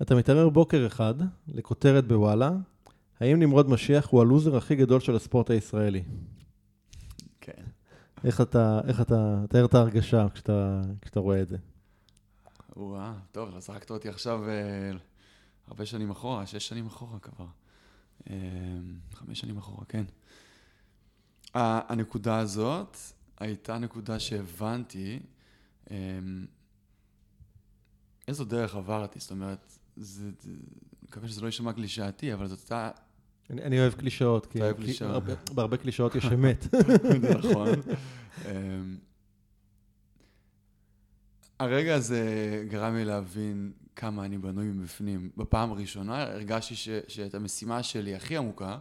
אתה מתעורר בוקר אחד לכותרת בוואלה, האם נמרוד משיח הוא הלוזר הכי גדול של הספורט הישראלי? כן. איך אתה תאר את ההרגשה כשאתה רואה את זה? טוב, זרקת אותי עכשיו הרבה שנים אחורה, 6 שנים אחורה כבר. 5 שנים אחורה, כן. הנקודה הזאת הייתה נקודה שהבנתי איזו דרך עברתי, זאת אומרת, מקווה שזה לא יישמע קלישאתי, אבל זאת הייתה... אני אוהב קלישאות, כי בהרבה קלישאות יש אמת. זה נכון. הרגע הזה גרם לי להבין כמה אני בנוי מבפנים. בפעם הראשונה הרגשתי שאת המשימה שלי הכי עמוקה,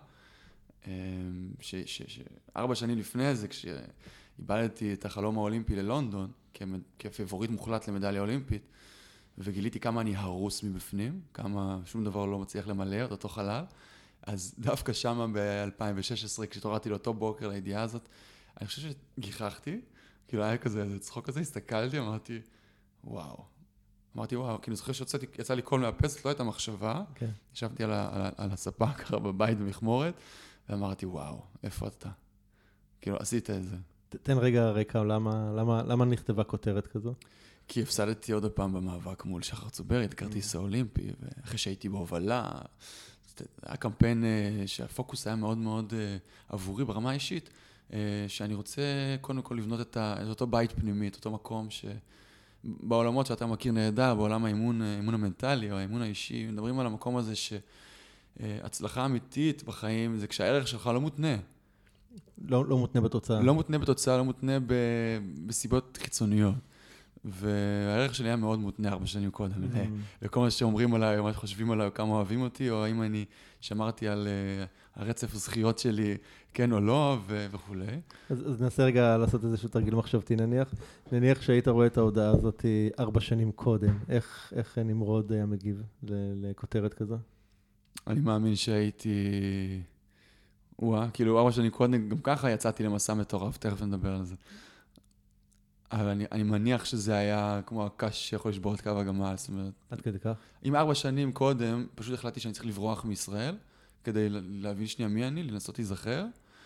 4 שנים לפני זה, כשאיבדתי את החלום האולימפי ללונדון, כפייבוריט מוחלט למדליה אולימפית, וגיליתי כמה אני הרוס מבפנים, כמה שום דבר לא מצליח למלא את אותו חלל, אז דווקא שמה ב-2016, כשתורדתי לאותו בוקר לידיעה הזאת, אני חושב שגיחכתי, כאילו היה כזה, איזה צחוק כזה, הסתכלתי, אמרתי, וואו, כאילו זוכר שיצא לי קול מהפסת, לא הייתה מחשבה, ישבתי על הספה ככה בבית במכמורת, ואמרתי, וואו, איפה אתה? כאילו, עשית את זה. תן רגע רקע, למה נכתבה כותרת כזו? כי הפסדתי עוד הפעם במאבק מול שחר צוברי, את כרטיס האולימפי, ואחרי שהייתי בהובלה, היה קמפיין שהפוקוס היה מאוד מאוד עבורי ברמה האישית, שאני רוצה קודם כל לבנות את אותו בית פנימי, את אותו מקום שבעולמות שאתה מכיר נהדר, בעולם האימון המנטלי או האימון האישי, מדברים על המקום הזה שהצלחה אמיתית בחיים זה כשהערך שלך לא מותנה. לא מותנה בתוצאה. לא מותנה בתוצאה, לא מותנה בסיבות חיצוניות. והערך שלי היה מאוד מותנה 4 שנים קודם. וכל מה שאומרים עליי, או מה שחושבים עליי, או כמה אוהבים אותי, או האם אני שמרתי על הרצף הזכיות שלי, כן או לא, וכו'. אז ננסה רגע לעשות איזשהו תרגיל מחשבתי, נניח שהיית רואה את ההודעה הזאת 4 שנים קודם, איך נמרוד היה מגיב לכותרת כזו? אני מאמין שהייתי... כאילו 4 שנים קודם, גם ככה יצאתי למסע מטורף, תכף נדבר על זה. אבל אני מניח שזה היה כמו הקש שיכול לשבור את קו הגמל, זאת אומרת... עד כדי כך? אם 4 שנים קודם, פשוט החלטתי שאני צריך לברוח מישראל, כדי להבין שנייה מי אני, לנסות להיזכר,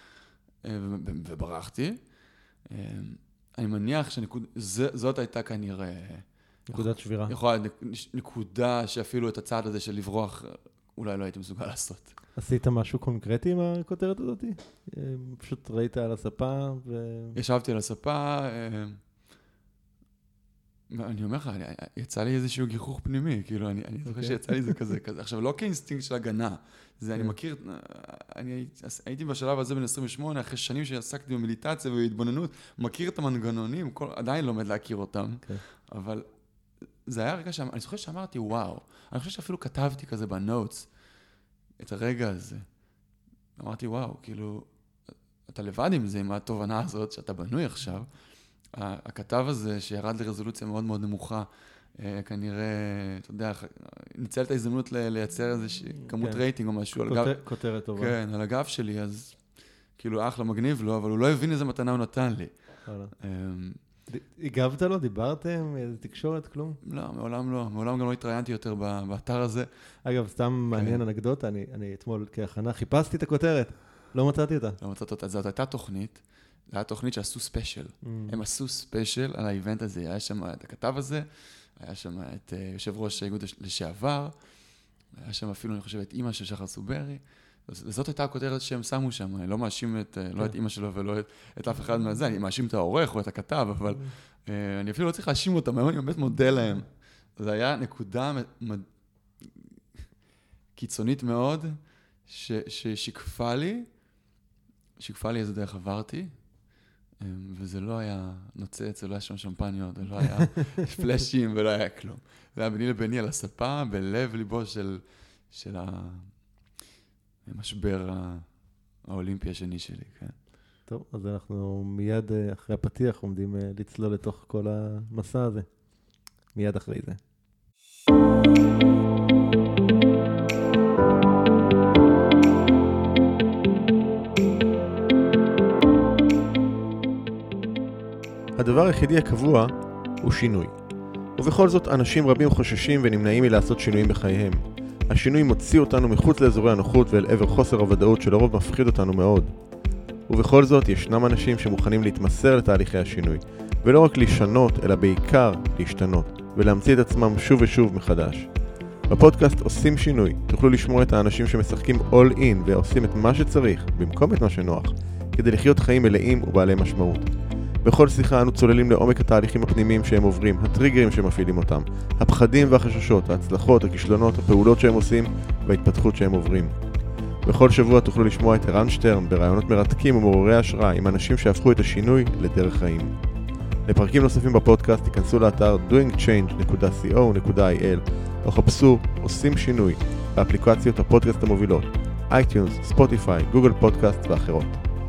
וברחתי. אני מניח שזאת הייתה כנראה... נקודת שבירה. נקודה שאפילו את הצעד הזה של לברוח, אולי לא הייתי מסוגל לעשות. עשית משהו קונקרטי עם הכותרת הזאת? פשוט ראית על הספה ישבתי על הספה... אני אומר לך, יצא לי איזשהו גיחוך פנימי, כאילו, אני זוכר שיצא לי זה כזה. עכשיו, לא כאינסטינקט של הגנה, זה אני מכיר, אני הייתי בשלב הזה בין 28, אחרי שנים שעסקתי במדיטציה ובהתבוננות, מכיר את המנגנונים, עדיין לומד להכיר אותם, אבל זה היה רגע אני זוכר שאמרתי, וואו, אני חושב שאפילו כתבתי כזה בנוטס, את הרגע הזה. אמרתי, וואו, כאילו, אתה לבד עם זה, עם התובנה הזאת שאתה בנוי עכשיו, הכתב הזה שירד לרזולוציה מאוד מאוד נמוכה, כנראה, אתה יודע, ניצל את ההזדמנות לייצר איזושהי כמות רייטינג או משהו. כותרת טובה. כן, על הגב שלי, אז כאילו אחלה מגניב לו, אבל הוא לא הבין איזה מתנה הוא נתן לי. הגבת לו? דיברתם? איזה תקשורת? כלום? לא, מעולם לא. מעולם גם לא התראיינתי יותר באתר הזה. אגב, סתם מעניין אנקדוטה, אני אתמול כהכנה חיפשתי את הכותרת, לא מצאתי אותה. לא מצאתי אותה. זאת הייתה תוכנית. זו הייתה תוכנית שעשו ספיישל. הם עשו ספיישל על האיבנט הזה. היה שם את הכתב הזה, היה שם את יושב ראש האיגוד לשעבר, היה שם אפילו, אני חושב, את אמא של שחר צוברי. וזאת הייתה הכותרת שהם שמו שם. אני לא מאשים לא את אמא שלו ולא את אף אחד מהזה. אני מאשים את העורך או את הכתב, אבל אני אפילו לא צריך להאשים אותם. היום אני באמת מודה להם. זו הייתה נקודה קיצונית מאוד, ששיקפה לי איזה דרך עברתי, וזה לא היה נוצץ, זה לא היה שם שמפניות, זה לא היה פלאשים ולא היה כלום. זה היה ביני לביני על הספה, בלב ליבו של המשבר האולימפי השני שלי, כן. טוב, אז אנחנו מיד אחרי הפתיח עומדים לצלול לתוך כל המסע הזה. מיד אחרי זה. הדבר היחידי הקבוע הוא שינוי. ובכל זאת, אנשים רבים חוששים ונמנעים מלעשות שינויים בחייהם. השינוי מוציא אותנו מחוץ לאזורי הנוחות ואל עבר חוסר הוודאות שלרוב מפחיד אותנו מאוד. ובכל זאת, ישנם אנשים שמוכנים להתמסר לתהליכי השינוי, ולא רק לשנות, אלא בעיקר להשתנות, ולהמציא את עצמם שוב ושוב מחדש. בפודקאסט עושים שינוי, תוכלו לשמוע את האנשים שמשחקים all in ועושים את מה שצריך, במקום את מה שנוח, כדי לחיות חיים מלאים ובעלי משמעות. בכל שיחה אנו צוללים לעומק התהליכים הפנימיים שהם עוברים, הטריגרים שמפעילים אותם, הפחדים והחששות, ההצלחות, הכישלונות, הפעולות שהם עושים וההתפתחות שהם עוברים. בכל שבוע תוכלו לשמוע את ערן שטרן ברעיונות מרתקים ומעוררי השראה עם אנשים שהפכו את השינוי לדרך חיים. לפרקים נוספים בפודקאסט תיכנסו לאתר doingchange.co.il או חפשו עושים שינוי באפליקציות הפודקאסט המובילות, אייטיונס, ספוטיפיי, גוגל פודקאסט ואחרות.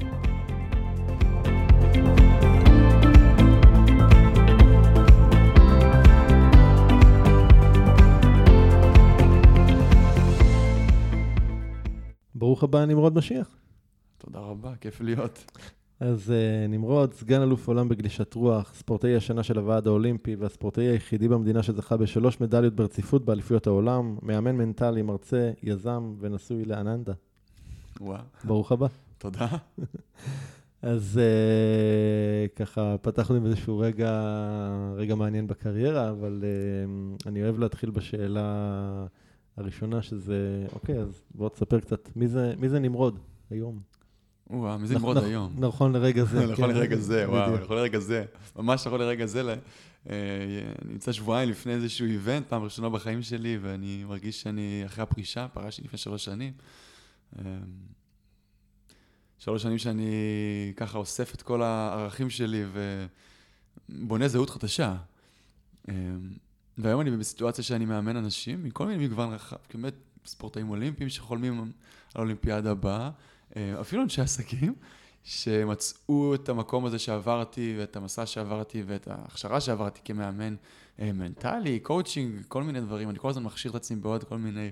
ברוך הבא, נמרוד משיח. תודה רבה, כיף להיות. אז נמרוד, סגן אלוף עולם בגלישת רוח, ספורטאי השנה של הוועד האולימפי, והספורטאי היחידי במדינה שזכה ב3 מדליות ברציפות באליפויות העולם, מאמן מנטלי, מרצה, יזם ונשוי לאננדה. וואו. ברוך הבא. תודה. אז ככה פתחנו עם איזשהו רגע מעניין בקריירה, אבל אני אוהב להתחיל בשאלה הראשונה שזה, אוקיי, אז בוא תספר קצת, מי זה נמרוד היום? וואו, מי זה נמרוד היום? נכון לרגע זה. נכון לרגע זה, וואו, נכון לרגע זה. ממש נכון לרגע זה. נמצא שבועיים לפני איזשהו איבנט, פעם ראשונה בחיים שלי, ואני מרגיש שאני אחרי הפרישה, פרשתי לפני 3 שנים. 3 שנים שאני ככה אוסף את כל הערכים שלי ובונה זהות חדשה. והיום אני בסיטואציה שאני מאמן אנשים מכל מיני מגוון רחב, כמעט ספורטאים אולימפיים שחולמים על האולימפיאדה הבאה, אפילו אנשי עסקים שמצאו את המקום הזה שעברתי ואת המסע שעברתי ואת ההכשרה שעברתי כמאמן מנטלי, קואוצ'ינג, כל מיני דברים. אני כל הזמן מכשיר את עצמי בעוד כל מיני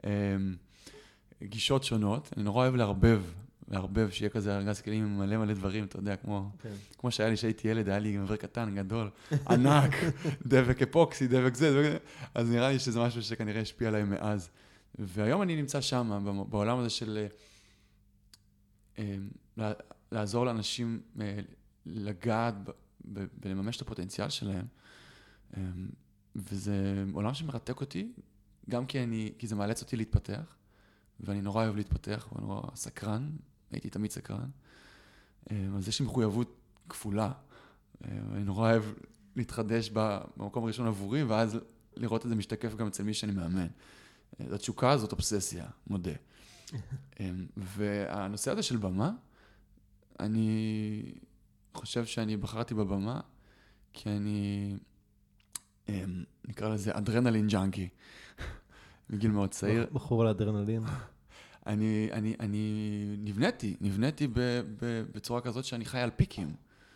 גישות שונות. אני נורא אוהב לערבב, שיהיה כזה ארגז כלים עם מלא דברים, אתה יודע, כמו שהיה לי שהייתי ילד, היה לי מבר קטן, גדול, ענק, דבק אפוקסי, דבק זה, אז נראה לי שזה משהו שכנראה השפיע עליי מאז. והיום אני נמצא שם, בעולם הזה של לעזור לאנשים לגעת ולממש את הפוטנציאל שלהם, וזה עולם שמרתק אותי, גם כי זה מאלץ אותי להתפתח, ואני נורא אוהב להתפתח, ואני נורא סקרן, הייתי תמיד סקרן. אז יש לי מחויבות כפולה. אני נורא אוהב להתחדש במקום הראשון עבורי, ואז לראות את זה משתקף גם אצל מי שאני מאמן. התשוקה הזאת אובססיה, מודה. והנושא הזה של במה, אני חושב שאני בחרתי בבמה, כי אני, נקרא לזה אדרנלין ג'אנקי, מגיל מאוד צעיר. בחור על אדרנלין. אני נבניתי בצורה כזאת שאני חי על פיקים.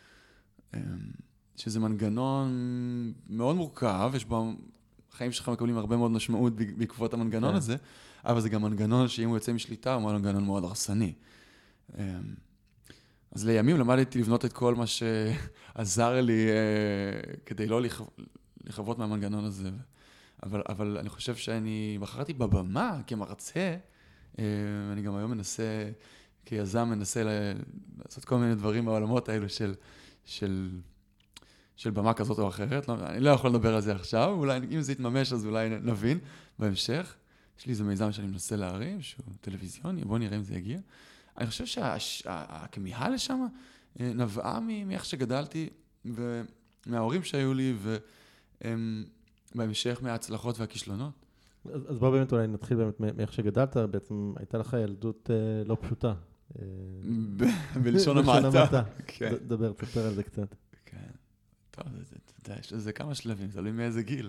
שזה מנגנון מאוד מורכב, יש בו, החיים שלך מקבלים הרבה מאוד משמעות בעקבות המנגנון הזה, אבל זה גם מנגנון שאם הוא יוצא משליטה, הוא מנגנון מאוד הרסני. אז לימים למדתי לבנות את כל מה שעזר לי כדי לא לחוות מהמנגנון הזה. אבל אני חושב שאני בחרתי בבמה כמרצה, אני גם היום מנסה, כיזם מנסה לעשות כל מיני דברים בעולמות האלו של במה כזאת או אחרת. אני לא יכול לדבר על זה עכשיו, אולי אם זה יתממש אז אולי נבין בהמשך. יש לי איזה מיזם שאני מנסה להרים, שהוא טלוויזיוני, בוא נראה אם זה יגיע. אני חושב שהכמיהה לשם נבעה מאיך שגדלתי ומההורים שהיו לי, ובהמשך מההצלחות והכישלונות. אז בוא באמת אולי נתחיל באמת מאיך שגדלת, בעצם הייתה לך ילדות לא פשוטה. בלשון המעטה. דבר, תספר על זה קצת. כן, טוב, יש לזה כמה שלבים, תלוי מאיזה גיל.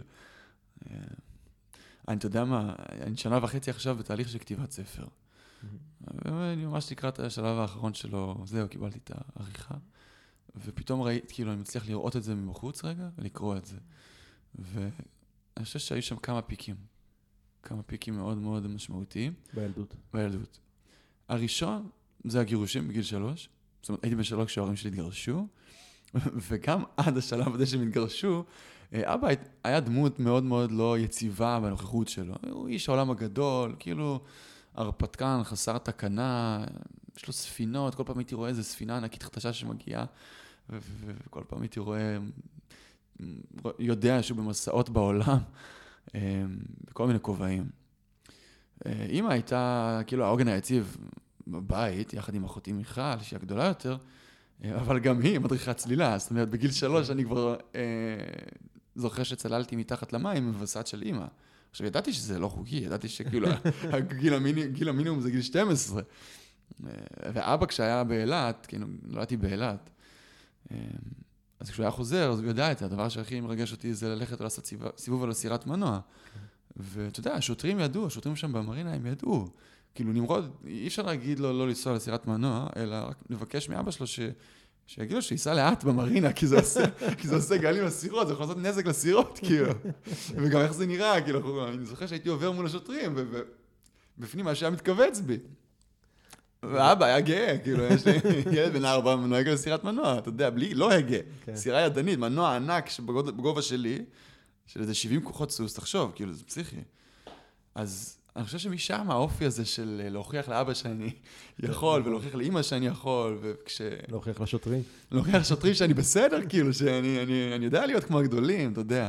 אתה יודע מה, אני 1.5 שנה עכשיו בתהליך של כתיבת ספר. ואני ממש לקראת השלב האחרון שלו, זהו, קיבלתי את העריכה, ופתאום ראיתי, כאילו, אני מצליח לראות את זה מבחוץ רגע, ולקרוא את זה. ואני חושב שהיו שם כמה פיקים מאוד מאוד משמעותיים. בילדות. הראשון, זה הגירושים בגיל 3. זאת אומרת, הייתי ב3 כשההורים שלי התגרשו, וגם עד השלב הזה שהם התגרשו, אבא היה דמות מאוד מאוד לא יציבה בנוכחות שלו. הוא איש העולם הגדול, כאילו הרפתקן, חסר תקנה, יש לו ספינות, כל פעם הייתי רואה איזו ספינה ענקית חדשה שמגיעה, וכל פעם הייתי רואה, יודע שהוא במסעות בעולם, בכל מיני כובעים. אמא הייתה כאילו העוגן היציב בבית, יחד עם אחותי מיכל, שהיא הגדולה יותר, אבל גם היא מדריכה צלילה, זאת אומרת, בגיל 3 אני כבר זוכר שצללתי מתחת למים מבסעת של אמא. עכשיו, ידעתי שזה לא חוקי, ידעתי שכאילו, גיל המינימום זה גיל 12. ואבא כשהיה באילת, כאילו, נולדתי באילת, אז כשהוא היה חוזר, אז הוא יודע את זה, הדבר שהכי מרגש אותי זה ללכת ולעשות סיבוב על סירת מנוע. ואתה יודע, השוטרים ידעו, השוטרים שם במרינה, הם ידעו. כאילו, נמרוד, אי אפשר להגיד לו לא לנסוע לסירת מנוע, אלא רק לבקש מאבא שלו שיגיד לו שייסע לאט במרינה, כי זה עושה גלים לסירות, זה יכול לעשות נזק לסירות, כאילו. וגם איך זה נראה, כאילו, אני זוכר שהייתי עובר מול השוטרים, ובפנים מה שהיה מתכווץ בי. ואבא היה גאה, כאילו, יש לי ילד בן 4, נוהג לסירת מנוע, אתה יודע, בלי, לא הגה, סירה ידנית, מנוע ענק בגובה שלי, של איזה 70 כוחות סוס, תחשוב, כאילו, זה פסיכי. אז אני חושב שמשם האופי הזה של להוכיח לאבא שאני יכול, ולהוכיח לאמא שאני יכול, להוכיח לשוטרים. להוכיח לשוטרים שאני בסדר, כאילו, שאני יודע להיות כמו הגדולים, אתה יודע.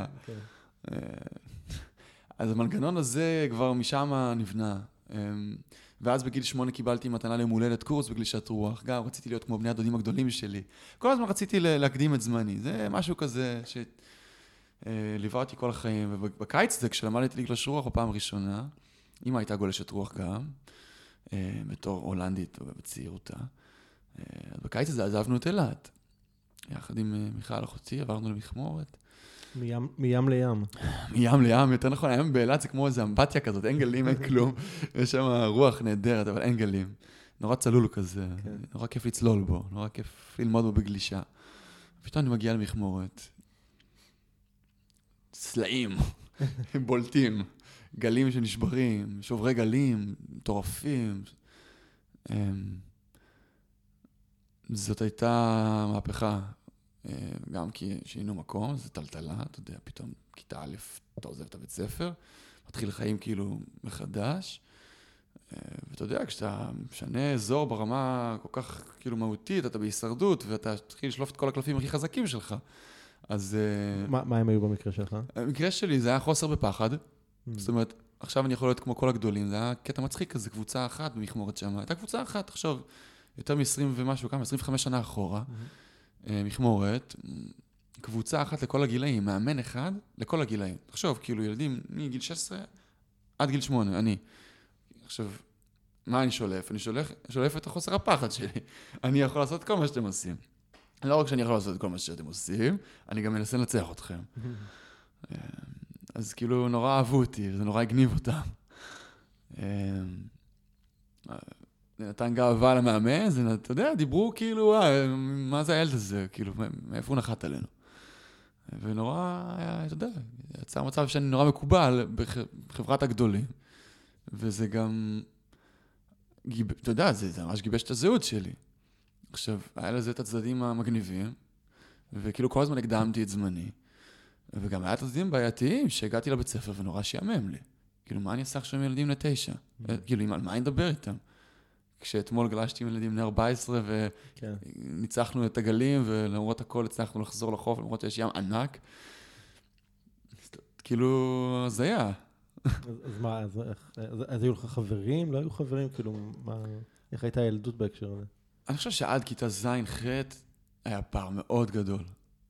אז המנגנון הזה כבר משם נבנה. ואז בגיל 8 קיבלתי מתנה ליום הולדת קורס בגלישת רוח. גם רציתי להיות כמו בני הדודים הגדולים שלי. כל הזמן רציתי להקדים את זמני. זה משהו כזה שליווה אותי כל החיים. ובקיץ זה, כשלמדתי לגלוש רוח בפעם הראשונה, אמא הייתה גולשת רוח גם, בתור הולנדית בצעירותה. בקיץ הזה עזבנו את אילת. יחד עם מיכל אחותי, עברנו למכמורת. מים לים. מים לים, יותר נכון, היום באילת זה כמו איזו אמבטיה כזאת, אין גלים, אין כלום. יש שם רוח נהדרת, אבל אין גלים. נורא צלול כזה, נורא כיף לצלול בו, נורא כיף ללמוד בו בגלישה. פתאום אני מגיע למכמורת. סלעים, בולטים, גלים שנשברים, שוברי גלים, מטורפים. זאת הייתה מהפכה. גם כי שהיינו מקום, זה טלטלה, אתה יודע, פתאום כיתה א', אתה עוזב את הבית ספר, מתחיל חיים כאילו מחדש, ואתה יודע, כשאתה משנה אזור ברמה כל כך כאילו מהותית, אתה בהישרדות, ואתה תתחיל לשלוף את כל הקלפים הכי חזקים שלך, אז... מה הם היו במקרה שלך? במקרה שלי זה היה חוסר בפחד, זאת אומרת, עכשיו אני יכול להיות כמו כל הגדולים, זה היה קטע מצחיק כזה, קבוצה אחת במכמורת שם, הייתה קבוצה אחת, תחשוב, יותר מ-20 ומשהו, כמה, 25 שנה אחורה, מכמורת, קבוצה אחת לכל הגילאים, מאמן אחד לכל הגילאים. תחשוב, כאילו ילדים מגיל 16 עד גיל 8, אני. עכשיו, מה אני שולף? אני שולף את החוסר הפחד שלי. אני יכול לעשות כל מה שאתם עושים. לא רק שאני יכול לעשות את כל מה שאתם עושים, אני גם מנסה לנצח אתכם. אז כאילו נורא אהבו אותי, וזה נורא הגניב אותם. זה נתן גאווה למאמן, זה, אתה יודע, דיברו כאילו, מה זה הילד הזה, כאילו, מאיפה הוא נחת עלינו. ונורא, אתה יודע, יצא מצב שאני נורא מקובל בחברת הגדולים, וזה גם, אתה יודע, זה ממש גיבש את הזהות שלי. עכשיו, היה לזה את הצדדים המגניבים, וכאילו כל הזמן הקדמתי את זמני, וגם היה את הצדדים בעייתיים שהגעתי לבית ספר ונורא שיאמם לי. כאילו, מה אני אעשה עכשיו עם ילדים ל9? כאילו, על מה אני אדבר איתם? כשאתמול גלשתי עם ילדים בני 14 וניצחנו את הגלים, ולמרות הכל הצלחנו לחזור לחוף, למרות שיש ים ענק. כאילו, זה היה. אז מה, אז היו לך חברים? לא היו חברים? כאילו, איך הייתה הילדות בהקשר הזה? אני חושב שעד כיתה ז' ח' היה פער מאוד גדול.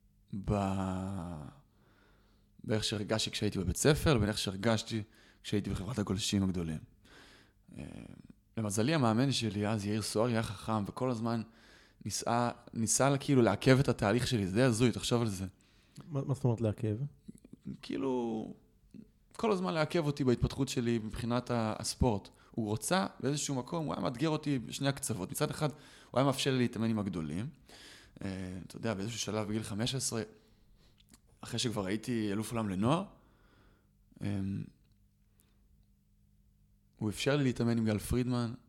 באיך שהרגשתי כשהייתי בבית ספר, לבין איך שהרגשתי כשהייתי בחברת הגולשים הגדולים. למזלי, המאמן שלי אז, יאיר סוער, היה חכם, וכל הזמן ניסה כאילו לעכב את התהליך שלי. זה די הזוי, תחשוב על זה. מה זאת אומרת לעכב? כאילו, כל הזמן לעכב אותי בהתפתחות שלי מבחינת הספורט. הוא רוצה באיזשהו מקום, הוא היה מאתגר אותי בשני הקצוות. מצד אחד, הוא היה מאפשר לי להתאמן עם הגדולים. אתה יודע, באיזשהו שלב, בגיל 15, אחרי שכבר הייתי אלוף עולם לנוער, הוא אפשר לי להתאמן עם גל פרידמן,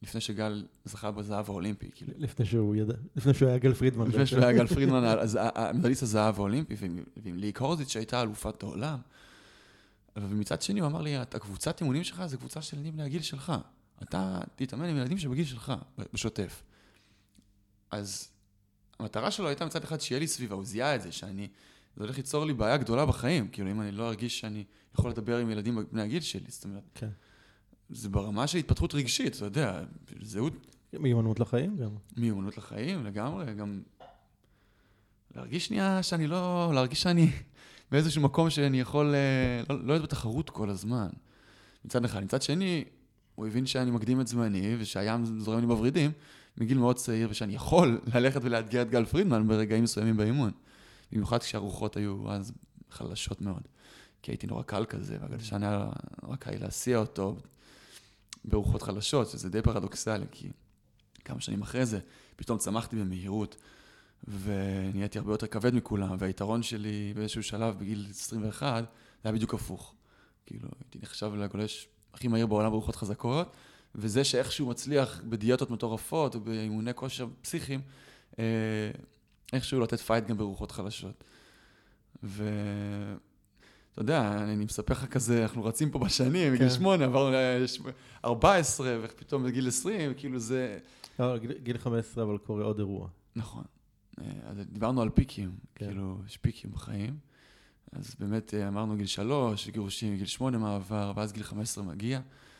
לפני שגל זכה בזהב האולימפי, כאילו. לפני שהוא היה גל פרידמן. לפני שהוא היה גל פרידמן, אז המדליסט הזהב האולימפי, ועם לי קורזיץ' שהייתה אלופת העולם. ומצד שני הוא אמר לי, הקבוצת אימונים שלך זה קבוצה של ילדים מהגיל שלך. אתה תתאמן עם ילדים שבגיל שלך, בשוטף. אז המטרה שלו הייתה מצד אחד שיהיה לי סביבה, הוא זיהה את זה, זה הולך ליצור לי בעיה גדולה בחיים, כאילו אם אני לא ארגיש שאני יכול לדבר עם ילדים בני הגיל שלי, זאת אומרת, כן. זה ברמה של התפתחות רגשית, אתה יודע, זהות... מיומנות לחיים גם. מיומנות לחיים, לגמרי, גם להרגיש שנייה שאני לא... להרגיש שאני באיזשהו מקום שאני יכול לא להיות בתחרות כל הזמן. מצד אחד. מצד שני, הוא הבין שאני מקדים את זמני, ושהים זורם לי בוורידים, מגיל מאוד צעיר, ושאני יכול ללכת ולאתגר את גל פרידמן ברגעים מסוימים באימון. במיוחד כשהרוחות היו אז חלשות מאוד. כי הייתי נורא קל כזה, והגלשן היה רק היה להסיע אותו ברוחות חלשות, שזה די פרדוקסלי, כי כמה שנים אחרי זה, פתאום צמחתי במהירות, ונהייתי הרבה יותר כבד מכולם, והיתרון שלי באיזשהו שלב, בגיל 21, זה היה בדיוק הפוך. כאילו, הייתי נחשב לגולש הכי מהיר בעולם ברוחות חזקות, וזה שאיכשהו מצליח בדיאטות מטורפות, ובאימוני כושר פסיכיים, איכשהו לתת פייט גם ברוחות חלשות. ואתה יודע, אני מספר לך כזה, אנחנו רצים פה בשנים, בגיל 8, עברנו ל-14, ופתאום בגיל 20, כאילו זה... גיל 15, אבל קורה עוד אירוע. נכון. אז דיברנו על פיקים, כאילו, יש פיקים בחיים. אז באמת אמרנו גיל 3, גירושים, גיל 8 מעבר, ואז גיל 15 מגיע.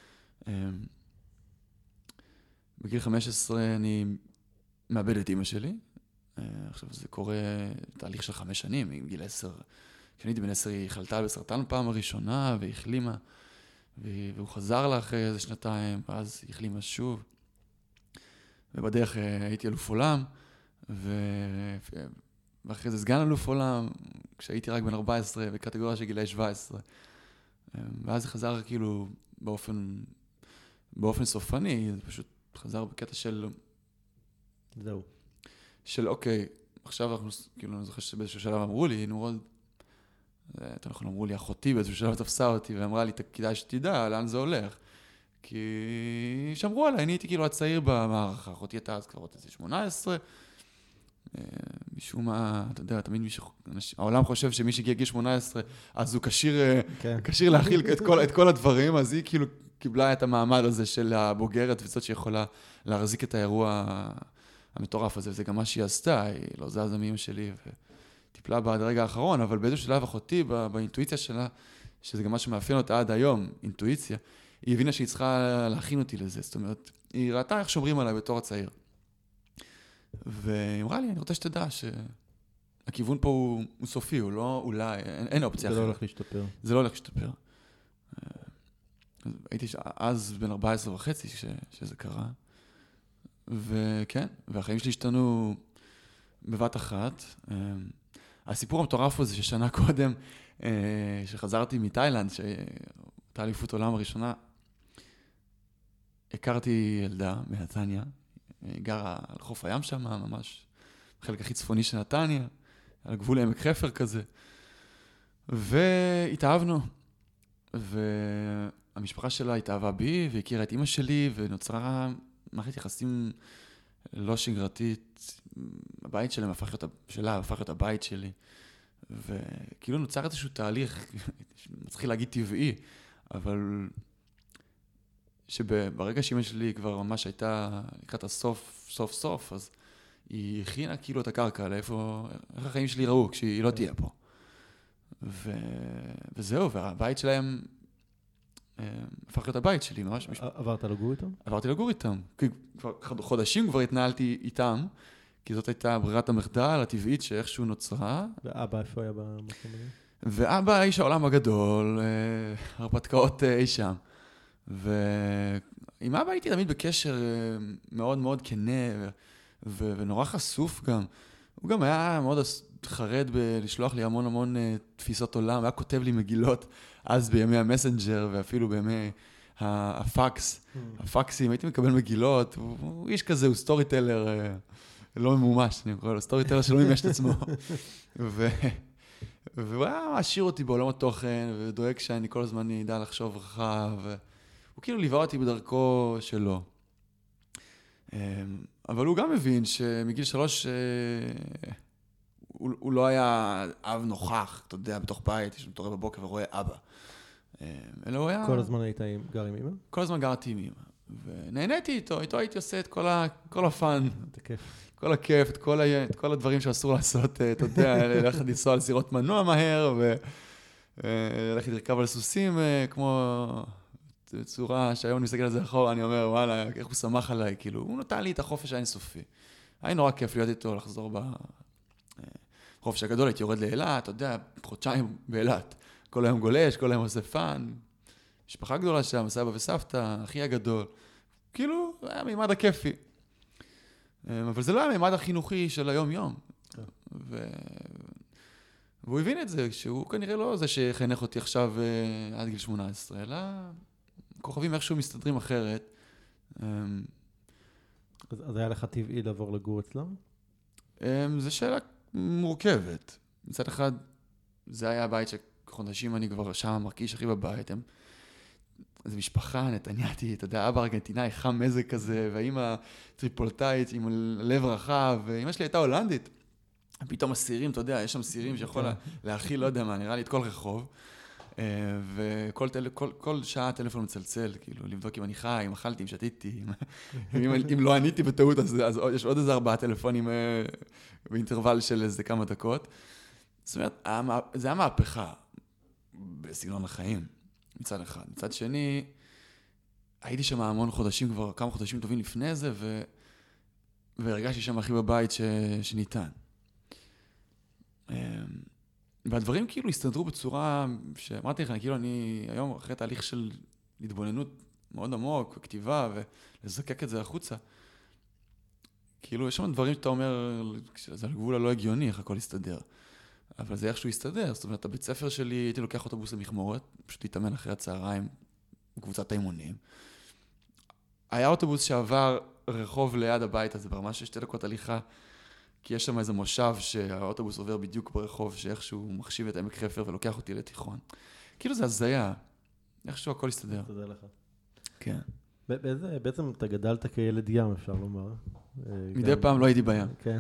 בגיל 15 אני מאבד את אמא שלי. עכשיו זה קורה תהליך של 5 שנים, מגיל 10. כשאני הייתי בן 10 היא חלתה בסרטן פעם הראשונה והחלימה. והוא חזר לה אחרי איזה 2 ואז היא החלימה שוב. ובדרך הייתי אלוף עולם. ואחרי זה סגן אלוף עולם, כשהייתי רק בן 14 בקטגוריה של גילי 17. ואז זה חזר כאילו באופן סופני, זה פשוט חזר בקטע של... זהו. של אוקיי, עכשיו אנחנו, כאילו אני זוכר שבאיזשהו שלב אמרו לי, אמרו לי, אחותי באיזשהו שלב תפסה אותי ואמרה לי, כדאי שתדע לאן זה הולך. כי שמרו עליי, אני הייתי כאילו הצעיר במערכה, אחותי הייתה אז כבר 18, משום מה, אתה יודע, תמיד העולם חושב שמי שהגיע גיל 18, אז הוא כשיר להכיל את כל הדברים, אז היא כאילו קיבלה את המעמד הזה של הבוגרת, וזאת שיכולה להחזיק את האירוע המטורף הזה, וזה גם מה שהיא עשתה, היא לא זזה מאמא שלי, וטיפלה בה עד הרגע האחרון, אבל באיזשהו שלב אחותי, באינטואיציה שלה, שזה גם מה שמאפיין אותה עד היום, אינטואיציה, היא הבינה שהיא צריכה להכין אותי לזה, זאת אומרת, היא ראתה איך שומרים עליי בתור הצעיר. והיא אמרה לי, אני רוצה שתדע שהכיוון פה הוא סופי, הוא לא אולי, אין אופציה אחרת. זה לא הולך להשתפר. זה לא הולך להשתפר. הייתי אז בן 14 וחצי שזה קרה, וכן, והחיים שלי השתנו בבת אחת. הסיפור המטורף הזה ששנה קודם, שחזרתי מתאילנד, שהייתה אליפות העולם הראשונה, הכרתי ילדה מנתניה, היא גרה על חוף הים שם, ממש בחלק הכי צפוני של נתניה, על גבול עמק חפר כזה, והתאהבנו, והמשפחה שלה התאהבה בי, והכירה את אמא שלי, ונוצרה מערכת יחסים לא שגרתית, הבית שלהם הפך להיות הבית שלי, וכאילו נוצר איזשהו תהליך, מצחיק להגיד טבעי, אבל שברגע שאמא שלי כבר ממש הייתה לקראת סוף, אז היא הכינה כאילו את הקרקע לאיך החיים שלי ראו כשהיא לא תהיה פה. וזהו, והבית שלהם הפך להיות הבית שלי, ממש. עברת לגור איתם? עברתי לגור איתם. כבר חודשים כבר התנהלתי איתם, כי זאת הייתה ברירת המחדל הטבעית שאיכשהו נוצרה. ואבא איפה היה במקום הזה? ואבא איש העולם הגדול, הרפתקאות אי שם. ועם אבא הייתי תמיד בקשר מאוד מאוד כנה ונורא חשוף גם. הוא גם היה מאוד חרד בלשלוח לי המון תפיסות עולם, היה כותב לי מגילות אז בימי המסנג'ר ואפילו בימי הפקס, הפקסים, הייתי מקבל מגילות, הוא איש כזה, הוא סטורי טלר לא ממומש, אני קורא לו סטורי טלר שלא מימש את עצמו. והוא היה מעשיר אותי בעולם התוכן ודואג שאני כל הזמן ידע לחשוב רחב, הוא כאילו ליווה אותי בדרכו שלו. אבל הוא גם מבין שמגיל 3, הוא לא היה אב נוכח, אתה יודע, בתוך בית, יש מתעורר בבוקר ורואה אבא. אלא הוא היה... כל הזמן היית גר עם אמא? כל הזמן גרתי עם אמא. ונהניתי איתו הייתי עושה את כל הפן. את הכיף. כל הכיף, את כל הדברים שאסור לעשות, אתה יודע, ללכת לנסוע על סירות מנוע מהר, וללכת לרכב על סוסים, כמו צורה שהיום אני מסתכל על זה אחורה, אני אומר, וואלה, איך הוא שמח עליי, כאילו, הוא נתן לי את החופש האינסופי. היה נורא כיף להיות איתו, לחזור בחופש הגדול, הייתי יורד לאילת, אתה יודע, חודשיים באילת. כל היום גולש, כל היום עושה פן, משפחה גדולה שם, סבא וסבתא, אחי הגדול. כאילו, זה היה מימד הכיפי. אבל זה לא היה מימד החינוכי של היום-יום. והוא הבין את זה, שהוא כנראה לא זה שחינך אותי עכשיו עד גיל 18, אלא כוכבים איכשהו מסתדרים אחרת. אז היה לך טבעי לעבור לגור אצלם? זו שאלה מורכבת. מצד אחד, זה היה הבית שחודשים אני כבר שם מרגיש הכי בבית. זו משפחה נתניאתית, אתה יודע, אבא ארגנטינאי חם מזג כזה, והאמא טריפולטאית עם לב רחב, ואמא שלי הייתה הולנדית. פתאום הסירים, אתה יודע, יש שם סירים שיכול להכיל, לא יודע מה, נראה לי את כל רחוב. וכל שעה הטלפון מצלצל, כאילו, לבדוק אם אני חי, אם אכלתי, אם שתיתי, אם לא עניתי בטעות, אז יש עוד איזה 4 טלפונים באינטרוול של איזה כמה דקות. זאת אומרת, זה היה מהפכה בסגנון החיים, מצד אחד. מצד שני, הייתי שם המון חודשים, כבר כמה חודשים טובים לפני זה, והרגשתי שם הכי בבית שניתן. והדברים כאילו הסתדרו בצורה שאמרתי לך, כאילו אני היום אחרי תהליך של התבוננות מאוד עמוק, וכתיבה, ולזקק את זה החוצה. כאילו יש שם דברים שאתה אומר, זה על גבול הלא הגיוני, איך הכל יסתדר. אבל זה איכשהו יסתדר. זאת אומרת, הבית ספר שלי, הייתי לוקח אוטובוס למכמורת, פשוט להתאמן אחרי הצהריים בקבוצת האימונים. היה אוטובוס שעבר רחוב ליד הבית הזה, ברמה של 2 דקות הליכה, כי יש שם איזה מושב שהאוטובוס עובר בדיוק ברחוב, שאיכשהו מחשיב את עמק חפר ולוקח אותי לתיכון. כאילו זה הזיה. איכשהו הכל יסתדר. תודה לך. כן. בעצם אתה גדלת כילד ים, אפשר לומר. מדי פעם לא הייתי בים. כן.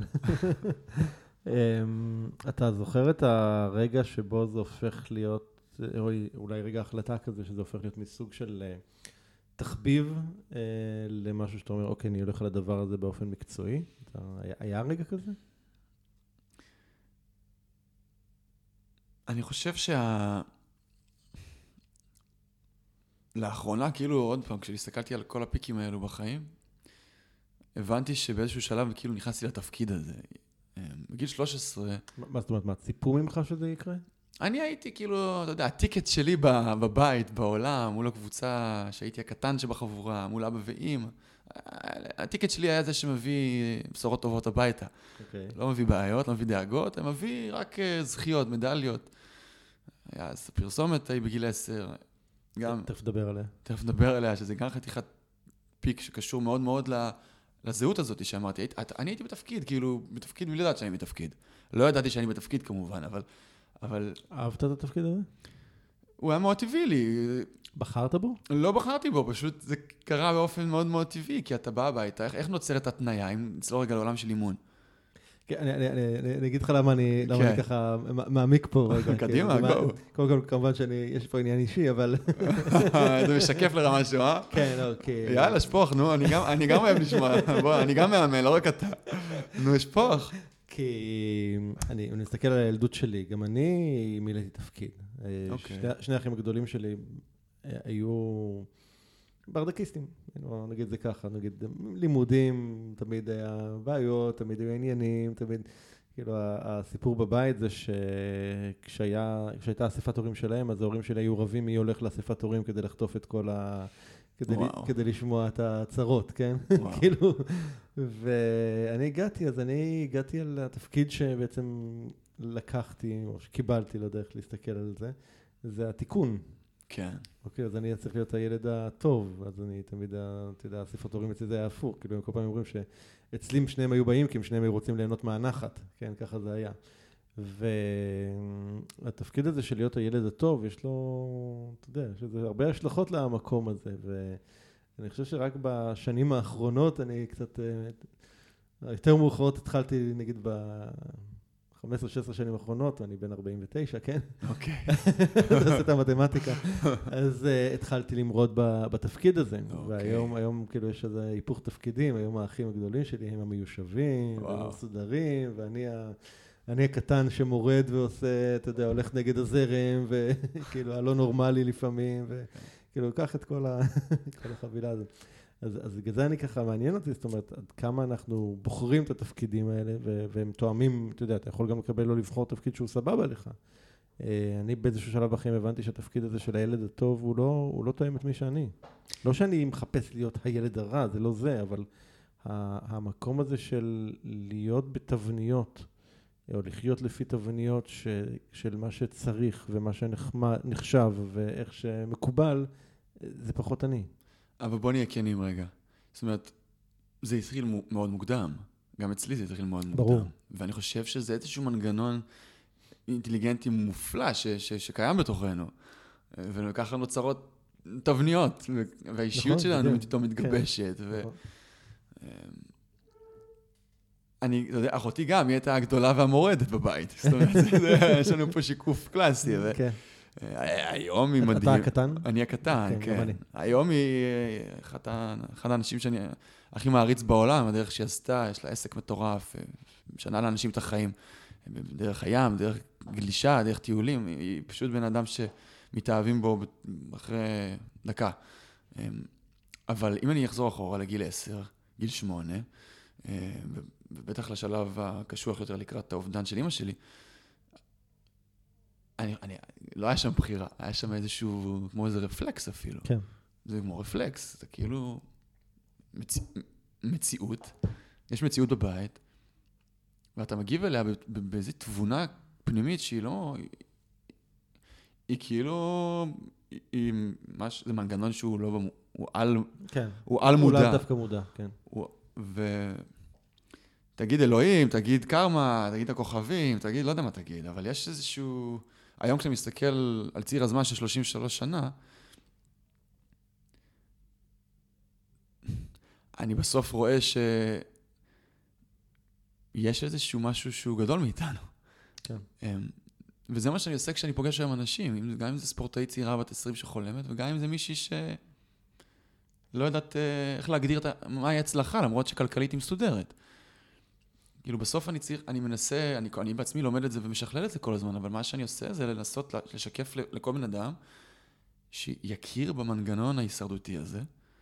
אתה זוכר את הרגע שבו זה הופך להיות, אולי רגע החלטה כזה, שזה הופך להיות מסוג של תחביב למשהו שאתה אומר, אוקיי, אני הולך על הדבר הזה באופן מקצועי. היה רגע כזה? אני חושב לאחרונה, כאילו עוד פעם, כשהסתכלתי על כל הפיקים האלו בחיים, הבנתי שבאיזשהו שלב כאילו נכנסתי לתפקיד הזה. בגיל 13... מה זאת אומרת, מה, ציפו ממך שזה יקרה? אני הייתי כאילו, אתה יודע, הטיקט שלי בבית, בעולם, מול הקבוצה שהייתי הקטן שבחבורה, מול אבא ואמא. הטיקט שלי היה זה שמביא בשורות טובות הביתה. לא מביא בעיות, לא מביא דאגות, אני מביא רק זכיות, מדליות. היה פרסומת בגיל 10. תכף נדבר עליה. שזה גם חתיכת פיק שקשור מאוד מאוד לזהות הזאת שאמרתי. אני הייתי בתפקיד, כאילו, בתפקיד בלי לדעת שאני בתפקיד. לא ידעתי שאני בתפקיד כמובן, אבל... אהבת את התפקיד הזה? הוא היה מאוד טבעי לי. בחרת בו? לא בחרתי בו, פשוט זה קרה באופן מאוד מאוד טבעי, כי אתה בא הביתה, איך נוצרת התניה, אם נצלול רגע לעולם של אימון? כן, אני אגיד לך למה אני ככה מעמיק פה רגע. קדימה, גו. קודם כל, כמובן שיש פה עניין אישי, אבל... זה משקף לך משהו, אה? כן, אוקיי. יאללה, שפוך, נו, אני גם אוהב לשמוע. בוא, אני גם מאמן, לא רק אתה. נו, שפוך. כי אני מסתכל על הילדות שלי, גם אני מילאתי תפקיד. שני האחים הגדולים שלי היו ברדקיסטים, נגיד זה ככה, נגיד לימודים, תמיד היה בעיות, תמיד היו עניינים, תמיד, כאילו הסיפור בבית זה כשהייתה אספת הורים שלהם, אז ההורים שלי היו רבים מי הולך לאספת הורים כדי לחטוף את כל כדי לשמוע את הצרות, כן? כאילו, ואני הגעתי על התפקיד שבעצם לקחתי, או שקיבלתי, לא יודע איך להסתכל על זה, זה התיקון. כן. אוקיי, אז אני צריך להיות הילד הטוב, אז אני תמיד, אתה יודע, אספת הורים אצלי זה היה הפוך, כאילו הם כל פעם אומרים שאצלים שניהם היו באים, כי הם שניהם היו רוצים ליהנות מהנחת, כן, ככה זה היה. והתפקיד הזה של להיות הילד הטוב, יש לו, אתה יודע, יש הרבה השלכות למקום הזה, אני חושב שרק בשנים האחרונות, אני קצת, יותר מאוחרות התחלתי, נגיד, ב-15-16 שנים האחרונות, אני בן 49, כן? אוקיי. אתה עושה את המתמטיקה. אז התחלתי למרוד בתפקיד הזה. והיום כאילו יש איזה היפוך תפקידים, היום האחים הגדולים שלי הם המיושבים, המסודרים, ואני הקטן שמורד ועושה, אתה יודע, הולך נגד הזרם, וכאילו הלא נורמלי לפעמים, וכאילו לקח את כל החבילה הזאת. אז בגלל זה אני ככה מעניין אותי, זאת אומרת, עד כמה אנחנו בוחרים את התפקידים האלה, והם תואמים, אתה יודע, אתה יכול גם לקבל לא לבחור תפקיד שהוא סבבה לך. אני באיזשהו שלב בחיים הבנתי שהתפקיד הזה של הילד הטוב, הוא לא תואם את מי שאני. לא שאני מחפש להיות הילד הרע, זה לא זה, אבל המקום הזה של להיות בתבניות, או לחיות לפי תבניות של מה שצריך, ומה שנחשב, ואיך שמקובל, זה פחות אני. אבל בוא נהיה כנים רגע. זאת אומרת, זה התחיל מאוד מוקדם. גם אצלי זה התחיל מאוד מוקדם. ברור. ואני חושב שזה איזשהו מנגנון אינטליגנטי מופלא שקיים בתוכנו. וככה נוצרות תבניות, והאישיות שלנו פתאום מתגבשת. אני, אתה יודע, אחותי גם, היא הייתה הגדולה והמורדת בבית. זאת אומרת, יש לנו פה שיקוף קלאסי. כן. היום היא מדהים. אתה הקטן? אני הקטן, כן. היום היא אחד האנשים שאני הכי מעריץ בעולם, הדרך שהיא עשתה, יש לה עסק מטורף, משנה לאנשים את החיים, דרך הים, דרך גלישה, דרך טיולים, היא פשוט בן אדם שמתאהבים בו אחרי דקה. אבל אם אני אחזור אחורה לגיל 10, גיל 8, ובטח לשלב הקשוח יותר לקראת האובדן של אמא שלי, לא היה שם בחירה, היה שם איזשהו, כמו איזה רפלקס אפילו. כן. זה כמו רפלקס, זה כאילו מציאות, יש מציאות בבית, ואתה מגיב אליה באיזו תבונה פנימית שהיא לא, היא כאילו, זה מנגנון שהוא לא, הוא על מודע. הוא לא דווקא מודע, כן. תגיד אלוהים, תגיד קרמה, תגיד הכוכבים, תגיד, לא יודע מה תגיד, אבל יש איזשהו, היום כשאני מסתכל על ציר הזמן של 33 שנה, אני בסוף רואה שיש איזשהו משהו שהוא גדול מאיתנו. כן. וזה מה שאני עושה כשאני פוגש היום אנשים, גם אם זה ספורטאי צעירה בת 20 שחולמת, וגם אם זה מישהי שלא יודעת איך להגדיר מהי הצלחה, למרות שכלכלית היא מסודרת. כאילו בסוף אני מנסה, אני בעצמי לומד את זה ומשכלל את זה כל הזמן, אבל מה שאני עושה זה לנסות לשקף לכל בן אדם שיכיר במנגנון ההישרדותי הזה,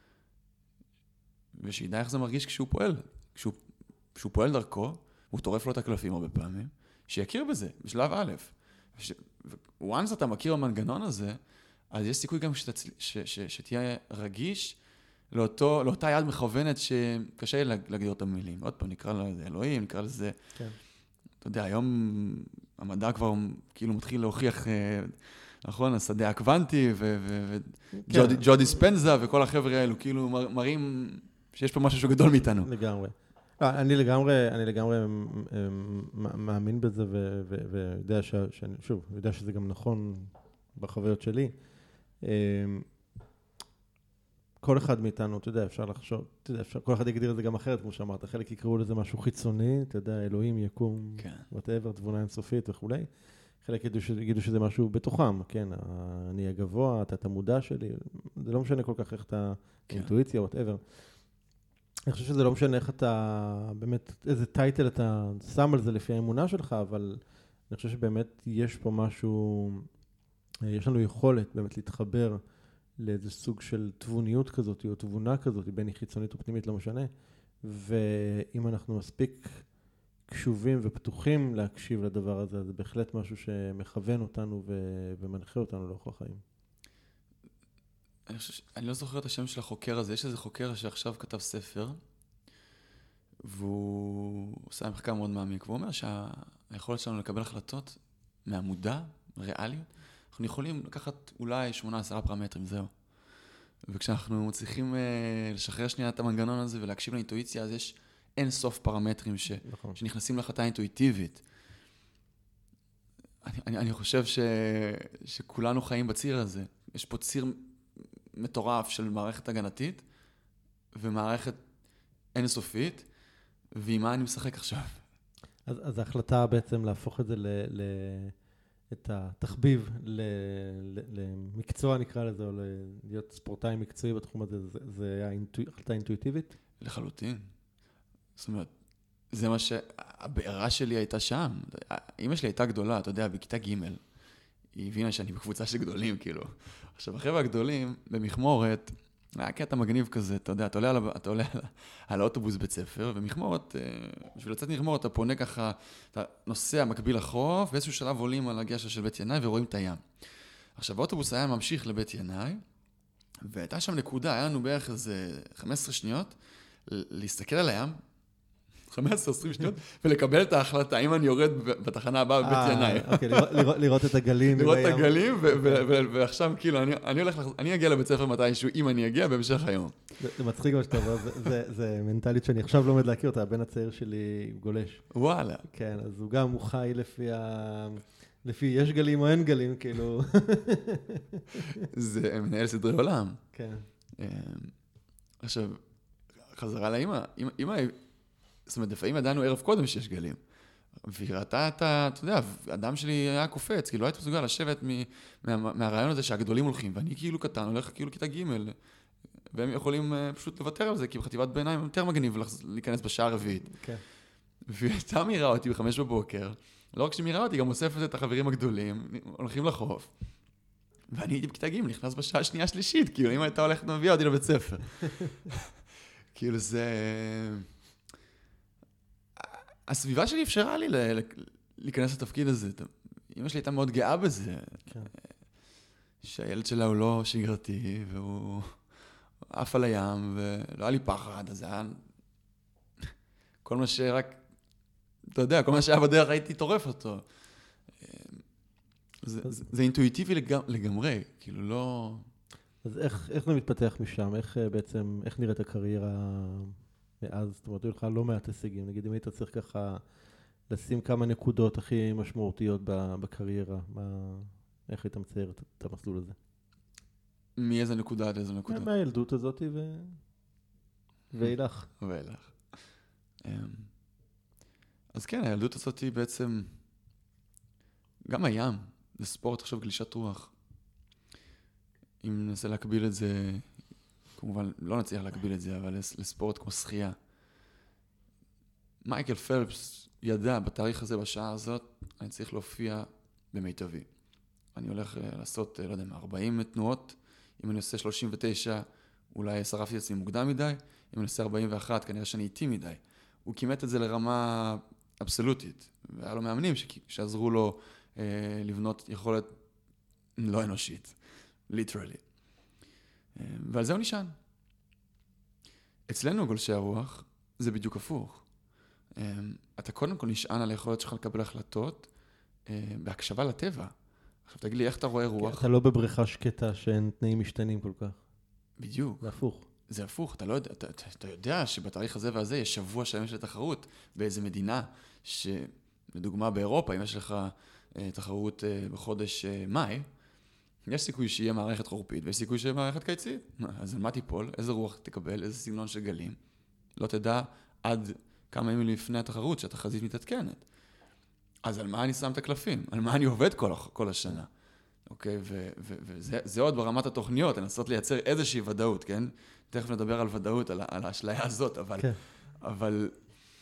ושידע איך זה מרגיש כשהוא פועל, כשהוא פועל דרכו, הוא טורף לו את הקלפים הרבה פעמים, שיכיר בזה, בשלב א', וואנס אתה מכיר במנגנון הזה, אז יש סיכוי גם שתהיה רגיש לאותה יד מכוונת שקשה להגדיר את המילים. עוד פעם, נקרא לזה אלוהים, נקרא לזה... כן. אתה יודע, היום המדע כבר כאילו מתחיל להוכיח, נכון, השדה הקוונטי, וג'ו דיספנזה וכל החבר'ה האלו, כאילו מראים שיש פה משהו שהוא גדול מאיתנו. לגמרי. אני לגמרי מאמין בזה, ויודע שוב, יודע שזה גם נכון בחוויות שלי. כל אחד מאיתנו, אתה יודע, אפשר לחשוב, אתה יודע, כל אחד יגדיר את זה גם אחרת, כמו שאמרת, חלק יקראו לזה משהו חיצוני, אתה יודע, אלוהים, יקום, whatever, תבונה אינסופית וכולי. חלק יגידו שזה משהו בתוכם, כן, אני הגבוה, אתה המודע שלי, זה לא משנה כל כך איך אתה, אינטואיציה, whatever. אני חושב שזה לא משנה איך אתה, באמת, איזה טייטל אתה שם על זה לפי האמונה שלך, אבל אני חושב שבאמת יש פה משהו, יש לנו יכולת באמת להתחבר לאיזה סוג של תבוניות כזאת, או תבונה כזאת, בין היא חיצונית או פנימית, לא משנה. ואם אנחנו מספיק קשובים ופתוחים להקשיב לדבר הזה, זה בהחלט משהו שמכוון אותנו ומנחה אותנו לאורך החיים. אני לא זוכר את השם של החוקר הזה, יש איזה חוקר שעכשיו כתב ספר, והוא עושה מחקר מאוד מעמיק, והוא אומר שהיכולת שלנו לקבל החלטות מהמודע, ריאליות, אנחנו יכולים לקחת אולי 18 פרמטרים, זהו. וכשאנחנו מצליחים לשחרר שנייה את המנגנון הזה ולהקשיב לאינטואיציה, אז יש אין סוף פרמטרים שנכנסים להחלטה אינטואיטיבית. אני חושב שכולנו חיים בציר הזה. יש פה ציר מטורף של מערכת הגנתית, ומערכת אינסופית, ועם מה אני משחק עכשיו. אז ההחלטה בעצם להפוך את זה את התחביב למקצוע נקרא לזה, או להיות ספורטאי מקצועי בתחום הזה, זה היה החלטה אינטואיטיבית? לחלוטין. זאת אומרת, זה מה הבעירה שלי הייתה שם. אמא שלי הייתה גדולה, אתה יודע, בכיתה ג' היא הבינה שאני בקבוצה של גדולים, כאילו. עכשיו, החבר'ה הגדולים, במכמורת, היה קטע מגניב כזה, אתה יודע, אתה עולה על האוטובוס בית ספר, ומכמורת, בשביל לצאת מכמורת, אתה פונה ככה, אתה נוסע מקביל לחוף, באיזשהו שלב עולים על הגשר של בית ינאי ורואים את הים. עכשיו, האוטובוס היה ממשיך לבית ינאי, והייתה שם נקודה, היה לנו בערך איזה 15 שניות, להסתכל על הים, 15-20 שניות, ולקבל את ההחלטה, אם אני יורד בתחנה הבאה בבית ינאי. אוקיי, לראות את הגלים. לראות את הגלים, ועכשיו כאילו, אני אגיע לבית ספר מתישהו, אם אני אגיע בהמשך היום. זה מצחיק מה שאתה אומר, זה מנטלית שאני עכשיו לומד להכיר אותה, הבן הצעיר שלי גולש. וואלה. כן, אז הוא גם חי לפי יש גלים או אין גלים, כאילו. זה מנהל סדרי עולם. כן. עכשיו, חזרה לאמא, זאת אומרת, לפעמים ידענו ערב קודם שיש גלים. והיא ראתה אתה יודע, האדם שלי היה קופץ, כאילו לא הייתי מסוגל לשבת מהרעיון הזה שהגדולים הולכים, ואני כאילו קטן, הולך כאילו כיתה ג' והם יכולים פשוט לוותר על זה, כי בחטיבת ביניים יותר מגניב להיכנס בשעה הרביעית. כן. והיא הייתה מירה אותי ב5 בבוקר, לא רק שמירה אותי, גם אוספת את החברים הגדולים, הולכים לחוף. ואני הייתי בכיתה ג' נכנס בשעה השנייה שלישית, כאילו אמא הייתה הולכת ומביאה אותי לבית ספר. כאילו זה... הסביבה שלי אפשרה לי להיכנס לתפקיד הזה. אמא שלי הייתה מאוד גאה בזה. כן. שהילד שלה הוא לא שגרתי, והוא עף על הים, ולא היה לי פחד, אז זה היה... כל מה שרק... אתה יודע, כל מה שהיה בדרך הייתי טורף אותו. זה אינטואיטיבי לגמרי, כאילו לא... אז איך זה מתפתח משם? איך נראית הקריירה מאז? זאת אומרת, היו לך לא מעט הישגים. נגיד, אם היית צריך ככה לשים כמה נקודות הכי משמעותיות בקריירה, איך היית מצייר את המסלול הזה? מאיזה נקודה עד איזה נקודה? מהילדות הזאת ואילך. ואילך. אז כן, הילדות הזאת היא בעצם... גם הים, זה ספורט עכשיו גלישת רוח. אם ננסה להקביל את זה, כמובן לא נצליח להקביל את זה, אבל לספורט כמו שחייה. מייקל פלפס ידע בתאריך הזה, בשעה הזאת, אני צריך להופיע במיטבי. אני הולך לעשות, לא יודע, 40 תנועות. אם אני עושה 39, אולי שרפתי את עצמי מוקדם מדי. אם אני עושה 41, כנראה שאני איטי מדי. הוא כימת את זה לרמה אבסולוטית. והיה לו מאמנים שעזרו לו לבנות יכולת לא אנושית. literally. ועל זה הוא נשען. אצלנו גולשי הרוח זה בדיוק הפוך. אתה קודם כל נשען על היכולת שלך לקבל החלטות בהקשבה לטבע. עכשיו תגיד לי, איך אתה רואה רוח? אתה לא בבריכה שקטה שאין תנאים משתנים כל כך. בדיוק. זה הפוך. זה הפוך. אתה יודע שבתאריך הזה והזה יש שבוע שלם של תחרות באיזה מדינה, שלדוגמה באירופה, אם יש לך תחרות בחודש מאי, יש סיכוי שיהיה מערכת חורפית, ויש סיכוי שיהיה מערכת קיצית. אז על מה תיפול? איזה רוח תקבל? איזה סגנון של גלים? לא תדע עד כמה ימים לפני התחרות שהתחזית מתעדכנת. אז על מה אני שם את הקלפים? על מה אני עובד כל השנה? אוקיי? וזה עוד ברמת התוכניות, לנסות לייצר איזושהי ודאות, כן? תכף נדבר על ודאות, על האשליה הזאת, אבל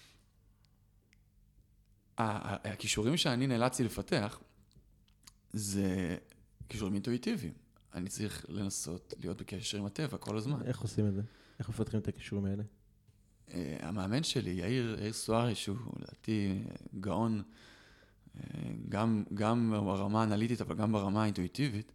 הכישורים שאני נאלצתי לפתח, זה כישורים אינטואיטיביים. אני צריך לנסות להיות בקשר עם הטבע כל הזמן. איך עושים את זה? איך מפתחים את הכישורים האלה? המאמן שלי, יאיר סוארי, שהוא לדעתי גאון, גם ברמה האנליטית, אבל גם ברמה האינטואיטיבית,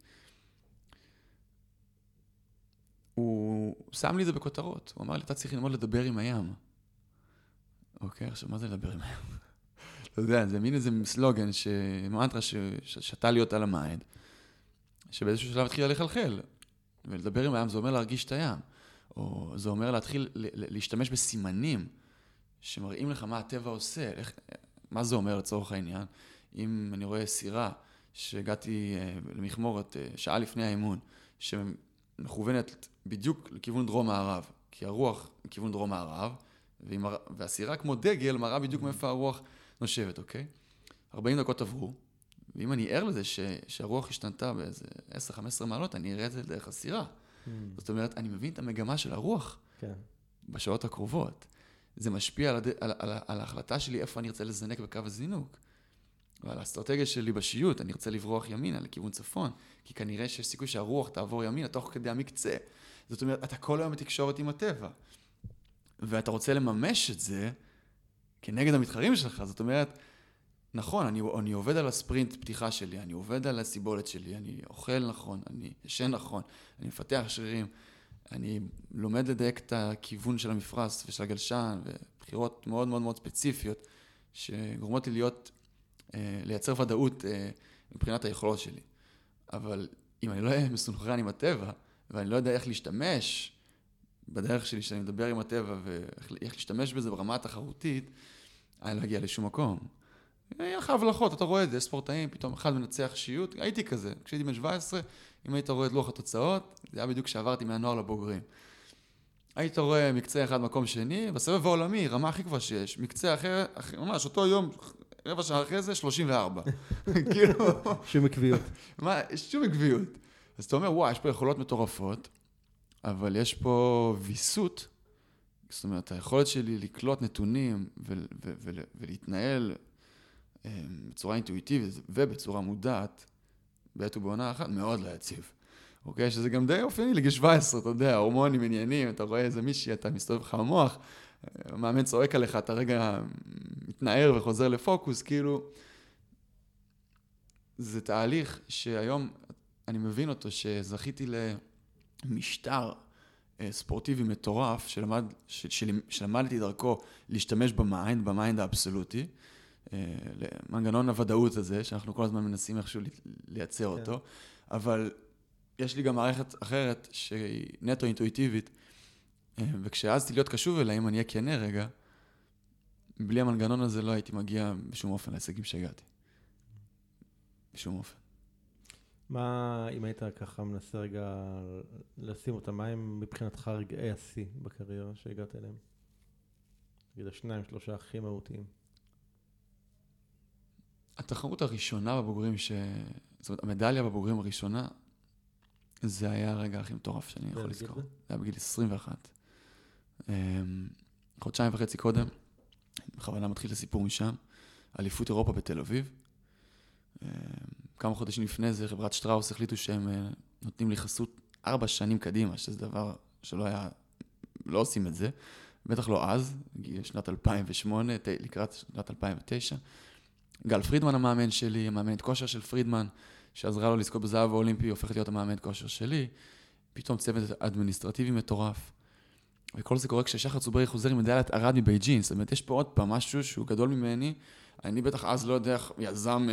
הוא שם לי את זה בכותרות. הוא אמר לי, אתה צריך ללמוד לדבר עם הים. אוקיי, עכשיו, מה זה לדבר עם הים? אתה יודע, זה מין איזה סלוגן, מנטרה ששתה לי אותה למיינד, שבאיזשהו שלב התחילה לחלחל. ולדבר עם הים זה אומר להרגיש את הים. או זה אומר להתחיל להשתמש בסימנים שמראים לך מה הטבע עושה. מה זה אומר לצורך העניין? אם אני רואה סירה שהגעתי למכמורת שעה לפני האימון, שמכוונת בדיוק לכיוון דרום מערב, כי הרוח מכיוון דרום-מערב, והסירה כמו דגל מראה בדיוק מאיפה הרוח נושבת, אוקיי? 40 דקות עברו, ואם אני ער לזה שהרוח השתנתה באיזה 10-15 מעלות, אני אראה את זה דרך הסירה. זאת אומרת, אני מבין את המגמה של הרוח בשעות הקרובות. זה משפיע על ההחלטה שלי איפה אני ארצה לזנק בקו הזינוק. ועל האסטרטגיה שלי בשיוט, אני ארצה לברוח ימינה לכיוון צפון, כי כנראה שיש סיכוי שהרוח תעבור ימינה תוך כדי המקצה. זאת אומרת, אתה כל היום בתקשורת עם הטבע. ואתה רוצה לממש את זה כנגד המתחרים שלך. זאת אומרת, נכון, אני עובד על הספרינט פתיחה שלי, אני עובד על הסיבולת שלי, אני אוכל נכון, אני ישן נכון, אני מפתח שרירים, אני לומד לדייק את הכיוון של המפרס ושל הגלשן, ובחירות מאוד מאוד מאוד ספציפיות, שגורמות לי לייצר ודאות מבחינת היכולות שלי. אבל אם אני לא אהיה מסונכרן עם הטבע, ואני לא יודע איך להשתמש בדרך שלי שאני מדבר עם הטבע, ואיך להשתמש בזה ברמה התחרותית, אני לא אגיע לשום מקום. היה לך הבלחות, אתה רואה את זה, ספורטאים, פתאום אחד מנצח שיוט, הייתי כזה, כשהייתי בן 17, אם היית רואה את לוח התוצאות, זה היה בדיוק כשעברתי מהנוער לבוגרים. היית רואה מקצה אחד מקום שני, בסבב העולמי, רמה הכי כבר שיש, מקצה אחר, ממש אותו יום, רבע שעה אחרי זה, 34. כאילו... שום עקביות. מה, שום עקביות. אז אתה אומר, וואי, יש פה יכולות מטורפות, אבל יש פה ויסות, זאת אומרת, היכולת שלי לקלוט נתונים ולהתנהל בצורה אינטואיטיבית ובצורה מודעת, בעת ובעונה אחת, מאוד לא יציב. אוקיי? שזה גם די אופייני לגיל 17, אתה יודע, הורמונים, עניינים, אתה רואה איזה מישהי, אתה מסתובב לך במוח, המאמן צועק עליך, אתה רגע מתנער וחוזר לפוקוס, כאילו, זה תהליך שהיום אני מבין אותו, שזכיתי למשטר ספורטיבי מטורף, שלמדתי דרכו להשתמש במיינד האבסולוטי, למנגנון הוודאות הזה, שאנחנו כל הזמן מנסים איכשהו לייצר אותו, אבל יש לי גם מערכת אחרת שהיא נטו אינטואיטיבית, וכשהעזתי להיות קשוב אליה, אם אני אהיה כנה רגע, בלי המנגנון הזה לא הייתי מגיע בשום אופן להישגים שהגעתי. בשום אופן. מה, אם היית ככה מנסה רגע לשים אותה, מה הם מבחינתך רגעי השיא בקריירה שהגעת אליהם? נגיד 2-3 הכי מהותיים. התחרות הראשונה בבוגרים זאת אומרת, המדליה בבוגרים הראשונה, זה היה הרגע הכי מטורף שאני יכול לזכור. זה היה בגיל 21. חודשיים וחצי קודם, בכוונה מתחיל לסיפור משם, אליפות אירופה בתל אביב. כמה חודשים לפני זה, חברת שטראוס החליטו שהם נותנים לי חסות 4 שנים קדימה, שזה דבר שלא היה, לא עושים את זה. בטח לא אז, שנת 2008, לקראת שנת 2009. גל פרידמן המאמן שלי, המאמנת כושר של פרידמן, שעזרה לו לזכות בזהב האולימפי, הופכת להיות המאמנת כושר שלי. פתאום צוות אדמיניסטרטיבי מטורף. וכל זה קורה כששחר צוברי חוזר עם מדליית ארד מבייג'ין. זאת אומרת, יש פה עוד פעם משהו שהוא גדול ממני. אני בטח אז לא יודע איך יזם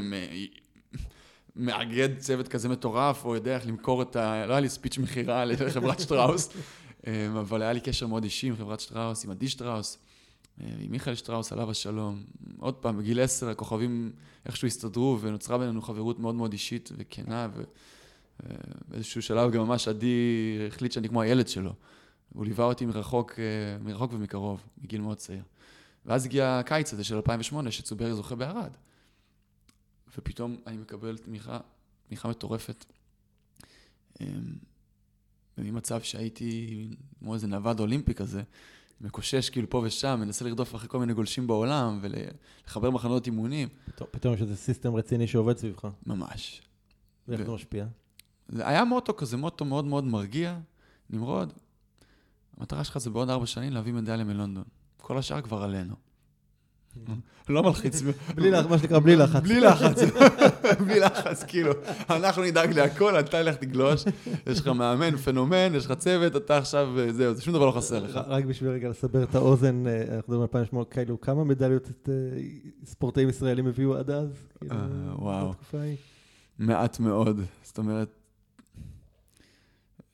מאגד צוות כזה מטורף, או יודע איך למכור את לא היה לי ספיץ' מחירה לחברת שטראוס, אבל היה לי קשר מאוד אישי עם חברת שטראוס, עם עדי שטראוס, עם מיכאל שטראוס, עליו השלום. עוד פעם, בגיל 10, הכוכבים איכשהו הסתדרו, ונוצרה בינינו חברות מאוד מאוד אישית וכנה, ובאיזשהו שלב גם ממש עדי החליט שאני כמו הילד שלו. הוא ליווה אותי מרחוק ומקרוב, מגיל מאוד צעיר. ואז הגיע הקיץ הזה של 2008, שצוברי זוכה בערד. ופתאום אני מקבל תמיכה מטורפת. וממצב שהייתי כמו איזה נווד אולימפי כזה, מקושש כאילו פה ושם, מנסה לרדוף אחרי כל מיני גולשים בעולם, ולחבר מחנות אימונים. פתאום יש איזה סיסטם רציני שעובד סביבך. ממש. ואיך זה משפיע? זה היה מוטו כזה, מוטו מאוד מאוד מרגיע. נמרוד, המטרה שלך זה בעוד 4 שנים להביא מדליה מלונדון. כל השאר כבר עלינו. לא מלחיץ. מה שנקרא, בלי לחץ. בלי לחץ. בלי לחץ, כאילו. אנחנו נדאג להכל, אתה ילך תגלוש. יש לך מאמן, פנומן, יש לך צוות, אתה עכשיו, זהו, זה שום דבר לא חסר לך. רק בשביל רגע לסבר את האוזן, אנחנו מדברים 2008, כאילו, כמה מדליות ספורטאים ישראלים הביאו עד אז? וואו. מעט מאוד. זאת אומרת,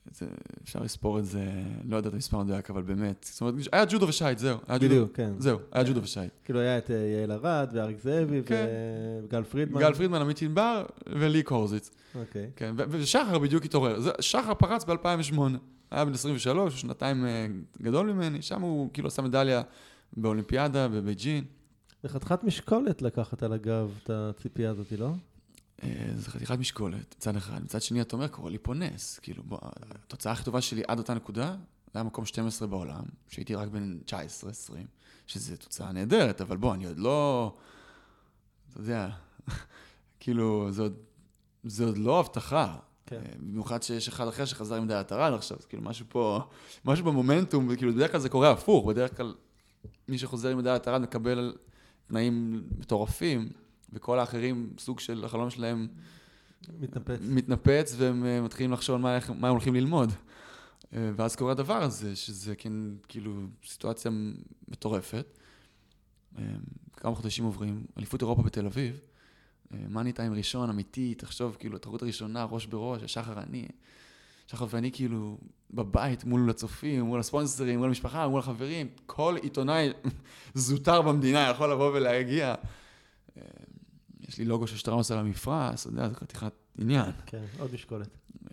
אפשר לספור את זה, לא יודע את המספר מדויק, אבל באמת, זאת אומרת, היה ג'ודו ושייט, זהו. בדיוק, כן. זהו, היה ג'ודו ושייט. כאילו היה את יעל ארד ואריק זאבי וגל פרידמן. גל פרידמן, עמית ענבר ולי קורזיץ. אוקיי. כן, ושחר בדיוק התעורר. שחר פרץ ב-2008, היה בן 23, שנתיים גדול ממני, שם הוא כאילו עשה מדליה באולימפיאדה, בבייג'ין. זה חתיכת משקולת לקחת על הגב את הציפייה הזאת, לא? זה חתיכת משקולת, מצד אחד. מצד שני, אתה אומר, קורא לי פה נס. כאילו, התוצאה הכי טובה שלי עד אותה נקודה, היה מקום 12 בעולם, שהייתי רק בין 19-20, שזו תוצאה נהדרת, אבל בוא, אני עוד לא... אתה יודע, כאילו, זה עוד לא הבטחה. כן. במיוחד שיש אחד אחר שחזר עם דעת הרעד עכשיו, כאילו, משהו במומנטום, כאילו, בדרך כלל זה קורה הפוך, בדרך כלל מי שחוזר עם דעת הרעד מקבל תנאים מטורפים, וכל האחרים, סוג של החלום שלהם מתנפץ, והם מתחילים לחשוב על מה הם הולכים ללמוד. ואז קורה הדבר הזה, שזה כן, כאילו, סיטואציה מטורפת. כמה חודשים עוברים, אליפות אירופה בתל אביב, מאני טיים ראשון, אמיתי, תחשוב, כאילו, התחרות הראשונה, ראש בראש, שחר ואני כאילו בבית, מול הצופים, מול הספונסרים, מול המשפחה, מול החברים, כל עיתונאי זוטר במדינה יכול לבוא ולהגיע. יש לי לוגו של שטראוס על המפרס, אתה יודע, זה חתיכת עניין. כן, עוד משקולת.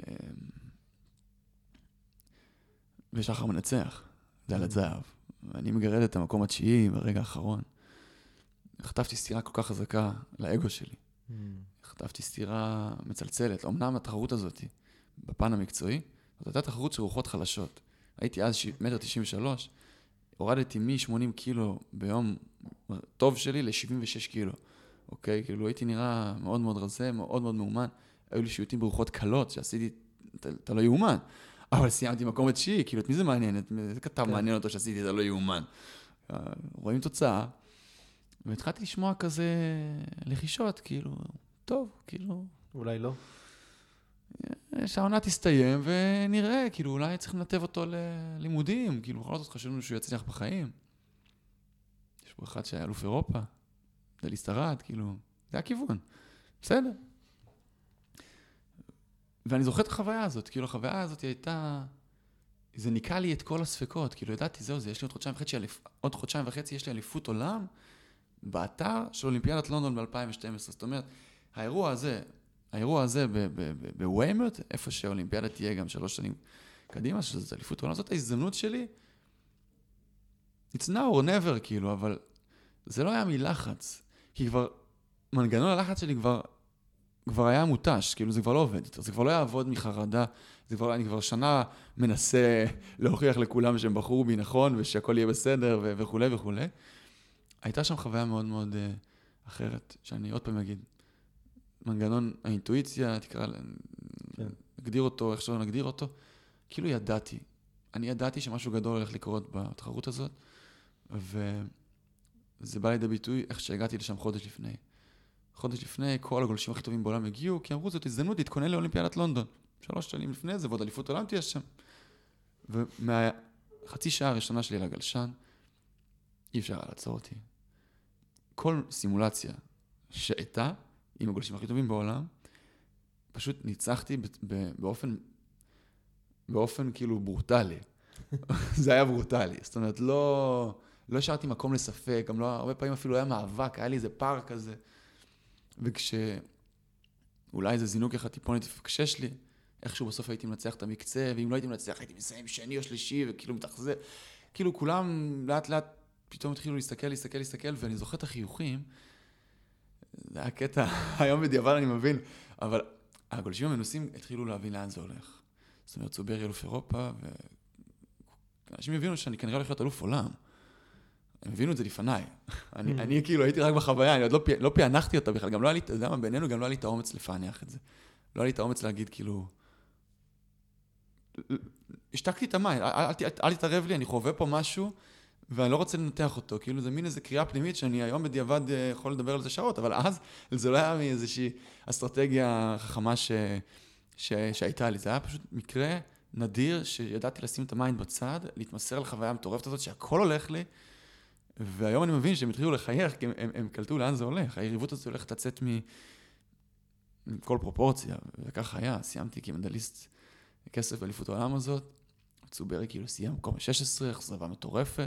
ושחר מנצח, זה על הזהב. ואני מגרד את המקום התשיעי ברגע האחרון. חטפתי סתירה כל כך חזקה לאגו שלי. חטפתי סתירה מצלצלת. אמנם התחרות הזאת, בפן המקצועי, זאת הייתה תחרות של רוחות חלשות. הייתי אז 1.93 מטר, הורדתי מ-80 קילו ביום טוב שלי ל-76 קילו. אוקיי? כאילו הייתי נראה מאוד מאוד רזה, מאוד מאוד מאומן. היו לי שיוטים ברוחות קלות שעשיתי, אתה לא יאומן. אבל סיימתי מקום התשיעי, כאילו את מי זה מעניין? זה כתב מעניין אותו שעשיתי, אתה לא יאומן. רואים תוצאה, והתחלתי לשמוע כזה לחישות, כאילו, טוב, כאילו... אולי לא. שהעונה תסתיים ונראה, כאילו אולי צריך לנתב אותו ללימודים, כאילו בכל זאת חשבנו שהוא יצליח בחיים. יש פה אחד שהיה אלוף אירופה, דליסט ארד, כאילו, זה הכיוון. בסדר. ואני זוכר את החוויה הזאת, כאילו החוויה הזאת הייתה, זה ניקה לי את כל הספקות, כאילו ידעתי, זהו, יש לי עוד חודשיים וחצי, יש לי אליפות עולם באתר של אולימפיאדת לונדון ב-2012. זאת אומרת, האירוע הזה בוויימרט, איפה שהאולימפיאדה תהיה גם 3 שנים קדימה, שזו אליפות עולם, זאת ההזדמנות שלי. It's now or never, כאילו, אבל זה לא היה מלחץ, כי כבר, מנגנון הלחץ שלי כבר היה מוטש, כאילו זה כבר לא עובד יותר, זה כבר לא יעבוד מחרדה, אני כבר שנה מנסה להוכיח לכולם שהם בחרו בי נכון, ושהכל יהיה בסדר וכו' וכו'. הייתה שם חוויה מאוד מאוד אחרת, שאני עוד פעם אגיד, מנגנון האינטואיציה, נגדיר אותו, איך שלא נגדיר אותו, כאילו אני ידעתי שמשהו גדול הולך לקרות בתחרות הזאת, וזה בא לידי ביטוי איך שהגעתי לשם חודש לפני, כל הגולשים הכי טובים בעולם הגיעו, כי אמרו, זאת הזדמנות להתכונן לאולימפיאדת לונדון. 3 שנים לפני זה, ועוד אליפות עולם תהיה שם. ומהחצי שעה הראשונה שלי לגלשן, אי אפשר לעצור אותי. כל סימולציה שהייתה, עם הגולשים הכי טובים בעולם, פשוט ניצחתי באופן כאילו ברוטלי. זה היה ברוטלי. זאת אומרת, לא השארתי מקום לספק, גם לא, הרבה פעמים אפילו היה מאבק, היה לי איזה פער כזה. אולי זה זינוק אחד טיפונת וקשש לי, איכשהו בסוף הייתי מנצח את המקצה, ואם לא הייתי מנצח, הייתי מסיים שני או שלישי, וכאילו מתחזר. כאילו כולם לאט לאט פתאום התחילו להסתכל, ואני זוכר את החיוכים. זה היה קטע, היום בדיעבד אני מבין, אבל הגולשים המנוסים התחילו להבין לאן זה הולך. זאת אומרת, צוברי אלוף אירופה, ואנשים הבינו שאני כנראה הולך להיות אלוף עולם. הם הבינו את זה לפניי. אני כאילו הייתי רק בחוויה, אני עוד לא פענחתי אותה בכלל, גם לא היה לי, אתה יודע מה, בינינו גם לא היה לי את האומץ לפענח את זה. לא היה לי את האומץ להגיד כאילו, השתקתי את המים, אל תתערב לי, אני חווה פה משהו, ואני לא רוצה לנתח אותו, כאילו זה מין איזו קריאה פנימית, שאני היום בדיעבד יכול לדבר על זה שעות, אבל אז זה לא היה מאיזושהי אסטרטגיה חכמה שהייתה לי, זה היה פשוט מקרה נדיר, שידעתי לשים את המים בצד, להתמסר לחוויה המטורפת הזאת, שהכל הולך לי, והיום אני מבין שהם התחילו לחייך, כי הם קלטו לאן זה הולך. היריבות הזאת הולכת לצאת מכל פרופורציה, וכך היה. סיימתי כמדליסט כסף באליפות העולם הזאת. צוברי כאילו סיים מקום 16, אכזבה מטורפת.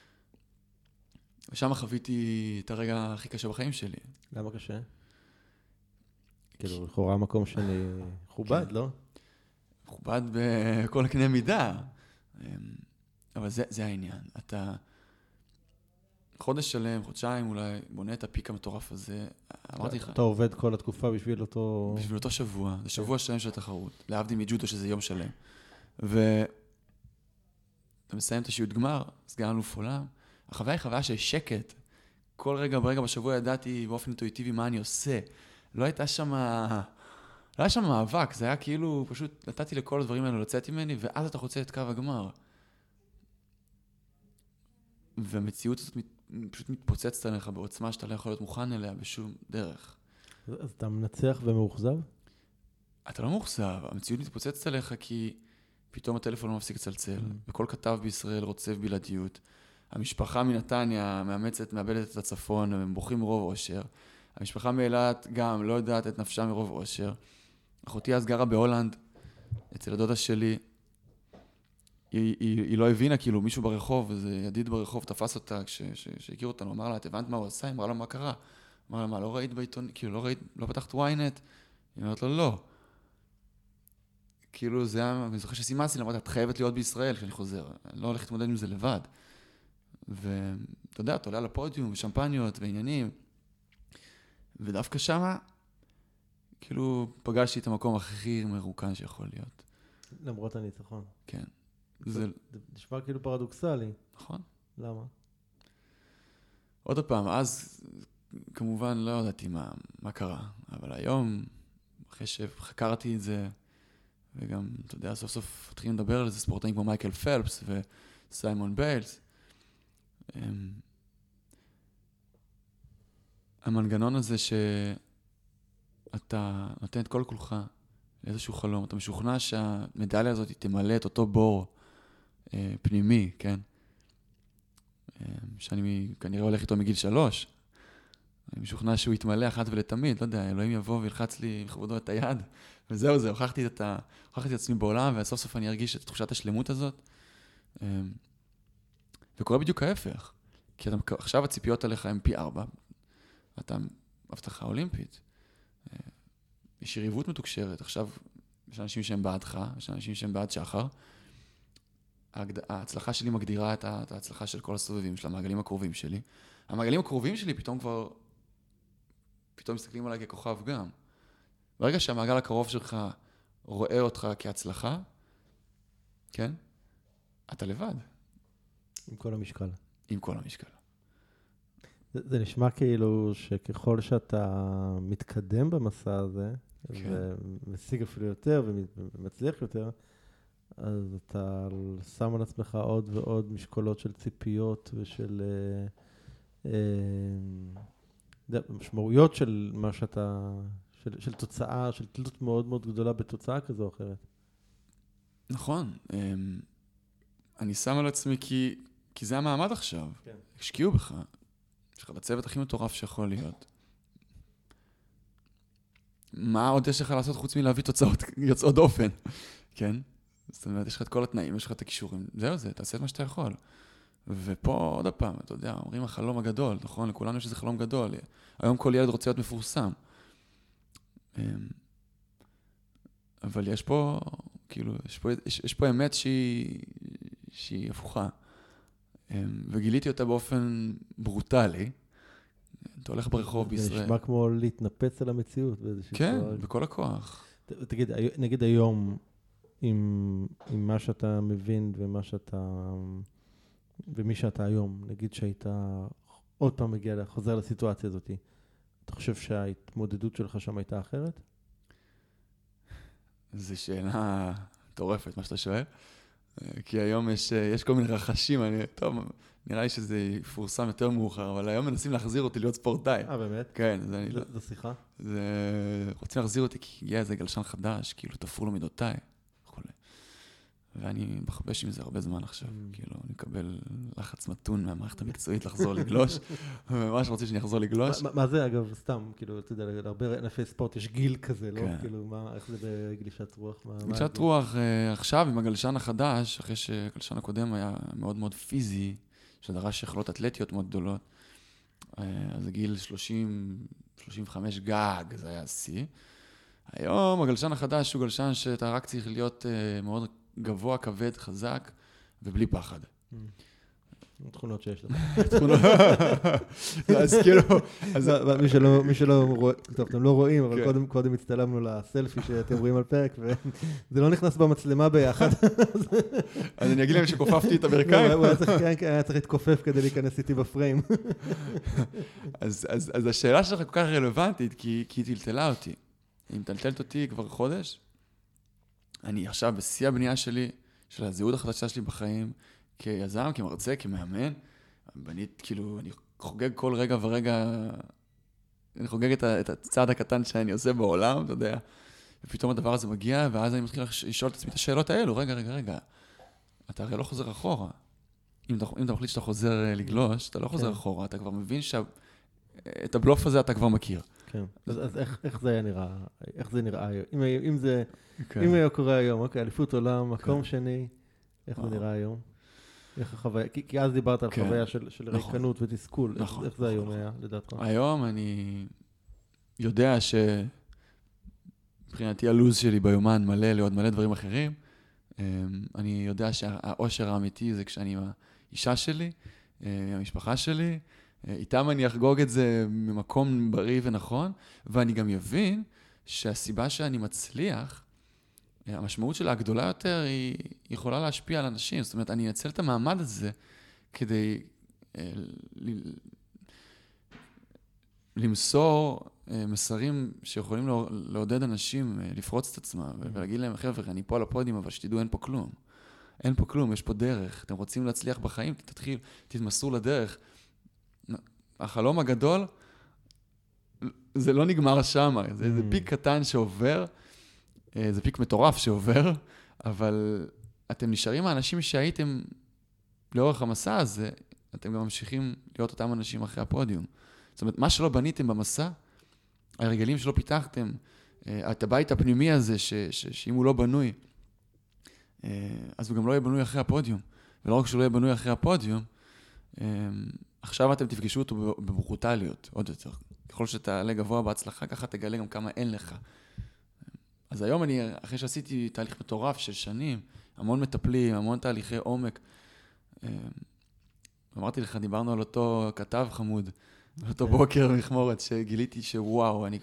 ושם חוויתי את הרגע הכי קשה בחיים שלי. למה קשה? כאילו, לכאורה מקום שני מכובד, לא? מכובד בכל קנה מידה. אבל זה העניין. אתה חודש שלם, חודשיים אולי, בונה את הפיק המטורף הזה. אמרתי לך. אתה עובד כל התקופה בשביל אותו... בשביל אותו שבוע. זה שבוע שלם של התחרות. להבדיל מג'ודו שזה יום שלם. ואתה מסיים את השיעוט גמר, סגן אלוף עולם. החוויה היא חוויה של שקט. כל רגע ברגע בשבוע ידעתי באופן אינטואיטיבי מה אני עושה. לא הייתה שם מאבק, זה היה כאילו, פשוט נתתי לכל הדברים האלה לצאת ממני, ואז אתה חוצה את קו הגמר. והמציאות הזאת פשוט מתפוצצת עליך בעוצמה שאתה לא יכול להיות מוכן אליה בשום דרך. אז אתה מנצח ומאוכזב? אתה לא מאוכזב, המציאות מתפוצצת עליך כי פתאום הטלפון לא מפסיק לצלצל, וכל כתב בישראל רוצה בלעדיות. המשפחה מנתניה מאבדת את הצפון, הם בוכים מרוב אושר. המשפחה מאילת גם לא יודעת את נפשה מרוב אושר. אחותי אז גרה בהולנד, אצל הדודה שלי, היא לא הבינה, כאילו מישהו ברחוב, איזה ידיד ברחוב תפס אותה כשהכיר אותנו, אמר לה, את הבנת מה הוא עשה? אמרה לה, מה קרה? אמרה לה, מה, לא ראית בעיתון, כאילו לא פתחת ynet? היא אומרת לו, לא. כאילו זה היה, אני זוכר שסימסתי, למרות, את חייבת להיות בישראל כשאני חוזר, אני לא הולך להתמודד עם זה לבד. ואתה יודע, אתה עולה לפודיום, ושמפניות, ועניינים, ודווקא שמה, כאילו פגשתי את המקום הכי מרוקן שיכול להיות. למרות הניצחון. כן. זה נשמע כאילו פרדוקסלי. נכון. למה? עוד פעם, אז כמובן לא ידעתי מה קרה, אבל היום, אחרי שחקרתי את זה, וגם, אתה יודע, סוף סוף מתחילים לדבר על זה, ספורטאים כמו מייקל פלפס וסיימון ביילס, המנגנון הזה שאתה נותן את כל כולך לאיזשהו חלום, אתה משוכנע שהמדליה הזאת תמלא את אותו בור פנימי, כן? שאני כנראה הולך איתו מגיל 3, אני משוכנע שהוא יתמלא אחת ולתמיד, לא יודע, אלוהים יבוא וילחץ לי בכבודו את היד, וזהו זה, הוכחתי את עצמי בעולם, וסוף סוף אני ארגיש את תחושת השלמות הזאת, וקורה בדיוק ההפך, כי עכשיו הציפיות עליך הם פי 4, אתה הבטחה אולימפית, יש יריבות מתוקשרת, עכשיו יש אנשים שהם בעדך, יש אנשים שהם בעד שחר, ההצלחה שלי מגדירה את ההצלחה של כל הסובבים של המעגלים הקרובים שלי, המעגלים הקרובים שלי פתאום מסתכלים עליי ככוכב גם. ברגע שהמעגל הקרוב שלך רואה אותך כהצלחה, כן? אתה לבד. עם כל המשקל. עם כל המשקל. זה נשמע כאילו שככל שאתה מתקדם במסע הזה, כן. ומשיג אפילו יותר ומצליח יותר, אז אתה שם על עצמך עוד ועוד משקולות של ציפיות ושל משמעויות של מה שאתה, של תוצאה, של תלות מאוד מאוד גדולה בתוצאה כזו או אחרת. נכון. אני שם על עצמי כי זה המעמד עכשיו. כן. השקיעו בך. יש לך בצוות הכי מטורף שיכול להיות. מה עוד יש לך לעשות חוץ מלהביא תוצאות יוצאות דופן? כן? זאת אומרת, יש לך את כל התנאים, יש לך את הכישורים. זהו זה, תעשה את מה שאתה יכול. ופה עוד הפעם, אתה יודע, אומרים החלום הגדול, נכון? לכולנו יש איזה חלום גדול. היום כל ילד רוצה להיות מפורסם. אבל יש פה, כאילו, יש פה אמת שהיא הפוכה. וגיליתי אותה באופן ברוטלי. אתה הולך ברחוב בישראל. זה נשמע כמו להתנפץ על המציאות. כן, בכל הכוח. תגיד, נגיד היום, עם מה שאתה מבין ומי שאתה היום, נגיד שהיית עוד פעם חוזר לסיטואציה הזאת, אתה חושב שההתמודדות שלך שם הייתה אחרת? זו שאלה מטורפת, מה שאתה שואל. כי היום יש כל מיני רחשים, טוב, נראה לי שזה יפורסם יותר מאוחר, אבל היום מנסים להחזיר אותי להיות ספורטאי. באמת? כן. זו שיחה? רוצים להחזיר אותי כי הגיע איזה גלשן חדש, כאילו תפרו לו מידותיי, וכו'. ואני מחבש עם זה הרבה זמן עכשיו, כאילו, אני מקבל לחץ מתון מהמערכת המקצועית לחזור לגלוש, וממש רוצה שאני אחזור לגלוש. מה זה אגב, סתם, כאילו, אתה יודע, להרבה ענפי ספורט יש גיל כזה, לא? כאילו, איך זה בגלישת רוח? גלישת רוח, עכשיו עם הגלשן החדש, אחרי שהגלשן הקודם היה מאוד מאוד פיזי, שדרש יכולות אתלטיות מאוד גדולות, אז גיל 35 גג, זה היה שיא. היום הגלשן החדש הוא גלשן שאתה רק צריך להיות מאוד גבוה, כבד, חזק, ובלי פחד. תכונות שיש לך. אז כאילו... מי שלא רואה, טוב, אתם לא רואים, אבל קודם הצטלמנו לסלפי שאתם רואים על פרק, וזה לא נכנס במצלמה ביחד. אז אני אגיד להם שכופפתי את הברכיים. הוא היה צריך להתכופף כדי להיכנס איתי בפריים. אז השאלה שלך כל כך רלוונטית, כי היא טלטלה אותי. היא מטלטלת אותי כבר חודש. אני עכשיו בשיא הבנייה שלי, של הזהות החדשה שלי בחיים, כיזם, כמרצה, כמאמן. בנית, כאילו, אני חוגג כל רגע ורגע, אני חוגג את הצעד הקטן שאני עושה בעולם, אתה יודע. ופתאום הדבר הזה מגיע, ואז אני מתחיל לשאול את עצמי את השאלות האלו. רגע. אתה הרי לא חוזר אחורה. אם אתה מחליט שאתה חוזר לגלוש, אתה לא חוזר אחורה, אתה כבר מבין את הבלוף הזה אתה כבר מכיר. כן, אז איך זה היה נראה? איך זה נראה היום? אם היה קורה היום, אוקיי, אליפות עולם, מקום שני, איך זה נראה היום? איך החוויה? כי אז דיברת על חוויה של ריקנות ותסכול. איך זה היום היה, לדעתך? היום אני יודע מבחינתי הלוז שלי ביומן מלא לעוד מלא דברים אחרים. אני יודע שהאושר האמיתי זה כשאני עם האישה שלי, המשפחה שלי, איתם אני אחגוג את זה ממקום בריא ונכון, ואני גם יבין שהסיבה שאני מצליח, המשמעות שלה הגדולה יותר היא יכולה להשפיע על אנשים. זאת אומרת, אני אנצל את המעמד הזה כדי למסור מסרים שיכולים לעודד אנשים לפרוץ את עצמם ולהגיד להם, חבר'ה, אני פה על הפודיום, אבל שתדעו, אין פה כלום. אין פה כלום, יש פה דרך. אתם רוצים להצליח בחיים, תתמסרו לדרך. החלום הגדול, זה לא נגמר שם, זה פיק קטן שעובר, זה פיק מטורף שעובר, אבל אתם נשארים האנשים שהייתם לאורך המסע הזה, אתם גם ממשיכים להיות אותם אנשים אחרי הפודיום. זאת אומרת, מה שלא בניתם במסע, הרגלים שלא פיתחתם, את הבית הפנימי הזה, שאם הוא לא בנוי, אז הוא גם לא יהיה בנוי אחרי הפודיום. ולא רק שלא יהיה בנוי אחרי הפודיום, עכשיו אתם תפגשו אותו בברוטליות, עוד יותר. ככל שתעלה גבוה בהצלחה, ככה תגלה גם כמה אין לך. אז היום אחרי שעשיתי תהליך מטורף של שנים, המון מטפלים, המון תהליכי עומק, אמרתי לך, דיברנו על אותו כתב חמוד, אותו בוקר מחמורת, שגיליתי שוואו, אני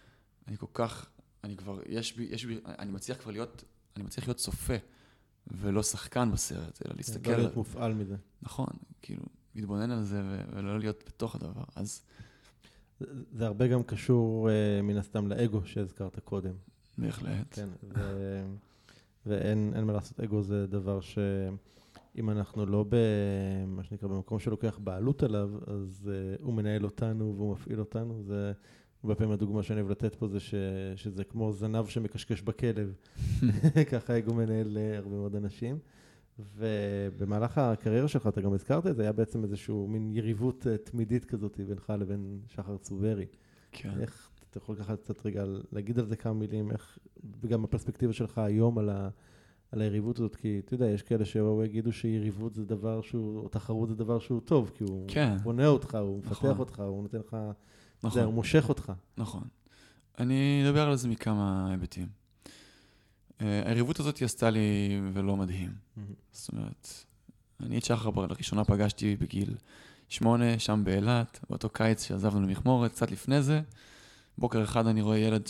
מצליח להיות צופה, ולא שחקן בסרט, אלא להסתכל. לא להיות מופעל מזה. נכון, כאילו, להתבונן על זה ולא להיות בתוך הדבר. אז זה הרבה גם קשור מן הסתם לאגו שהזכרת קודם. בהחלט. כן, ואין מה לעשות, אגו זה דבר שאם אנחנו לא במה שנקרא במקום שלוקח בעלות עליו, אז הוא מנהל אותנו והוא מפעיל אותנו. זה בפעמים הדוגמה שאני אוהב לתת פה זה שזה כמו זנב שמקשקש בכלב. ככה אגו מנהל הרבה מאוד אנשים. ובמהלך הקריירה שלך, אתה גם הזכרת את זה, היה בעצם איזשהו מין יריבות תמידית כזאת בינך לבין שחר צוברי. כן. איך אתה יכול ככה קצת רגע להגיד על זה כמה מילים, איך, וגם הפרספקטיבה שלך היום על היריבות הזאת, כי אתה יודע, יש כאלה שבאו יגידו שיריבות זה דבר שהוא, או תחרות זה דבר שהוא טוב, כי הוא בונה אותך, הוא מפתח אותך, הוא נותן לך, הוא מושך אותך. נכון. אני אדבר על זה מכמה היבטים. היריבות הזאת היא עשתה לי ולא מדהים. זאת אומרת, אני את שחר לראשונה פגשתי בגיל 8, שם באילת, באותו קיץ שעזבנו למכמורת, קצת לפני זה. בוקר אחד אני רואה ילד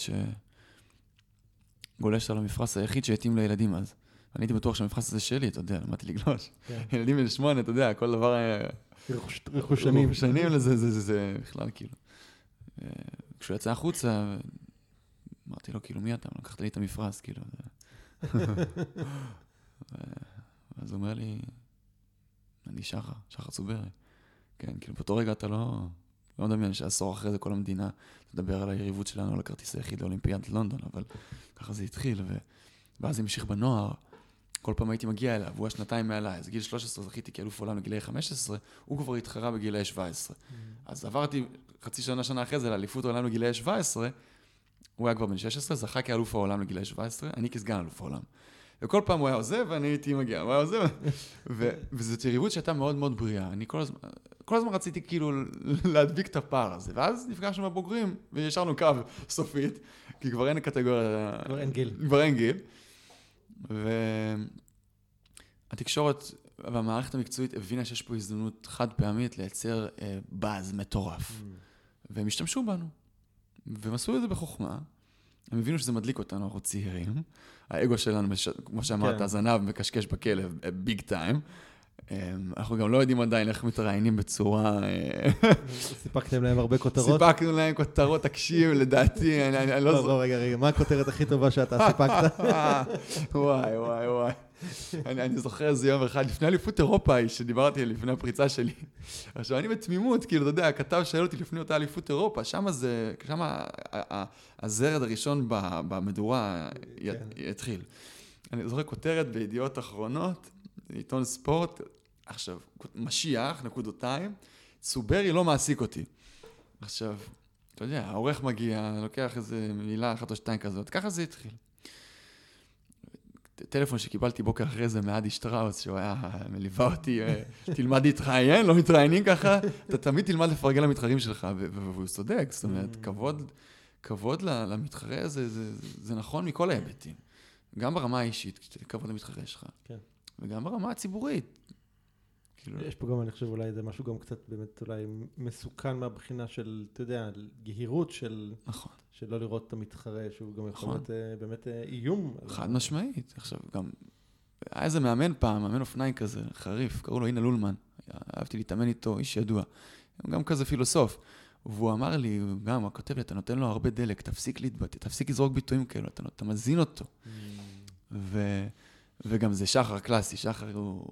שגולש על המפרש היחיד שהתאים לילדים אז. אני הייתי בטוח שהמפרש הזה שלי, אתה יודע, למדתי לגלוש. ילדים בן 8, אתה יודע, כל דבר היה... רכושנים. רכושנים לזה, זה בכלל כאילו. כשהוא יצא החוצה, אמרתי לו, כאילו, מי אתה? לקחת לי את המפרש, כאילו. אז הוא אומר לי, אני שחר צוברי. כן, כאילו, באותו רגע אתה לא מדמיין שעשור אחרי זה כל המדינה תדבר על היריבות שלנו, על הכרטיס היחיד לאולימפיאדת לונדון, אבל ככה זה התחיל, ואז המשיך בנוער, כל פעם הייתי מגיע אליו, הוא השנתיים מעליי, אז גיל 13 זכיתי כאלוף עולם לגילי 15, הוא כבר התחרה בגילי 17. אז עברתי חצי שנה אחרי זה לאליפות העולם לגילי 17, הוא היה כבר בן 16, זכה כאלוף העולם לגילי 17, אני כסגן אלוף העולם. וכל פעם הוא היה עוזב ואני הייתי מגיע, הוא היה עוזב. וזאת יריבות שהייתה מאוד מאוד בריאה. אני כל הזמן רציתי כאילו להדביק את הפער הזה, ואז נפגשנו בבוגרים וישרנו קו סופית, כי כבר אין קטגוריה... כבר אין גיל. והתקשורת והמערכת המקצועית הבינה שיש פה הזדמנות חד פעמית לייצר באז מטורף. והם השתמשו בנו. והם עשו את זה בחוכמה. הם הבינו שזה מדליק אותנו, אנחנו צעירים. האגו שלנו, כמו שאמרת, הזנב מקשקש בכלב, ביג טיים. אנחנו גם לא יודעים עדיין איך מתראיינים בצורה... סיפקתם להם הרבה כותרות? סיפקנו להם כותרות, תקשיב, לדעתי, אני לא זוכר. רגע, מה הכותרת הכי טובה שאתה סיפקת? וואי. אני זוכר איזה יום אחד, לפני אליפות אירופה, שדיברתי לפני הפריצה שלי. עכשיו, אני בתמימות, כאילו, אתה יודע, הכתב שאל אותי לפני אותה אליפות אירופה, שם הזרד הראשון במדורה יתחיל. אני זוכר כותרת בידיעות אחרונות, עיתון ספורט, עכשיו, משיח, נקודותיים, צוברי לא מעסיק אותי. עכשיו, אתה יודע, העורך מגיע, לוקח איזה מילה אחת או שתיים כזאת, ככה זה התחיל. טלפון שקיבלתי בוקר אחרי זה מעדי שטראוס, שהוא היה מליווה אותי, תלמד להתראיין, לא מתראיינים ככה, אתה תמיד תלמד לפרגן למתחרים שלך, והוא צודק, זאת אומרת, כבוד למתחרה, זה נכון מכל ההיבטים. גם ברמה האישית, כבוד למתחרה שלך. כן. וגם ברמה הציבורית. יש פה גם, אני חושב, אולי זה משהו גם קצת באמת אולי מסוכן מהבחינה של, אתה יודע, גהירות של... נכון. של לא לראות את המתחרה, שהוא גם יכול להיות באמת איום. חד משמעית. עכשיו, גם... היה איזה מאמן פעם, מאמן אופניים כזה, חריף, קראו לו אינה לולמן. אהבתי להתאמן איתו, איש ידוע. הוא גם כזה פילוסוף. והוא אמר לי, גם, הוא כותב לי, אתה נותן לו הרבה דלק, תפסיק להתבטא, תפסיק לזרוק ביטויים כאלו, אתה מזין אותו. וגם זה שחר קלאסי, שחר הוא...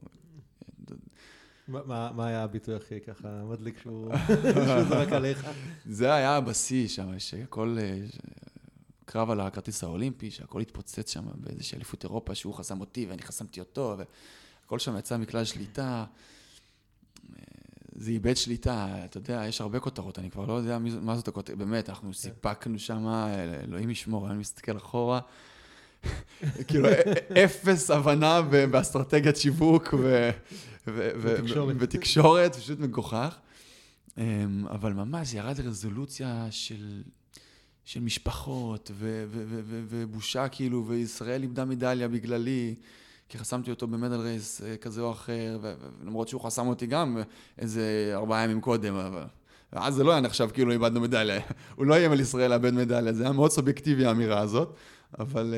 מה היה הביטוי הכי ככה מדליק שהוא זרק עליך? זה היה הבשיא שם, שכל קרב על הכרטיס האולימפי, שהכל התפוצץ שם באיזושהי אליפות אירופה, שהוא חסם אותי ואני חסמתי אותו, והכל שם יצא מכלל שליטה. זה איבד שליטה, אתה יודע, יש הרבה כותרות, אני כבר לא יודע מה זאת הכותרת, באמת, אנחנו סיפקנו שם, אלוהים ישמור, אני מסתכל אחורה, כאילו, אפס הבנה באסטרטגיית שיווק ותקשורת, פשוט מגוחך. אבל ממש ירד לרזולוציה של משפחות ובושה, כאילו, וישראל איבדה מדליה בגללי, כי חסמתי אותו במדל רייס כזה או אחר, ולמרות שהוא חסם אותי גם איזה 4 ימים קודם, אבל... ואז זה לא היה נחשב כאילו איבדנו מדליה. הוא לא איים על ישראל לאבד מדליה, זה היה מאוד סובייקטיבי האמירה הזאת, אבל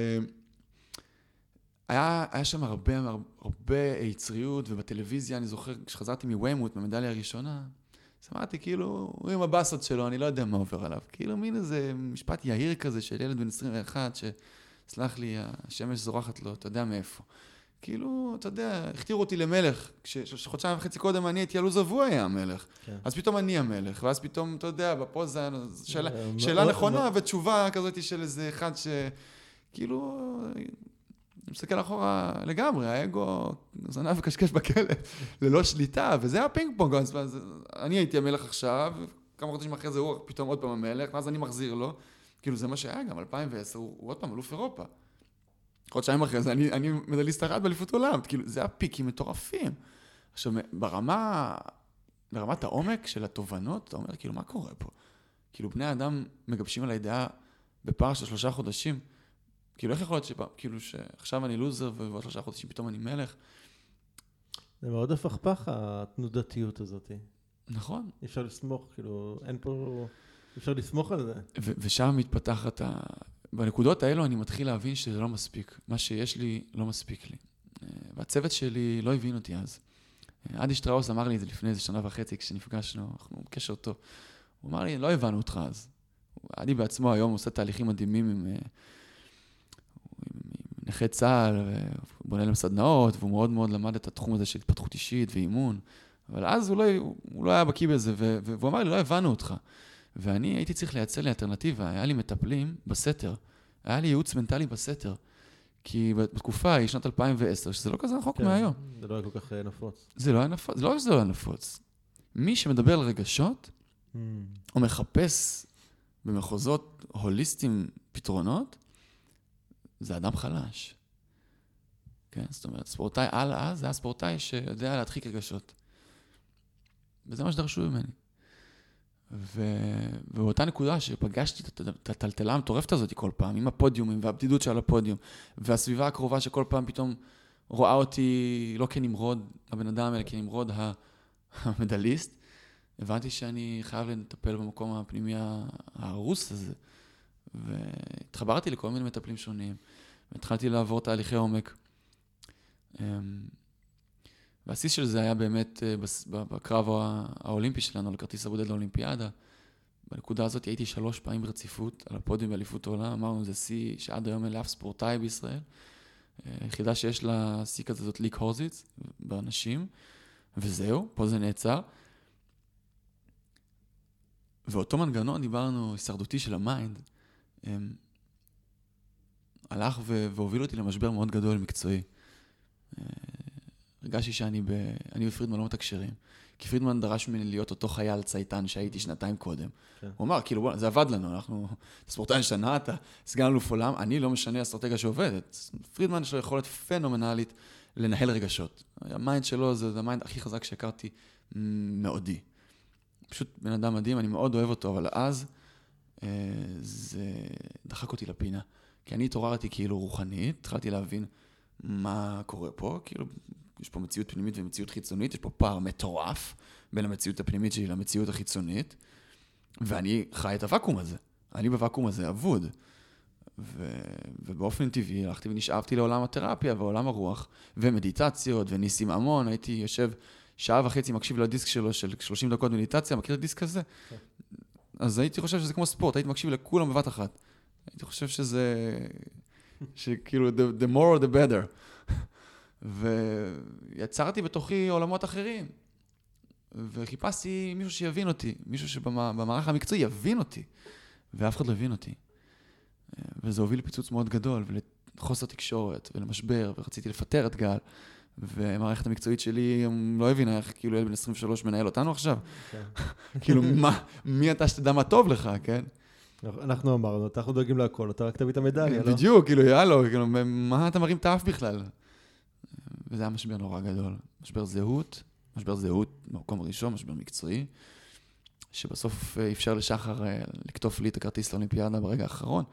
היה שם הרבה יצריות, ובטלוויזיה אני זוכר, כשחזרתי מוויימוט, במדליה הראשונה, אז אמרתי כאילו, הוא עם הבאסות שלו, אני לא יודע מה עובר עליו. כאילו מין איזה משפט יהיר כזה של ילד בן 21, שסלח לי, השמש זורחת לו, אתה יודע מאיפה. כאילו, אתה יודע, הכתירו אותי למלך, כשחודשיים וחצי קודם אני הייתי אלוז אבו היה המלך. אז פתאום אני המלך, ואז פתאום, אתה יודע, בפוזה, שאלה נכונה ותשובה כזאת של איזה אחד שכאילו, אני מסתכל אחורה לגמרי, האגו זנב וקשקש בכלב, ללא שליטה, וזה היה פינג פונג, אז אני הייתי המלך עכשיו, כמה חודשים אחרי זה הוא פתאום עוד פעם המלך, ואז אני מחזיר לו, כאילו זה מה שהיה גם, 2010, הוא עוד פעם אלוף אירופה. חודשיים אחרי זה, אני מדליסט אחת באליפות עולם, כאילו, זה הפיקים מטורפים. עכשיו, ברמת העומק של התובנות, אתה אומר, כאילו, מה קורה פה? כאילו, בני האדם מגבשים על הידיעה בפער של 3 חודשים. כאילו, איך יכול להיות כאילו, שעכשיו אני לוזר, ובעוד 3 חודשים פתאום אני מלך? זה מאוד הפכפך, התנודתיות הזאת. נכון. אי אפשר לסמוך, כאילו, אין פה... אי אפשר לסמוך על זה. ושם מתפתחת בנקודות האלו אני מתחיל להבין שזה לא מספיק. מה שיש לי לא מספיק לי. והצוות שלי לא הבין אותי אז. עדי שטראוס אמר לי את זה לפני איזה 1.5 שנה כשנפגשנו, אנחנו בקשר אותו. הוא אמר לי, לא הבנו אותך אז. עדי בעצמו היום עושה תהליכים מדהימים עם נכי צה"ל, ובונה להם סדנאות, והוא מאוד מאוד למד את התחום הזה של התפתחות אישית ואימון. אבל אז הוא לא היה בקיא בזה, והוא אמר לי, לא הבנו אותך. ואני הייתי צריך לייצר לי אלטרנטיבה, היה לי מטפלים בסתר, היה לי ייעוץ מנטלי בסתר, כי בתקופה היא שנת 2010, שזה לא כזה רחוק מהיום. זה לא היה כל כך נפוץ. זה לא היה נפוץ, זה לא שזה לא היה נפוץ. מי שמדבר על רגשות, או מחפש במחוזות הוליסטיים פתרונות, זה אדם חלש. כן? זאת אומרת, ספורטאי על אז, זה היה ספורטאי שיודע להדחיק רגשות. וזה מה שדרשו ממני. ובאותה נקודה שפגשתי את הטלטלה המטורפת הזאת כל פעם, עם הפודיומים והבדידות שעל הפודיום, והסביבה הקרובה שכל פעם פתאום רואה אותי לא כנמרוד הבן אדם, אלא כנמרוד המדליסט, הבנתי שאני חייב לטפל במקום הפנימי הרוס הזה, והתחברתי לכל מיני מטפלים שונים, והתחלתי לעבור תהליכי עומק. והסיס של זה היה באמת בקרב האולימפי שלנו, לכרטיס הבודד לאולימפיאדה. בנקודה הזאת הייתי 3 פעמים ברציפות על הפודיום באליפות העולם. אמרנו, זה שיא שעד היום אין לאף ספורטאי בישראל. היחידה שיש לה שיא כזה זאת ליק הורזיץ באנשים, וזהו, פה זה נעצר. ואותו מנגנון, דיברנו, הישרדותי של המיינד, הלך והוביל אותי למשבר מאוד גדול מקצועי. הרגשתי שאני ופרידמן לא מתקשרים. כי פרידמן דרש ממני להיות אותו חייל צייטן שהייתי 2 קודם. כן. הוא אמר, כאילו, זה עבד לנו, אנחנו ספורטאי שנה, אתה סגן אלוף עולם, אני לא משנה אסטרטגיה שעובדת. פרידמן יש לו יכולת פנומנלית לנהל רגשות. המיינד שלו זה המיינד הכי חזק שהכרתי מאודי. פשוט בן אדם מדהים, אני מאוד אוהב אותו, אבל אז זה דחק אותי לפינה. כי אני התעוררתי כאילו רוחנית, התחלתי להבין מה קורה פה, כאילו יש פה מציאות פנימית ומציאות חיצונית, יש פה פער מטורף בין המציאות הפנימית שלי למציאות החיצונית, ואני חי את הוואקום הזה. אני בוואקום הזה אבוד. ובאופן טבעי הלכתי ונשאבתי לעולם התרפיה ועולם הרוח, ומדיטציות וניסים המון, הייתי יושב 1.5 שעה מקשיב לדיסק שלו של 30 דקות מדיטציה, מכיר את הדיסק הזה? אז הייתי חושב שזה כמו ספורט, הייתי מקשיב לכולם בבת אחת. הייתי חושב שזה, שכאילו, the more the better. ויצרתי בתוכי עולמות אחרים. וחיפשתי מישהו שיבין אותי, מישהו שבמערך המקצועי יבין אותי. ואף אחד לא הבין אותי. וזה הוביל לפיצוץ מאוד גדול, ולחוסר תקשורת, ולמשבר, ורציתי לפטר את גל. והמערכת המקצועית שלי לא הבינה איך כאילו ילד בן 23 מנהל אותנו עכשיו. כאילו, מי אתה שתדע מה טוב לך, כן? אנחנו אמרנו, אנחנו דואגים להכל, אתה רק תביא את המדליה, לא? בדיוק, כאילו, יאללה, כאילו, מה אתה מרים את האף בכלל? וזה היה משבר נורא גדול. משבר זהות, במקום ראשון, משבר מקצועי, שבסוף אפשר לשחר לקטוף לי את הכרטיס לאולימפיאדה ברגע האחרון.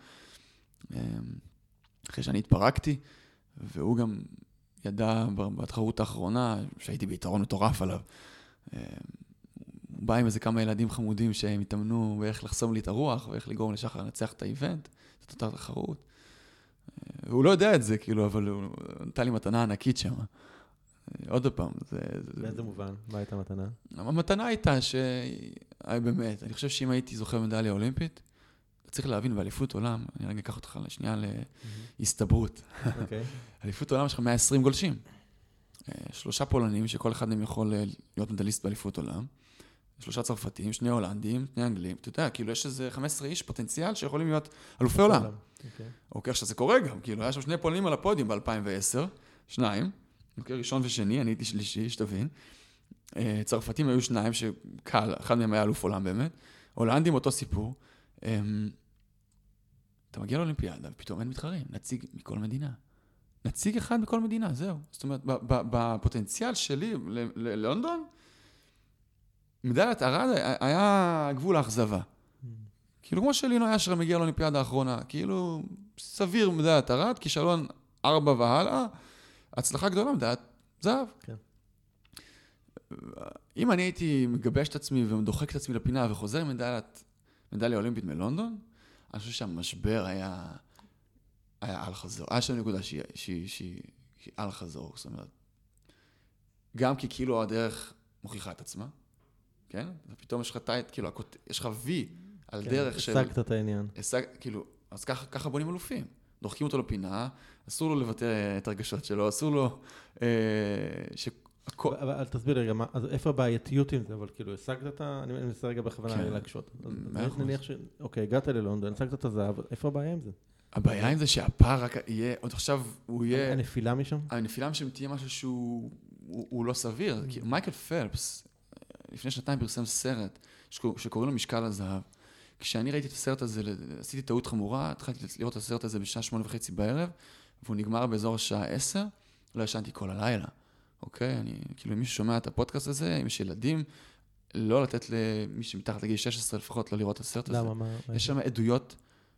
אחרי שאני התפרקתי, והוא גם ידע בתחרות האחרונה, שהייתי ביתרון מטורף עליו. הוא בא עם איזה כמה ילדים חמודים שהם התאמנו באיך לחסום לי את הרוח, ואיך לגרום לשחר לנצח את האיבנט, את אותה תחרות. הוא לא יודע את זה, כאילו, אבל הוא נתן לי מתנה ענקית שם. עוד פעם, זה... באיזה מובן? מה הייתה המתנה? המתנה הייתה באמת, אני חושב שאם הייתי זוכה מדליה אולימפית, אתה צריך להבין, באליפות עולם, אני רגע אקח אותך לשנייה להסתברות. אליפות עולם יש לך 120 גולשים. 3 פולנים, שכל אחד מהם יכול להיות מדליסט באליפות עולם. 3 צרפתים, 2 הולנדים, 2 אנגלים. אתה יודע, כאילו יש איזה 15 איש פוטנציאל שיכולים להיות אלופי עולם. אוקיי, עכשיו זה קורה גם, כאילו היה שם 2 פולנים על הפודיום ב-2010, 2, אוקיי, ראשון ושני, אני הייתי שלישי, שתבין. צרפתים היו 2 שקל, אחד מהם היה אלוף עולם באמת. הולנדים אותו סיפור. אתה מגיע לאולימפיאדה, ופתאום אין מתחרים, נציג מכל מדינה. נציג אחד מכל מדינה, זהו. זאת אומרת, בפוטנציאל שלי ללונדון, מדליית ארד היה גבול האכזבה. כאילו כמו שלינו אשרי מגיע לאולימפיאדה האחרונה, כאילו סביר מדליית ארד, כישלון 4 והלאה, הצלחה גדולה מדליית זהב. כן. אם אני הייתי מגבש את עצמי ומדוחק את עצמי לפינה וחוזר עם מדליה אולימפית מלונדון, אני חושב שהמשבר היה על חזור. היה שם נקודה שהיא על חזור. זאת אומרת, גם כי כאילו הדרך מוכיחה את עצמה, כן? ופתאום יש לך טייט, כאילו, יש לך וי על דרך של... השגת את העניין. כאילו, אז ככה בונים אלופים. דוחקים אותו לפינה, אסור לו לבטא את הרגשות שלו, אסור לו... אבל תסביר רגע, אז איפה הבעייתיות עם זה? אבל כאילו, השגת את ה... אני מנסה רגע בכוונה להקשות. נניח ש... אוקיי, הגעת ללונדון, השגת את הזהב, איפה הבעיה עם זה? הבעיה עם זה שהפער רק יהיה, עוד עכשיו הוא יהיה... הנפילה משם? הנפילה משם תהיה משהו שהוא לא סביר. כי מייקל פלפס, לפני שנתיים פרסם סרט שקוראים לו משקל הזהב. כשאני ראיתי את הסרט הזה, עשיתי טעות חמורה, התחלתי לראות את הסרט הזה בשעה 8:30 בערב, והוא נגמר באזור השעה 10, לא ישנתי כל הלילה. אוקיי? כאילו, מי ששומע את הפודקאסט הזה, אם יש ילדים, לא לתת למי שמתחת לגיל 16 לפחות לא לראות את הסרט הזה. למה? יש שם עדויות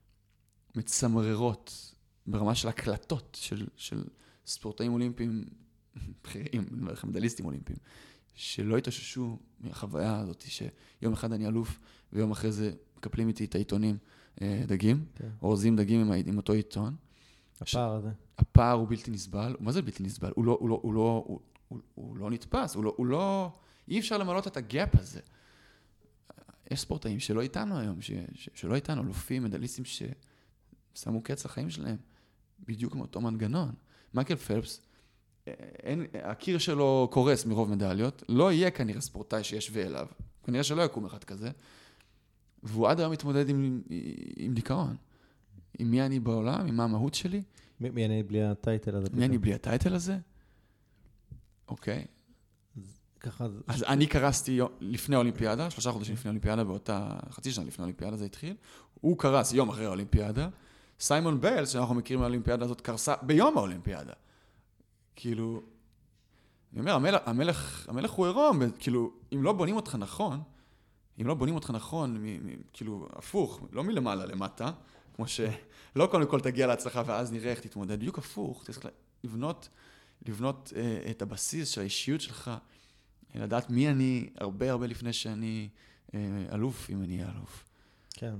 מצמררות ברמה של הקלטות של ספורטאים אולימפיים בכירים, מדליסטים אולימפיים, שלא התאוששו מהחוויה הזאת, שיום אחד אני אלוף, ויום אחרי זה מקפלים איתי את העיתונים דגים, אורזים דגים עם אותו עיתון. הפער הזה. הפער הוא בלתי נסבל. מה זה בלתי נסבל? הוא לא נתפס, אי אפשר למלות את הגאפ הזה. יש ספורטאים שלא איתנו היום, שלא איתנו, אלופים, מדליסטים ששמו קץ לחיים שלהם, בדיוק מאותו מנגנון. מייקל פלפס, הקיר שלו קורס מרוב מדליות, לא יהיה כנראה ספורטאי שיש ואליו, כנראה שלא יקום אחד כזה, והוא עד היום מתמודד עם דיכאון. עם מי אני בעולם, עם מה המהות שלי. מי אני בלי הטייטל הזה? מי אני בלי הטייטל הזה? אוקיי. אז אני קרסתי לפני האולימפיאדה, 3 חודשים לפני האולימפיאדה, באותה חצי שנה לפני האולימפיאדה זה התחיל. הוא קרס יום אחרי האולימפיאדה. סיימון ביילס, שאנחנו מכירים מהאולימפיאדה הזאת, קרסה ביום האולימפיאדה. כאילו, אני אומר, המלך הוא עירום, כאילו, אם לא בונים אותך נכון, כאילו, הפוך, לא מלמעלה למטה, כמו שלא קודם כל תגיע להצלחה ואז נראה איך תתמודד, בדיוק הפוך, צריך לבנות את הבסיס של האישיות שלך, לדעת מי אני הרבה לפני שאני אלוף, אם אני אהיה אלוף. כן,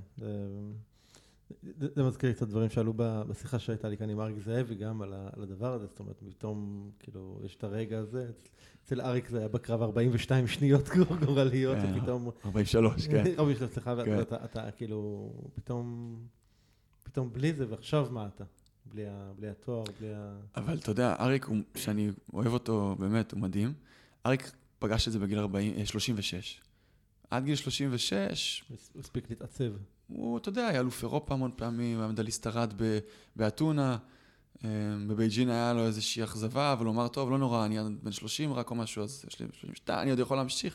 זה מזכיר קצת דברים שעלו בשיחה שהייתה לי כאן עם אריק זאבי גם על הדבר הזה, זאת אומרת, פתאום, כאילו, יש את הרגע הזה, אצל אריק זה היה בקרב 42 שניות גורליות, ופתאום... 43, כן. 43, סליחה, ואתה כאילו, פתאום בלי זה, ועכשיו מה אתה? בלי התואר, בלי ה... אבל אתה יודע, אריק, שאני אוהב אותו, באמת, הוא מדהים. אריק פגש את זה בגיל 36. עד גיל 36... הוא הספיק להתעצב. הוא, אתה יודע, היה אלוף אירופה המון פעמים, המדליסט ארד באתונה, בבייג'ין היה לו איזושהי אכזבה, אבל הוא אמר, טוב, לא נורא, אני בן 30 רק או משהו, אז יש לי 32, אני עוד יכול להמשיך.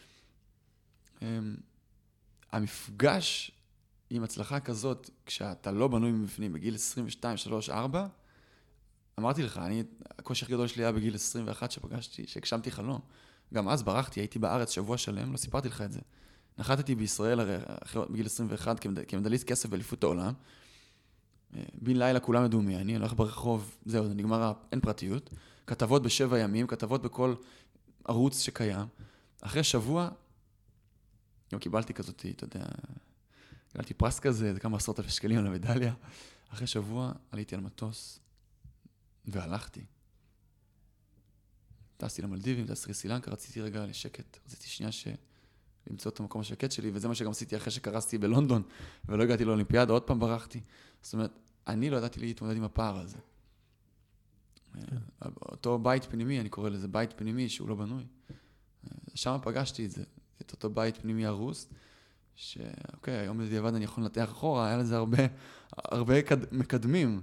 המפגש עם הצלחה כזאת, כשאתה לא בנוי מבפנים, בגיל 22, 3, 4, אמרתי לך, הקושי הכי גדול שלי היה בגיל 21 שהגשמתי חלום. גם אז ברחתי, הייתי בארץ שבוע שלם, לא סיפרתי לך את זה. נחתתי בישראל בגיל 21 כמדליסט כסף באליפות העולם. בן לילה כולם ידעו מי אני הולך ברחוב, זהו, זה נגמר, אין פרטיות. כתבות ב7 ימים, כתבות בכל ערוץ שקיים. אחרי שבוע, גם קיבלתי כזאת, אתה יודע, קיבלתי פרס כזה, זה כמה 10,000 שקלים על המדליה. אחרי שבוע עליתי על מטוס והלכתי. טסתי למלדיבים, טסתי לסרילנקה, רציתי רגע לשקט, רציתי שנייה למצוא את המקום השקט שלי, וזה מה שגם עשיתי אחרי שקרסתי בלונדון, ולא הגעתי לאולימפיאדה, עוד פעם ברחתי. זאת אומרת, אני לא ידעתי להתמודד עם הפער הזה. אותו בית פנימי, אני קורא לזה בית פנימי שהוא לא בנוי. שם פגשתי את זה, את אותו בית פנימי הרוס, שאוקיי, היום בדיעבד אני יכול לנתח אחורה, היה לזה הרבה מקדמים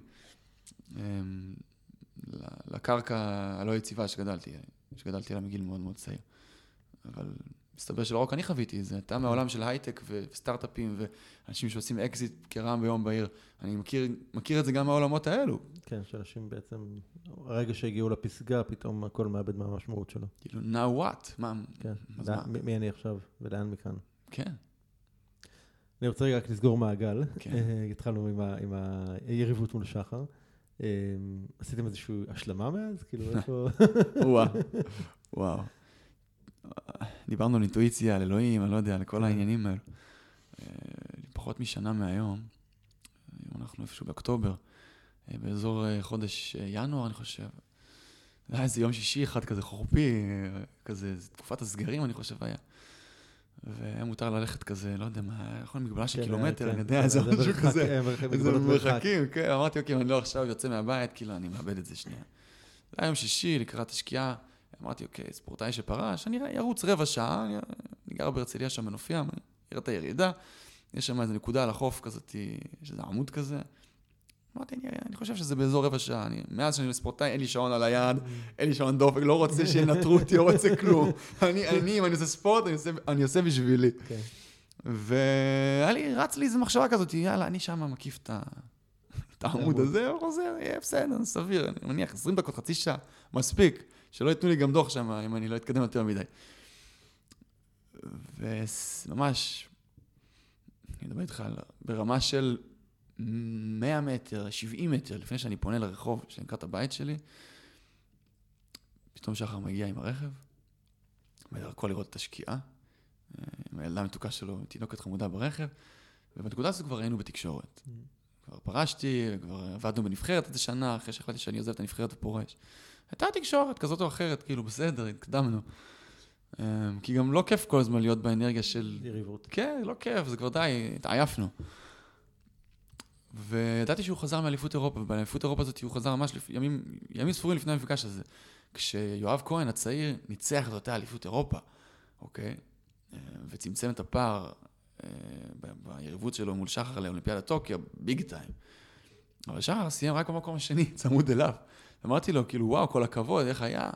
לקרקע הלא יציבה שגדלתי עליה מגיל מאוד מאוד צעיר. אבל מסתבר שלא רק אני חוויתי את זה, אתה מהעולם של הייטק וסטארט-אפים ואנשים שעושים אקזיט כרעם ביום בעיר, אני מכיר את זה גם מהעולמות האלו. כן, שאנשים בעצם, הרגע שהגיעו לפסגה, פתאום הכל מאבד מהמשמעות שלו. כאילו, now what? כן, מי אני עכשיו ולאן מכאן? כן. אני רוצה רגע רק לסגור מעגל. התחלנו עם היריבות מול שחר. עשיתם איזושהי השלמה מאז? כאילו, איפה... וואו. דיברנו על אינטואיציה, על אלוהים, אני לא יודע, על כל העניינים האלו. פחות משנה מהיום, אנחנו איפשהו באוקטובר, באזור חודש ינואר, אני חושב. זה היה איזה יום שישי אחד כזה חורפי, כזה, תקופת הסגרים, אני חושב היה. והיה מותר ללכת כזה, לא יודע מה, יכול מגבלה של קילומטר, אני יודע, איזה משהו כזה. איזה מרחקים, כן. אמרתי, אוקיי, אני לא עכשיו יוצא מהבית, כאילו, אני מאבד את זה שנייה. זה היה יום שישי, לקראת השקיעה, אמרתי, אוקיי, ספורטאי שפרש, אני ארוץ רבע שעה, אני גר בהרצליה שם בנופיה, אני אראה את הירידה, יש שם איזו נקודה על החוף כזאת, יש איזה עמוד כזה, אמרתי, אני חושב שזה באזור רבע שעה. מאז שאני ספורטאי, אין לי שעון על היד, אין לי שעון דופק, לא רוצה שינטרו אותי, לא רוצה כלום. אם אני עושה ספורט, אני עושה בשבילי. והיה לי, רץ לי איזו מחשבה כזאת, יאללה, אני שם מקיף את העמוד הזה, וחוזר, יהיה בסדר, סביר. אני מניח 20 דקות, חצי שעה, מספיק, שלא ייתנו לי גם דוח שם, אם אני לא אתקדם יותר מדי. וממש, אני מדבר איתך ברמה של 100 מטר, 70 מטר, לפני שאני פונה לרחוב שנקרא את הבית שלי, פתאום שחר מגיע עם הרכב, בדרכו לראות את השקיעה, עם הילדה המתוקה שלו, תינוקת חמודה ברכב, ובנקודה הזאת כבר היינו בתקשורת. כבר פרשתי, כבר עבדנו בנבחרת את השנה, אחרי שהחלטתי שאני עוזב את הנבחרת ופורש. הייתה תקשורת כזאת או אחרת, כאילו בסדר, התקדמנו. כי גם לא כיף כל הזמן להיות באנרגיה של... יריבות. כן, לא כיף, זה כבר די, התעייפנו. וידעתי שהוא חזר מאליפות אירופה, ובאליפות אירופה הזאת הוא חזר ממש ימים ספורים לפני המפגש הזה. כשיואב כהן הצעיר ניצח את אותה אליפות אירופה, אוקיי? וצמצם את הפער ביריבות שלו מול שחר לאולימפיאדה טוקיו, ביג טיים. אבל שחר סיים רק במקום השני, צמוד אליו. אמרתי לו, כאילו, וואו, כל הכבוד, איך היה?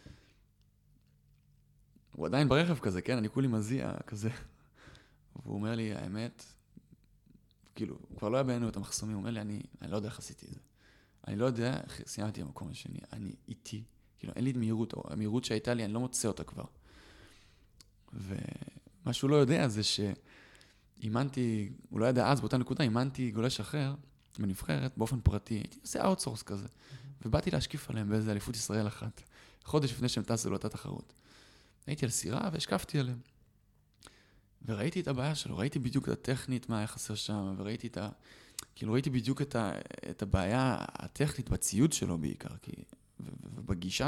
הוא עדיין ברכב כזה, כן? אני כולי מזיע כזה. והוא אומר לי, האמת, כאילו, הוא כבר לא היה בעינינו את המחסומים, הוא אומר לי, אני לא יודע איך עשיתי את זה. אני לא יודע איך סיימתי במקום השני. אני איתי, כאילו, אין לי מהירות, או המהירות שהייתה לי, אני לא מוצא אותה כבר. ומה שהוא לא יודע זה שאימנתי, הוא לא ידע אז באותה נקודה, אימנתי גולש אחר, בנבחרת, באופן פרטי, הייתי עושה אאוטסורס כזה. ובאתי להשקיף עליהם באיזה אליפות ישראל אחת. חודש לפני שהם טסו לאותה תחרות. הייתי על סירה והשקפתי עליהם. וראיתי את הבעיה שלו, ראיתי בדיוק את הטכנית, מה היה חסר שם, וראיתי כאילו ראיתי בדיוק את הבעיה הטכנית בציוד שלו בעיקר, ובגישה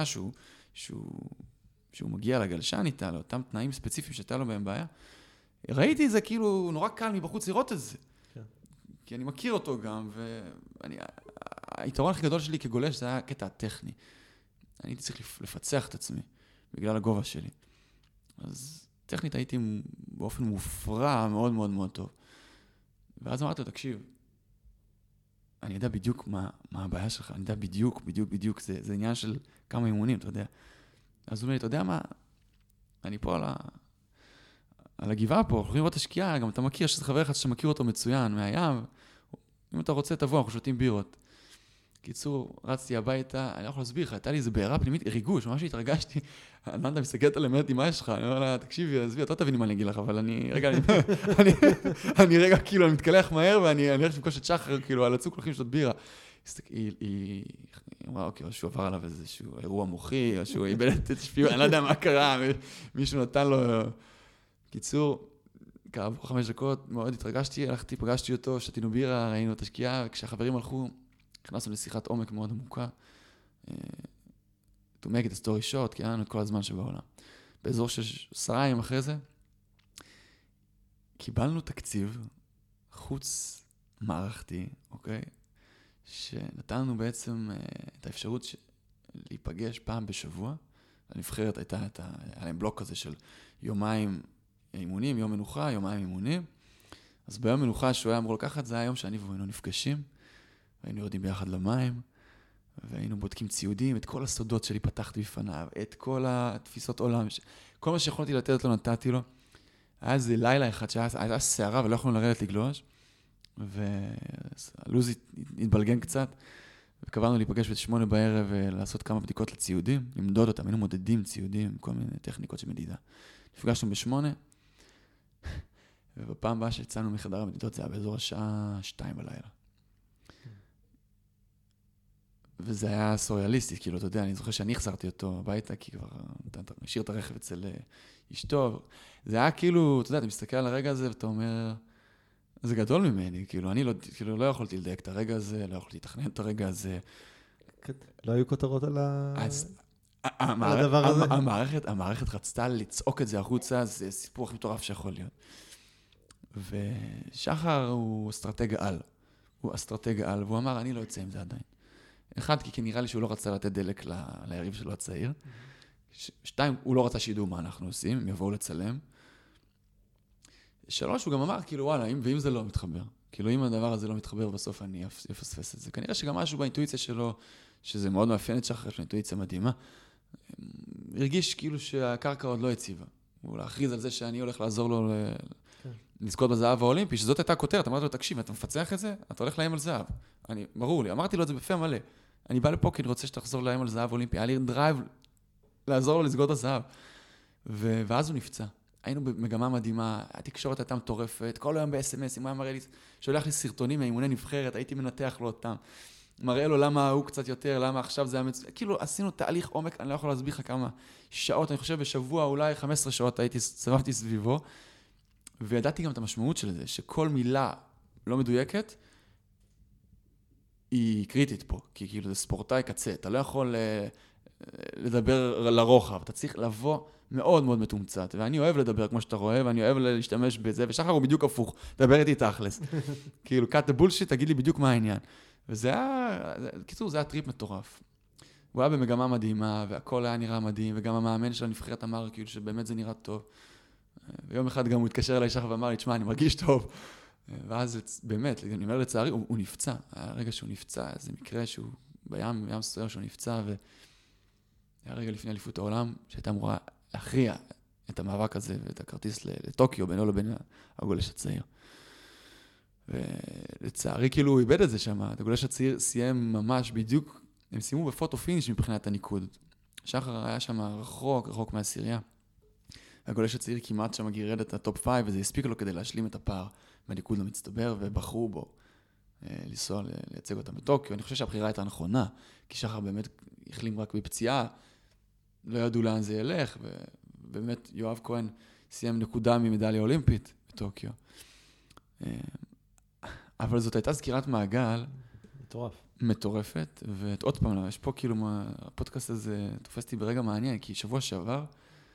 שהוא מגיע לגלשן איתה, לאותם תנאים ספציפיים שהייתה לו בהם בעיה, ראיתי את זה כאילו נורא קל מבחוץ לראות את זה. כן. כי אני מכיר אותו גם, היתרון הכי גדול שלי כגולש זה היה הקטע הטכני. אני הייתי צריך לפצח את עצמי, בגלל הגובה שלי. אז טכנית הייתי באופן מופרע מאוד מאוד מאוד טוב. ואז אמרתי לו, תקשיב, אני יודע בדיוק מה הבעיה שלך, אני יודע בדיוק, זה עניין של כמה אימונים, אתה יודע. אז הוא אומר לי, אתה יודע מה, אני פה על הגבעה פה, הולכים לראות את השקיעה, גם אתה מכיר, שזה חבר אחד שאתה מכיר אותו מצוין, מהים, אם אתה רוצה תבוא, אנחנו שותים בירות. קיצור, רצתי הביתה, אני לא יכול להסביר לך, הייתה לי איזו בעירה פנימית, ריגוש, ממש התרגשתי. הנדה מסתכלת עליהם, אומרת לי, מה יש לך? אני אומר לה, תקשיבי, עזבי, אתה לא תביני מה אני אגיד לך, אבל אני רגע כאילו, אני מתקלח מהר, ואני הולך לפגוש את שחר, כאילו, על הצוק הולכים לשתות בירה. היא אמרה, אוקיי, או שהוא עבר עליו איזשהו אירוע מוחי, או שהוא איבד את השפיעות, אני לא יודע מה קרה, מישהו נתן לו... קיצור, כעבור 5 דקות, מאוד התרגשתי, הלכתי, פגשתי אותו, שתינו בירה, ראינו את השקיעה, וכשהחברים הלכו, נכנסנו לשיחת עומק מאוד עמוקה, to make it a story short, כי היה לנו את כל הזמן שבעולם. באזור של 10 ימים אחרי זה, קיבלנו תקציב חוץ מערכתי, אוקיי? שנתנו בעצם את האפשרות להיפגש פעם בשבוע. הנבחרת הייתה היה להם בלוק כזה של יומיים אימונים, יום מנוחה, יומיים אימונים. אז ביום מנוחה שהוא היה אמור לקחת, זה היה היום שאני והיינו נפגשים, והיינו יורדים ביחד למים, והיינו בודקים ציודים, את כל הסודות שלי פתחתי בפניו, את כל התפיסות עולם, כל מה שיכולתי לתת לו נתתי לו. היה איזה לילה אחד שהייתה שערה ולא יכולנו לרדת לגלוש, והלוז התבלגן קצת, וקבענו להיפגש ב8 בערב ולעשות כמה בדיקות לציודים, למדוד אותם, היינו מודדים ציודים, כל מיני טכניקות של מדידה. נפגשנו ב8, ובפעם הבאה שיצאנו מחדר המדידות זה היה באזור השעה 2 בלילה. וזה היה סוריאליסטי, כאילו, אתה יודע, אני זוכר שאני החזרתי אותו הביתה, כי כבר השאיר את הרכב אצל אשתו. זה היה כאילו, אתה יודע, אתה מסתכל על הרגע הזה ואתה אומר, זה גדול ממני, כאילו, אני לא יכולתי לדייק את הרגע הזה, לא יכולתי לתכנן את הרגע הזה. לא היו כותרות על הדבר הזה? המערכת רצתה לצעוק את זה החוצה, זה סיפור הכי מטורף שיכול להיות. ושחר הוא אסטרטג על, והוא אמר, אני לא יוצא עם זה עדיין. 1, כי נראה לי שהוא לא רצה לתת דלק ליריב שלו הצעיר. 2, הוא לא רצה שידעו מה אנחנו עושים, הם יבואו לצלם. 3, הוא גם אמר, כאילו, וואלה, ואם זה לא מתחבר? כאילו, אם הדבר הזה לא מתחבר בסוף, אני אפספס את זה. כנראה שגם משהו באינטואיציה שלו, שזה מאוד מאפיין את שחר, יש לו אינטואיציה מדהימה, הרגיש כאילו שהקרקע עוד לא הציבה. הוא להכריז על זה שאני הולך לעזור לו לזכות בזהב האולימפי, שזאת הייתה כותרת, אמרתי לו, תקשיב, אתה מפצח את זה? אתה הולך לאיים על זהב. ברור לי, אמרתי לו את זה בפה מלא. אני בא לפה כי אני רוצה שתחזור לאיים על זהב אולימפי. היה לי דרייב לעזור לו לסגור את הזהב. ואז הוא נפצע. היינו במגמה מדהימה, התקשורת הייתה מטורפת, כל היום ב-SMS, הוא היה מראה לי, שולח לי סרטונים מאימוני נבחרת, הייתי מנתח לו אותם. מראה לו למה הוא קצת יותר, למה עכשיו זה היה כאילו עשינו תהליך עומק, אני לא יכול להסביר לך כמה שעות, אני חושב בשבוע, אולי 15 שעות סבבתי סביבו, וידעתי גם את המשמעות של זה, שכל מילה לא מדויקת, היא קריטית פה, כי כאילו זה ספורטאי קצה, אתה לא יכול לדבר לרוחב, אתה צריך לבוא מאוד מאוד מתומצת, ואני אוהב לדבר כמו שאתה רואה, ואני אוהב להשתמש בזה, ושחר הוא בדיוק הפוך, דבר איתי תכלס. כאילו, cut the bullshit, תגיד לי בדיוק מה העניין. וזה היה, קיצור, זה היה טריפ מטורף. הוא היה במגמה מדהימה, והכל היה נראה מדהים, וגם המאמן של הנבחרת אמר, כאילו, שבאמת זה נראה טוב. ויום אחד גם הוא התקשר אליי שחר ואמר לי, תשמע, אני מרגיש טוב. ואז באמת, אני אומר לצערי, הוא נפצע. היה רגע שהוא נפצע, זה מקרה שהוא בים סוער שהוא נפצע, והיה רגע לפני אליפות העולם, שהייתה אמורה להכריע את המאבק הזה, ואת הכרטיס לטוקיו, בינו לבין הגולש הצעיר. ולצערי, כאילו, הוא איבד את זה שם. הגולש הצעיר סיים ממש בדיוק, הם סיימו בפוטו פיניש מבחינת הניקוד. שחר היה שם רחוק מהסירייה. הגולש הצעיר כמעט שם גירד את הטופ 5, וזה הספיק לו כדי להשלים את הפער מהניקוד המצטבר, ובחרו בו לנסוע לייצג אותם בטוקיו. אני חושב שהבחירה הייתה נכונה, כי שחר באמת החלים רק בפציעה, לא ידעו לאן זה ילך, ובאמת יואב כהן סיים נקודה ממדליה אולימפית בטוקיו. אבל זאת הייתה סגירת מעגל מטורפת, ועוד פעם, יש פה כאילו, הפודקאסט הזה תופסתי ברגע מעניין, כי שבוע שעבר,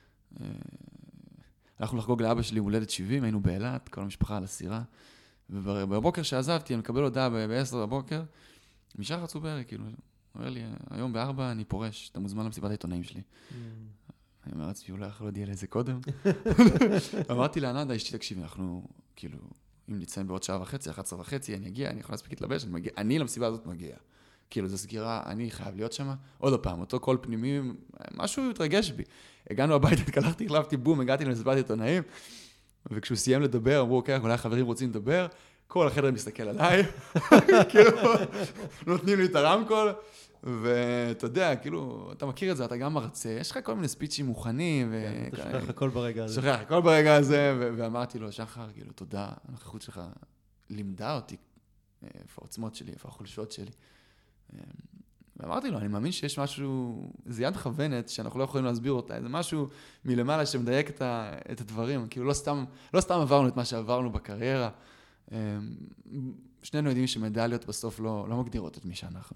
הלכנו לחגוג לאבא שלי הולדת 70, היינו באילת, כל המשפחה על הסירה, ובבוקר שעזבתי, אני מקבל הודעה ב-10 בבוקר, משחר צוברי, כאילו, אומר לי, היום ב-4 אני פורש, אתה מוזמן למסיבת העיתונאים שלי. אני אומר לעצמי, אולי יכול להודיע לזה קודם. אמרתי לענדה, אשתי, תקשיבי, אנחנו, כאילו, אם נצאים בעוד שעה וחצי, 11 וחצי, אני אגיע, אני יכול להספיק להתלבש, אני למסיבה הזאת מגיע. כאילו, זו סגירה, אני חייב להיות שם. עוד פעם, אותו קול פנימי, משהו התרגש בי. הגענו הביתה, התקלחתי, החלפתי בום, הגעתי למסיבת עיתונאים, וכשהוא סיים לדבר, אמרו, אוקיי, אולי החברים רוצים לדבר, כל החדר מסתכל עליי, כאילו, נותנים לי את הרמקול, ואתה יודע, כאילו, אתה מכיר את זה, אתה גם מרצה, יש לך כל מיני ספיצ'ים מוכנים, אתה שוכח הכל ברגע הזה. שוכח הכל ברגע הזה, ואמרתי לו, שחר, כאילו, תודה, הנוכחות שלך לימדה אותי, איפה העוצמות שלי, איפה החולשות שלי. ואמרתי לו, אני מאמין שיש משהו, זה יד מכוונת, שאנחנו לא יכולים להסביר אותה, זה משהו מלמעלה שמדייק את הדברים, כאילו, לא סתם עברנו את מה שעברנו בקריירה, שנינו יודעים שמדליות בסוף לא מגדירות את מי שאנחנו.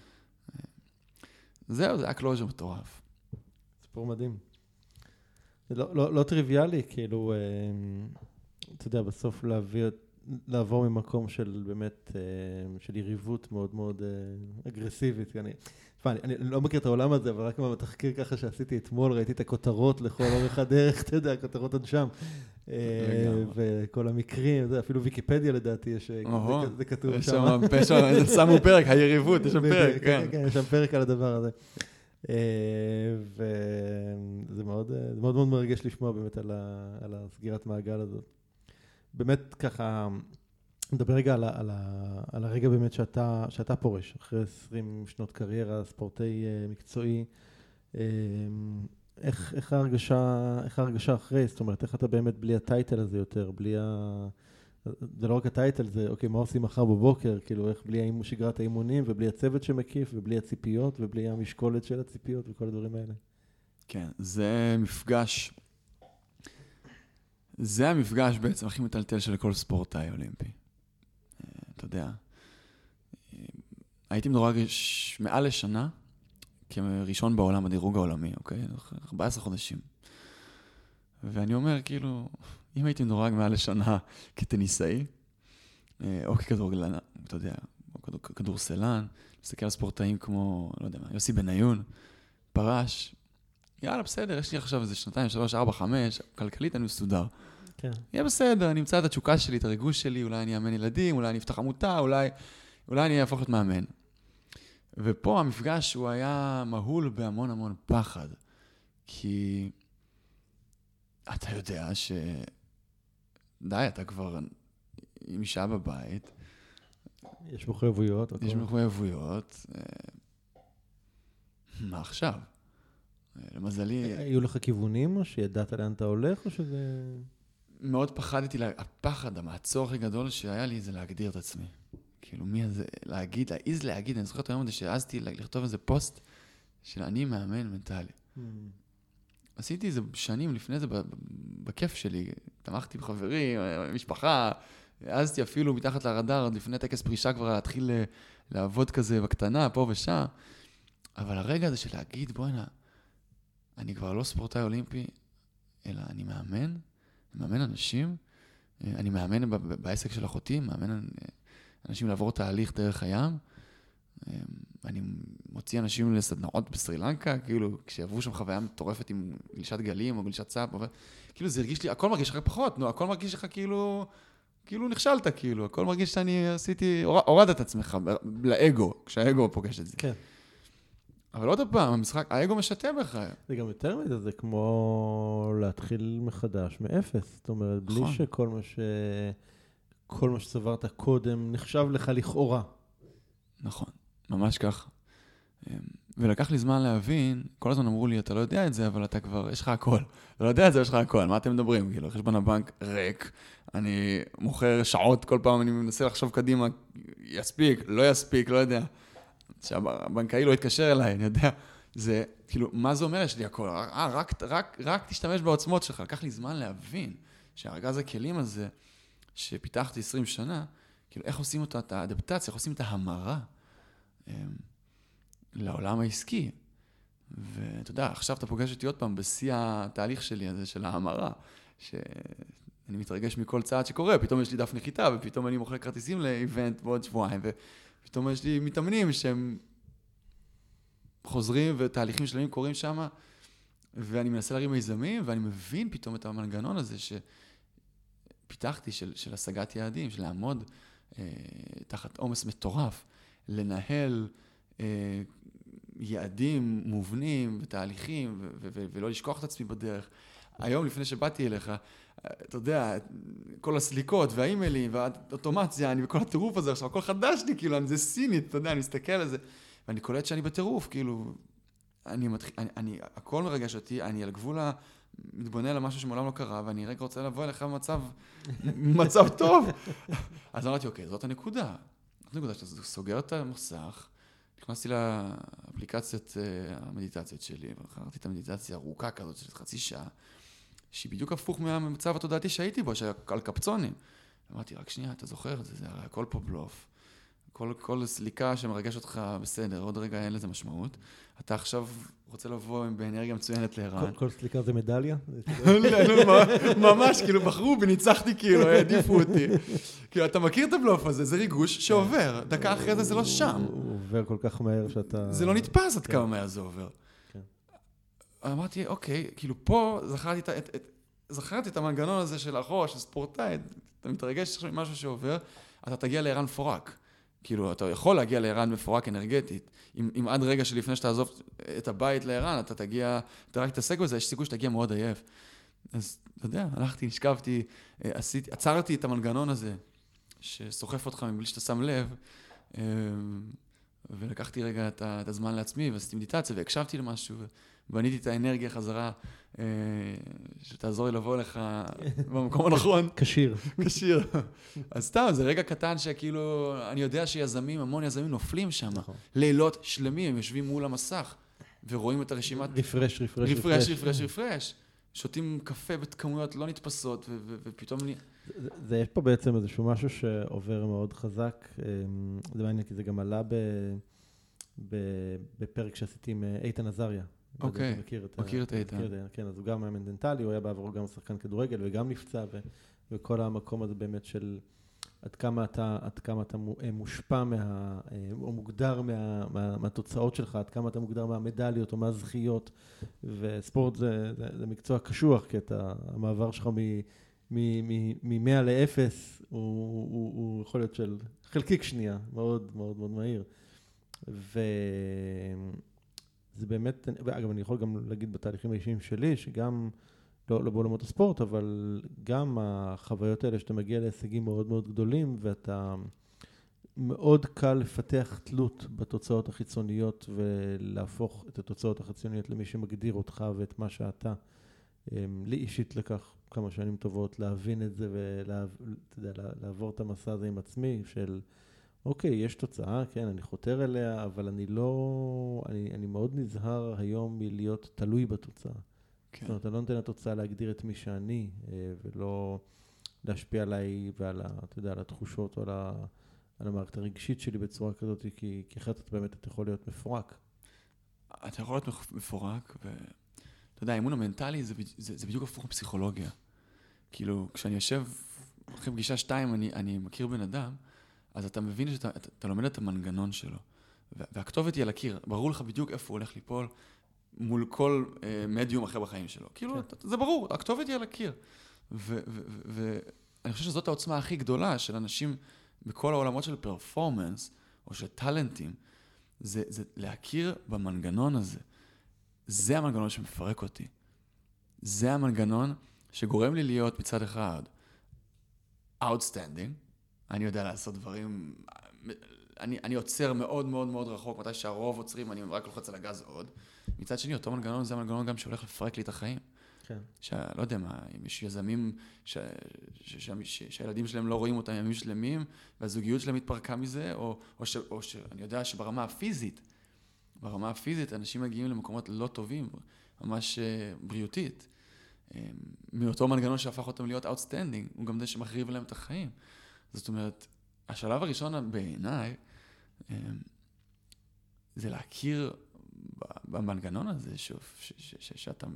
זהו, זה היה קלוז'ר מטורף. סיפור מדהים. זה לא טריוויאלי, כאילו, אתה יודע, בסוף לעבור ממקום של באמת, של יריבות מאוד מאוד אגרסיבית. אני לא מכיר את העולם הזה, אבל רק מהתחקיר ככה שעשיתי אתמול, ראיתי את הכותרות לכל אורך הדרך, אתה יודע, הכותרות עד שם. וכל המקרים, אפילו ויקיפדיה לדעתי, זה כתוב שם. שמו פרק, היריבות, יש שם פרק. כן, יש שם פרק על הדבר הזה. וזה מאוד מאוד מרגש לשמוע באמת על הסגירת מעגל הזאת. באמת ככה, נדבר רגע על הרגע באמת שאתה פורש, אחרי 20 שנות קריירה, ספורטאי מקצועי. איך ההרגשה אחרי? זאת אומרת, איך אתה באמת בלי הטייטל הזה יותר, זה לא רק הטייטל, זה אוקיי, מה עושים מחר בבוקר, כאילו איך בלי שגרת האימונים, ובלי הצוות שמקיף, ובלי הציפיות, ובלי המשקולת של הציפיות, וכל הדברים האלה. כן, זה המפגש בעצם הכי מטלטל של כל ספורטאי אולימפי. אתה יודע, הייתי מדורג מעל לשנה, כראשון בעולם, בדירוג העולמי, אוקיי? 14 חודשים. ואני אומר, כאילו, אם הייתי מדורג מעל לשנה כטניסאי, או ככדורגלן, אתה יודע, או כדורסלן, מסתכל על ספורטאים כמו, לא יודע מה, יוסי בניון, פרש, יאללה, בסדר, יש לי עכשיו איזה 2, 3, 4, 5, כלכלית אני מסודר. כן. יהיה בסדר, אני אמצא את התשוקה שלי, את הריגוש שלי, אולי אני אאמן ילדים, אולי אני אפתח עמותה, אולי אני אהפוך להיות מאמן. ופה המפגש הוא היה מהול בהמון המון פחד, כי אתה יודע די, אתה כבר עם אישה בבית. יש מחויבויות. יש מחויבויות. מה עכשיו? למזלי... היו לך כיוונים, או שידעת לאן אתה הולך, או שזה... מאוד פחדתי, הפחד, המעצור הכי גדול שהיה לי זה להגדיר את עצמי. כאילו, מי הזה, להעיז להגיד, אני זוכר את היום הזה שהעזתי לכתוב איזה פוסט של אני מאמן מנטלי. עשיתי איזה שנים לפני זה בכיף שלי, תמכתי בחברים, משפחה, העזתי אפילו מתחת לרדאר, עוד לפני טקס פרישה כבר להתחיל לעבוד כזה בקטנה, פה ושם, אבל הרגע הזה של להגיד, בוא'נה, אני כבר לא ספורטאי אולימפי, אלא אני מאמן אנשים, אני מאמן בעסק של אחותי, מאמן אנשים לעבור תהליך דרך הים, אני מוציא אנשים לסדנאות בסרילנקה, כאילו, כשיעברו שם חוויה מטורפת עם גלישת גלים או גלישת צאפ, כאילו זה הרגיש לי, הכל מרגיש לך פחות, הכל מרגיש לך כאילו נכשלת, כאילו, הכל מרגיש שאני עשיתי, הורד את עצמך לאגו, כשהאגו פוגש את זה. כן. אבל עוד פעם, המשחק, האגו משתה בך. זה גם יותר מזה, זה כמו להתחיל מחדש, מאפס. זאת אומרת, בלי שכל מה שצברת קודם נחשב לך לכאורה. נכון, ממש ככה. ולקח לי זמן להבין, כל הזמן אמרו לי, אתה לא יודע את זה, אבל אתה כבר, יש לך הכל. אתה לא יודע את זה, יש לך הכל. מה אתם מדברים? כאילו, חשבון הבנק ריק, אני מוכר שעות כל פעם, אני מנסה לחשוב קדימה, יספיק, לא יספיק, לא יודע. שהבנקאי לא יתקשר אליי, אני יודע. זה, כאילו, מה זה אומר? יש לי הכל. רק תשתמש בעוצמות שלך. לקח לי זמן להבין שהארגז הכלים הזה, שפיתחתי 20 שנה, כאילו, איך עושים אותה, את האדפטציה, איך עושים את ההמרה לעולם העסקי. ואתה יודע, עכשיו אתה פוגש אותי עוד פעם בשיא התהליך שלי הזה של ההמרה, שאני מתרגש מכל צעד שקורה, פתאום יש לי דף נחיתה, ופתאום אני מוכר כרטיסים לאיבנט בעוד שבועיים, ופתאום יש לי מתאמנים שהם חוזרים ותהליכים שלמים קורים שם, ואני מנסה להרים מיזמים, ואני מבין פתאום את המנגנון הזה שפיתחתי של השגת יעדים, של לעמוד תחת עומס מטורף, לנהל יעדים מובנים ותהליכים, ולא לשכוח את עצמי בדרך. היום, לפני שבאתי אליך, אתה יודע, כל הסליקות והאימיילים והאוטומציה, אני בכל הטירוף הזה עכשיו, הכל חדש לי, כאילו, זה סינית, אתה יודע, אני מסתכל על זה, ואני קולט שאני בטירוף, כאילו, הכל מרגש אותי, אני על גבול מתבונן על משהו שמעולם לא קרה, ואני רגע רוצה לבוא אליך במצב טוב. אז אמרתי, אוקיי, זאת הנקודה. שאתה סוגר את המסך, נכנסתי לאפליקציית המדיטציות שלי, ובחרתי את המדיטציה הארוכה כזאת של חצי שעה, שהיא בדיוק הפוך מהמצב התודעתי שהייתי בו, על קפצונים. אמרתי, רק שנייה, אתה זוכר את זה, זה הרי הכל פה בלוף. כל סליקה שמרגש אותך בסדר, עוד רגע אין לזה משמעות. אתה עכשיו רוצה לבוא באנרגיה מצוינת להירן. כל סליקה זה מדליה? ממש, כאילו בחרו בי, ניצחתי, כאילו, העדיפו אותי. כאילו, אתה מכיר את הבלוף הזה, זה ריגוש שעובר. דקה אחרי זה לא שם. הוא עובר כל כך מהר שאתה... זה לא נתפס עד כמה מהר זה עובר. אמרתי, אוקיי, כאילו פה זכרתי את המנגנון הזה של הראש, הספורטאי, אתה מתרגש משהו שעובר, אתה תגיע להירן פורק. כאילו, אתה יכול להגיע להירן מפורק אנרגטית. אם עד רגע שלפני שאתה עזוב את הבית להירן, אתה תגיע, אתה רק תעסק בזה, יש סיכוי שתגיע מאוד עייף. אז, אתה יודע, הלכתי, נשכבתי, עצרתי את המנגנון הזה, שסוחף אותך מבלי שאתה שם לב, ולקחתי רגע את הזמן לעצמי, ועשיתי מדיטציה, והקשבתי למשהו, ובניתי את האנרגיה חזרה, שתעזור לי לבוא לך במקום הנכון. קשיר. קשיר. אז סתם, זה רגע קטן שכאילו, אני יודע שיזמים, המון יזמים נופלים שם, לילות שלמים, הם יושבים מול המסך, ורואים את הרשימת... רפרש. שותים קפה בכמויות לא נתפסות, ופתאום... זה יש פה בעצם איזשהו משהו שעובר מאוד חזק, זה מעניין, כי זה גם עלה בפרק שעשיתי עם איתן עזריה. אוקיי, מכיר את איתן. כן, אז הוא גם מאמן מנטלי, הוא היה בעברו גם שחקן כדורגל וגם נפצע, וכל המקום הזה באמת של עד כמה אתה מושפע או מוגדר מהתוצאות שלך, עד כמה אתה מוגדר מהמדליות או מהזכיות, וספורט זה מקצוע קשוח, כי המעבר שלך מ-100 ל-0, הוא יכול להיות של חלקיק שנייה, מאוד מאוד מאוד מהיר. וזה באמת, אגב, אני יכול גם להגיד בתהליכים האישיים שלי, שגם, לא בעולמות הספורט, אבל גם החוויות האלה שאתה מגיע להישגים מאוד מאוד גדולים, ואתה מאוד קל לפתח תלות בתוצאות החיצוניות, ולהפוך את התוצאות החיצוניות למי שמגדיר אותך ואת מה שאתה. לי אישית לקח כמה שנים טובות להבין את זה, ולעבור את המסע הזה עם עצמי, של אוקיי, יש תוצאה, כן, אני חותר אליה, אבל אני מאוד נזהר היום מלהיות תלוי בתוצאה. כן. זאת אומרת, אני לא נותן לתוצאה להגדיר את מי שאני, ולא להשפיע עליי ועל, אתה יודע, על התחושות או על המערכת הרגשית שלי בצורה כזאת, כי אחרת באמת אתה יכול להיות מפורק. אתה יכול להיות מפורק, ואתה יודע, האימון המנטלי זה בדיוק הפוך מפסיכולוגיה. כאילו, כשאני יושב אחרי פגישה 2, אני מכיר בן אדם, אז אתה מבין שאתה לומד את המנגנון שלו, והכתובת היא על הקיר, ברור לך בדיוק איפה הוא הולך ליפול, מול כל מדיום אחר בחיים שלו. כאילו, זה ברור, הכתובת היא על הקיר. ואני חושב שזאת העוצמה הכי גדולה של אנשים בכל העולמות של פרפורמנס, או של טלנטים, זה להכיר במנגנון הזה. זה המנגנון שמפרק אותי. זה המנגנון שגורם לי להיות מצד אחד outstanding, אני יודע לעשות דברים, אני עוצר מאוד מאוד מאוד רחוק, מתי שהרוב עוצרים, אני רק לוחץ על הגז עוד. מצד שני, אותו מנגנון זה המנגנון גם שהולך לפרק לי את החיים. כן. שלא יודע מה, אם יש יזמים שהילדים שלהם לא רואים אותם ימים שלמים, והזוגיות שלהם מתפרקה מזה, או שאני יודע שברמה הפיזית, אנשים מגיעים למקומות לא טובים, ממש בריאותית. מאותו מנגנון שהפך אותם להיות outstanding, הוא גם זה שמחריב להם את החיים. זאת אומרת, השלב הראשון בעיניי, זה להכיר במנגנון הזה שאתה,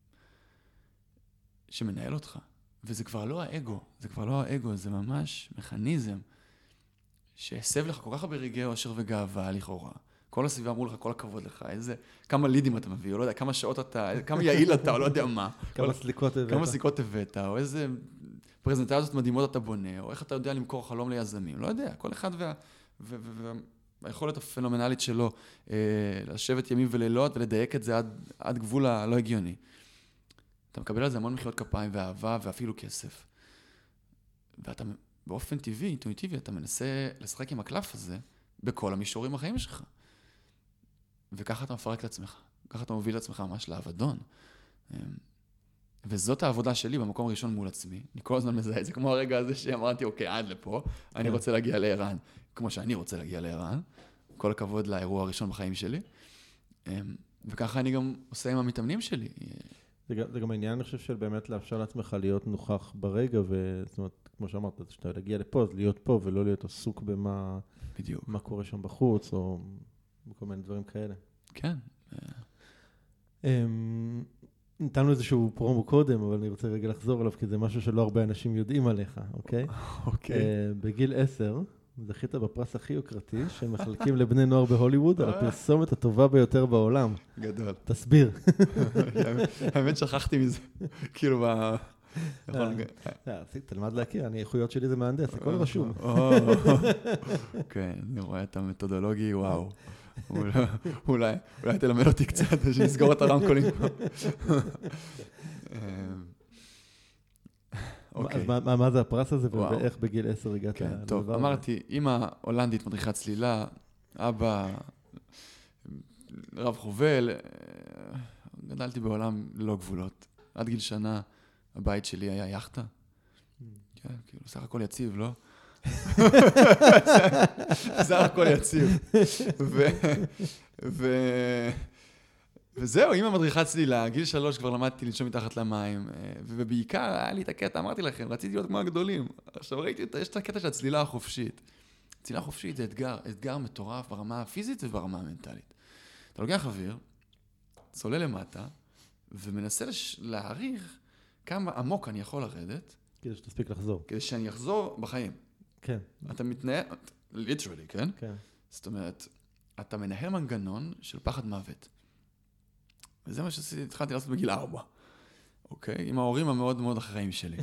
שמנהל אותך. וזה כבר לא האגו, זה ממש מכניזם שהסב לך כל כך הרבה רגעי אושר וגאווה לכאורה. כל הסביבה אמרו לך, כל הכבוד לך, כמה לידים אתה מביא, או לא יודע, כמה שעות אתה, כמה יעיל אתה, או לא יודע מה. כמה סליקות הבאת, או איזה פרזנטציות מדהימות אתה בונה, או איך אתה יודע למכור חלום ליזמים, לא יודע, כל אחד והיכולת הפנומנלית שלו, לשבת ימים ולילות ולדייק את זה עד גבול הלא הגיוני. אתה מקבל על זה המון מחיאות כפיים ואהבה ואפילו כסף. ואתה באופן טבעי, אינטואיטיבי, אתה מנסה לשחק עם הקלף הזה בכל המישורים החיים שלך. וככה אתה מפרק לעצמך, ככה אתה מוביל לעצמך ממש לאבדון. וזאת העבודה שלי במקום הראשון מול עצמי. אני כל הזמן מזהה את זה, כמו הרגע הזה שאמרתי, אוקיי, עד לפה, אני רוצה להגיע לערן, כמו שאני רוצה להגיע לערן. כל הכבוד לאירוע הראשון בחיים שלי. וככה אני גם עושה עם המתאמנים שלי. זה גם העניין, אני חושב, של באמת לאפשר לעצמך להיות נוכח ברגע, וזאת אומרת, כמו שאמרת, שאתה להגיע לפה, אז להיות פה, ולא להיות עסוק במה מה קורה שם בחוץ, או בכל מיני דברים כאלה. כן. נתנו איזשהו פרומו קודם, אבל אני רוצה רגע לחזור עליו, כי זה משהו שלא הרבה אנשים יודעים עליך, אוקיי? אוקיי. בגיל 10, זכית בפרס הכי יוקרתי, שמחלקים לבני נוער בהוליווד, על הפרסומת הטובה ביותר בעולם. גדול. תסביר. האמת שכחתי מזה. כאילו תלמד להכיר, האיכויות שלי זה מהנדס, הכל רשום. כן, אני רואה את המתודולוגי, וואו. אולי תלמד אותי קצת, שנסגור את הרמקולים. אז מה זה הפרס הזה, ואיך בגיל 10 הגעת? כן, טוב, אמרתי, אמא הולנדית מדריכת צלילה, אבא רב חובל, גדלתי בעולם ללא גבולות. עד גיל שנה, הבית שלי היה יחטה. כן, כאילו, סך הכל יציב, לא? סך הכל יציב. וזהו, אמא מדריכת צלילה, גיל 3 כבר למדתי לנשום מתחת למים, ובעיקר היה לי את הקטע, אמרתי לכם, רציתי להיות כמו הגדולים. עכשיו ראיתי, יש את הקטע של הצלילה החופשית. צלילה חופשית זה אתגר מטורף ברמה הפיזית וברמה המנטלית. אתה לוקח אוויר, צולל למטה, ומנסה להעריך כמה עמוק אני יכול לרדת. כדי שתספיק לחזור. כדי שאני אחזור בחיים. כן. אתה מתנהל, literally, כן? כן. זאת אומרת, אתה מנהל מנגנון של פחד מוות. וזה מה שהתחלתי לעשות בגיל 4. אוקיי? עם ההורים המאוד מאוד אחראים שלי.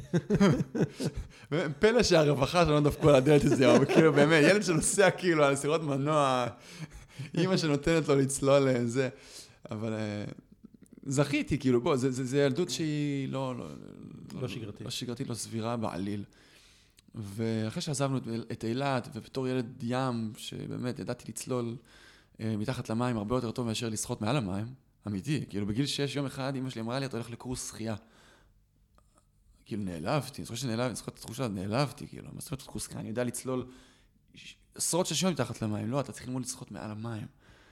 פלא שהרווחה שלא דפקו על הדלת הזה, אבל כאילו באמת, ילד שנוסע כאילו על סירות מנוע, אמא שנותנת לו לצלול לזה, אבל זכיתי, כאילו, בוא, זה ילדות שהיא לא שגרתית. לא שגרתית, לא סבירה בעליל. ואחרי שעזבנו את אילת, ובתור ילד ים, שבאמת ידעתי לצלול מתחת למים הרבה יותר טוב מאשר לשחות מעל המים, אמיתי, כאילו בגיל 6 יום אחד אמא שלי אמרה לי, אתה הולך לקורס שחייה. כאילו נעלבתי, אני זוכר את התחושה, נעלבתי, כאילו, מה זאת אומרת קורס שחייה? אני יודע לצלול עשרות של שעות מתחת למים, לא, אתה צריך ללמוד לשחות מעל המים.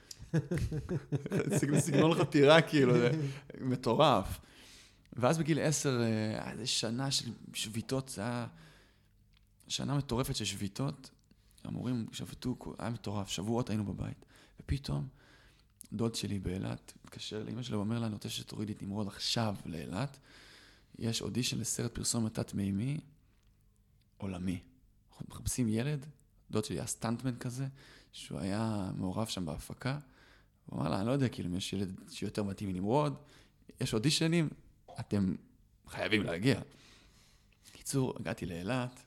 סגנון חתירה, כאילו, זה מטורף. ואז בגיל 10, איזה שנה של שביתות, זה היה שנה מטורפת של שביתות, המורים שבתו, היה מטורף, שבועות היינו בבית, ופתאום דוד שלי באילת התקשר לאמא שלו ואומר לה, אני רוצה שתורידי את נמרוד עכשיו לאילת, יש אודישן לסרט פרסומת תת-מימי עולמי. אנחנו מחפשים ילד, דוד שלי היה סטנטמן כזה, שהוא היה מעורב שם בהפקה, הוא אמר לה, אני לא יודע, כאילו, אם יש ילד שיותר מתאים מנמרוד, יש אודישנים, אתם חייבים להגיע. קיצור, הגעתי לאילת,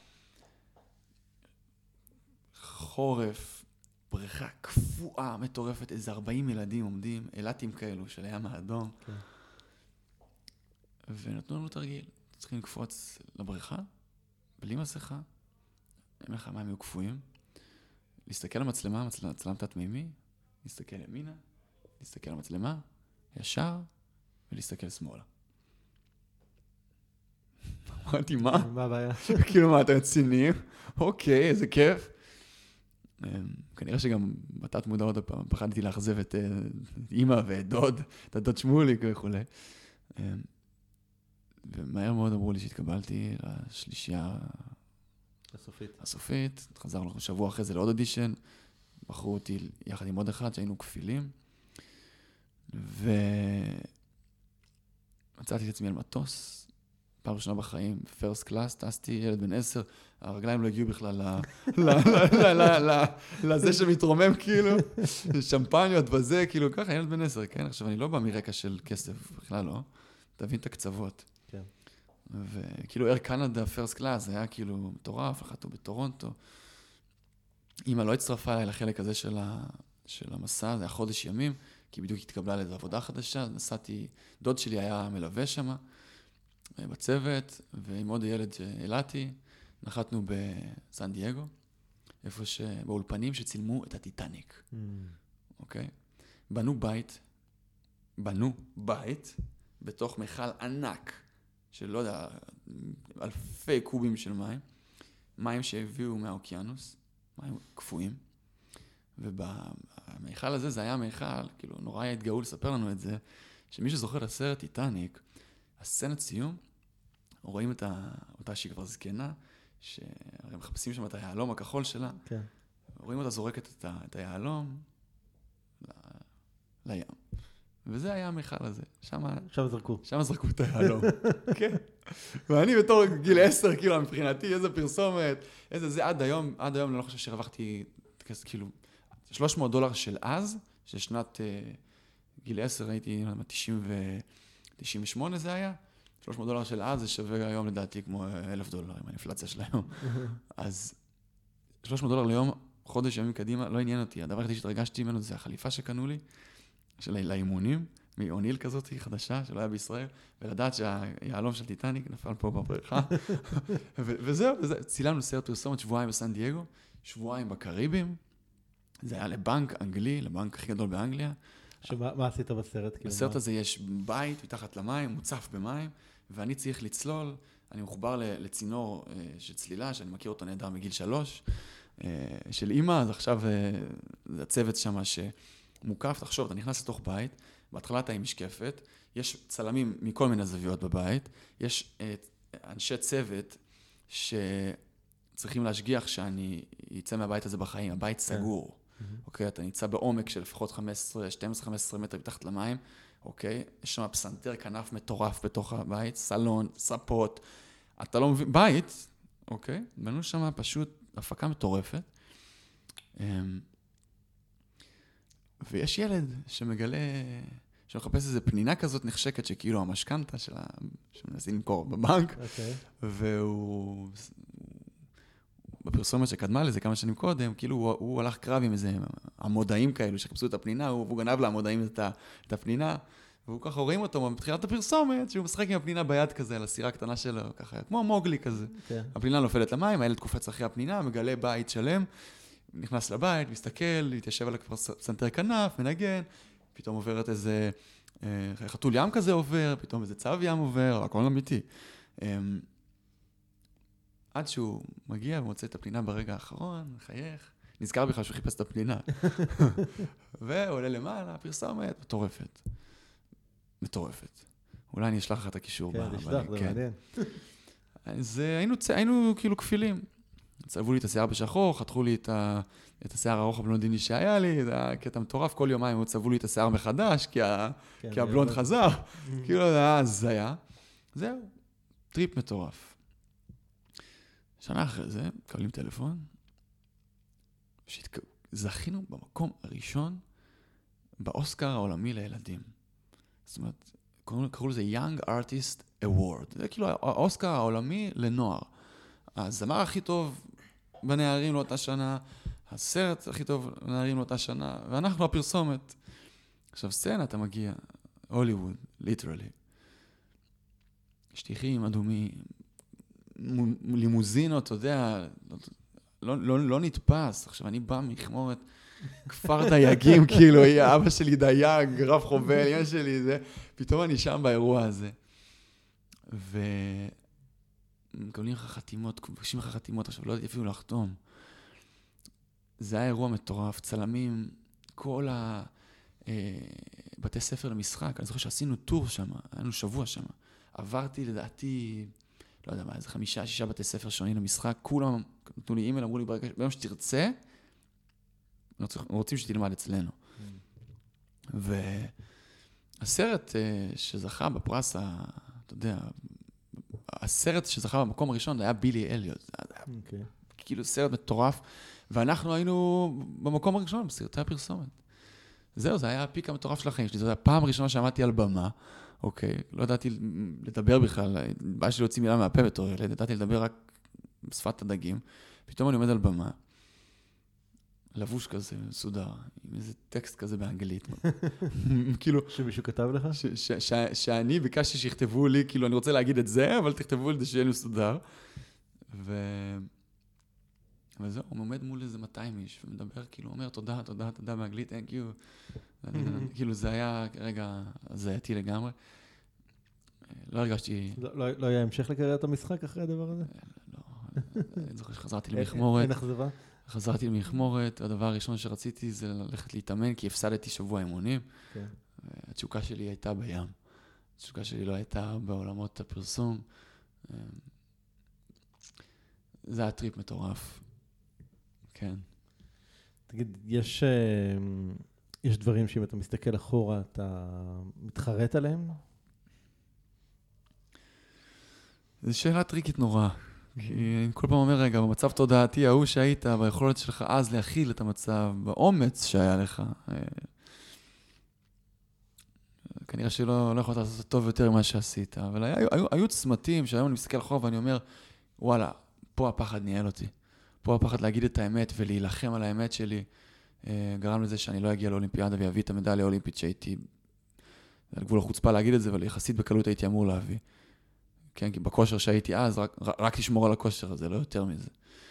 חורף, בריכה קפואה, מטורפת, איזה 40 ילדים עומדים, אילתים כאלו של הים האדום, ונתנו לנו תרגיל, צריכים לקפוץ לבריכה, בלי מסכה, אין לך מים היו קפואים, להסתכל על מצלמה, מצלם תת-מימי, להסתכל ימינה, להסתכל על מצלמה, ישר, ולהסתכל שמאלה. אמרתי, מה? מה הבעיה? כאילו, מה, אתה רציני? אוקיי, איזה כיף. כנראה שגם בתת מודע עוד הפעם, פחדתי לאכזב את אמא ואת דוד, את הדוד שמוליק וכו'. ומהר מאוד אמרו לי שהתקבלתי לשלישייה הסופית. חזרנו שבוע אחרי זה לעוד אודישן, בחרו אותי יחד עם עוד אחד שהיינו כפילים, ומצאתי את עצמי על מטוס, פעם ראשונה בחיים, פרסט קלאס, טסתי, ילד בן 10, הרגליים לא הגיעו בכלל לזה שמתרומם, כאילו, שמפניות וזה, כאילו, ככה, ילד בן 10, כן? עכשיו, אני לא בא מרקע של כסף, בכלל לא, תבין את הקצוות. כן. וכאילו, אר קנדה, פרסט קלאס, זה היה כאילו מטורף, לחתו בטורונטו. אמא לא הצטרפה אליי לחלק הזה של המסע, זה היה חודש ימים, כי בדיוק התקבלה לאיזו עבודה חדשה, נסעתי, דוד שלי היה מלווה שם, בצוות, ועם עוד ילד שאילתי, נחתנו בסן דייגו, איפה באולפנים שצילמו את הטיטניק. אוקיי? בנו בית בתוך מיכל ענק, של לא יודע, אלפי קובים של מים שהביאו מהאוקיינוס, מים קפואים, ובמיכל הזה זה היה מיכל, כאילו נורא התגאו לספר לנו את זה, שמי שזוכר את הסרט טיטניק, הסצנת סיום, רואים אותה שהיא כבר זקנה, שהרי מחפשים שם את היעלום הכחול שלה, כן. רואים אותה זורקת את היעלום לים. וזה היה המיכל הזה. שם זרקו את היעלום. כן. ואני בתור גיל 10, כאילו, מבחינתי, איזה פרסומת, איזה זה, עד היום, אני לא חושב שרווחתי, כאילו, $300 של אז, של שנת גיל 10, הייתי, 98 זה היה, $300 של אז, זה שווה היום לדעתי כמו $1,000, עם האינפלציה של היום. אז $300 ליום, חודש ימים קדימה, לא עניין אותי. הדבר הכי שהתרגשתי ממנו זה החליפה שקנו לי, של האימונים, מאוניל כזאת חדשה, שלא היה בישראל, ולדעת שהיעלום של טיטניק נפל פה בבריכה. וזהו, צילמנו סרט פרסומת שבועיים בסן דייגו, שבועיים בקריבים, זה היה לבנק אנגלי, לבנק הכי גדול באנגליה. מה עשית בסרט? בסרט הזה יש בית מתחת למים, מוצף במים, ואני צריך לצלול, אני מחובר לצינור של צלילה, שאני מכיר אותו נהדר מגיל 3, של אמא, אז עכשיו זה הצוות שם שמוקף, תחשוב, אתה נכנס לתוך בית, בהתחלה אתה עם משקפת, יש צלמים מכל מיני זוויות בבית, יש אנשי צוות שצריכים להשגיח שאני יצא מהבית הזה בחיים, הבית סגור. אוקיי, אתה נמצא בעומק של לפחות 12-15 מטר מתחת למים, אוקיי, יש שם פסנתר כנף מטורף בתוך הבית, סלון, ספות, אתה לא מבין, בית, אוקיי, בנו שם פשוט הפקה מטורפת, ויש ילד שמגלה שמחפש איזו פנינה כזאת נחשקת, שכאילו המשכנתה שמנסים למכור בבנק, והוא, בפרסומת שקדמה לזה כמה שנים קודם, כאילו הוא הלך קרב עם איזה המודעים כאלו שחפשו את הפנינה, והוא גנב למודעים את הפנינה, והוא ככה רואים אותו בתחילת הפרסומת, שהוא משחק עם הפנינה ביד כזה, על הסירה הקטנה שלו, ככה, כמו מוגלי כזה. הפנינה נופלת למים, הילד קופץ אחרי הפנינה, מגלה בית שלם, נכנס לבית, מסתכל, מתיישב על פסנתר כנף, מנגן, פתאום עוברת איזה חתול ים כזה עובר, פתאום איזה צב ים עובר, הכל אמיתי. עד שהוא מגיע ומוצא את הפנינה ברגע האחרון, מחייך, נזכר בכלל שהוא חיפש את הפנינה. ועולה למעלה, פרסומת, מטורפת. מטורפת. אולי אני אשלח לך את הקישור. כן, תשלח, זה מעניין. אז היינו כאילו כפילים. צבעו לי את השיער בשחור, חתכו לי את השיער הארוך הבלונדיני שהיה לי, זה היה קטע מטורף, כל יומיים הם צבעו לי את השיער מחדש, כי הבלונד חזר. כאילו, זה היה הזיה. זהו, טריפ מטורף. שנה אחרי זה, קבלים טלפון, זכינו במקום הראשון באוסקר העולמי לילדים. זאת אומרת, קראו לזה Young Artist Award. זה כאילו האוסקר העולמי לנוער. הזמר הכי טוב בנערים לאותה שנה, הסרט הכי טוב בנערים לאותה שנה, ואנחנו הפרסומת. עכשיו, סצנה, אתה מגיע, הוליווד, ליטרלי. שטיחים אדומים, לימוזינות, אתה יודע, לא נתפס. עכשיו, אני בא מכמורת כפר דייגים, כאילו, אבא שלי דייג, רב חובל, אמא שלי, זה. פתאום אני שם באירוע הזה. מקבלים לך חתימות, מבקשים לך חתימות, עכשיו לא יודעת אפילו לחתום. זה היה אירוע מטורף, צלמים, כל בתי ספר למשחק, אני זוכר שעשינו טור שם, היינו שבוע שם. עברתי לדעתי, לא יודע מה, איזה 5-6 בתי ספר שונים למשחק, כולם נתנו לי אימייל, אמרו לי, ביום שתרצה, רוצים שתלמד אצלנו. והסרט שזכה בפרס, אתה יודע, הסרט שזכה במקום הראשון היה בילי אליוט. כאילו סרט מטורף, ואנחנו היינו במקום הראשון, בסרטי הפרסומת. זהו, זה היה הפיק המטורף של החיים שלי. זו הייתה הפעם הראשונה שעמדתי על במה, אוקיי, לא ידעתי לדבר בכלל, בעיה שלי להוציא מילה מהפה בתור ילד, ידעתי לדבר רק בשפת הדגים. פתאום אני עומד על במה, לבוש כזה, מסודר, עם איזה טקסט כזה באנגלית. כאילו... שמישהו כתב לך? שאני ביקשתי שיכתבו לי, כאילו, אני רוצה להגיד את זה, אבל תכתבו לי שיהיה לי מסודר. וזהו, הוא עומד מול איזה 200 איש, ומדבר, כאילו, אומר תודה, תודה, תודה באנגלית, thank you. כאילו, זה היה רגע זייתי לגמרי. לא הרגשתי... לא היה המשך לקריירת המשחק אחרי הדבר הזה? לא, אני זוכר שחזרתי למחמורת. אין אכזבה? חזרתי למחמורת, הדבר הראשון שרציתי זה ללכת להתאמן, כי הפסדתי שבוע אימונים. התשוקה שלי הייתה בים. התשוקה שלי לא הייתה בעולמות הפרסום. זה היה טריפ מטורף. כן. תגיד, יש דברים שאם אתה מסתכל אחורה, אתה מתחרט עליהם? זו שאלה טריקית נורא. כי אני כל פעם אומר, רגע, במצב תודעתי, ההוא שהיית, ביכולת שלך אז להכיל את המצב, באומץ שהיה לך, כנראה שלא יכולת לעשות טוב יותר ממה שעשית, אבל היו צמתים שהיום אני מסתכל אחורה ואני אומר, וואלה, פה הפחד ניהל אותי. פה הפחד להגיד את האמת ולהילחם על האמת שלי, גרם לזה שאני לא אגיע לאולימפיאדה ויביא את המדליה האולימפית שהייתי, על גבול החוצפה להגיד את זה, אבל יחסית בקלות הייתי אמור להביא. כן, כי בכושר שהייתי אז, רק לשמור על הכושר הזה, לא יותר מזה.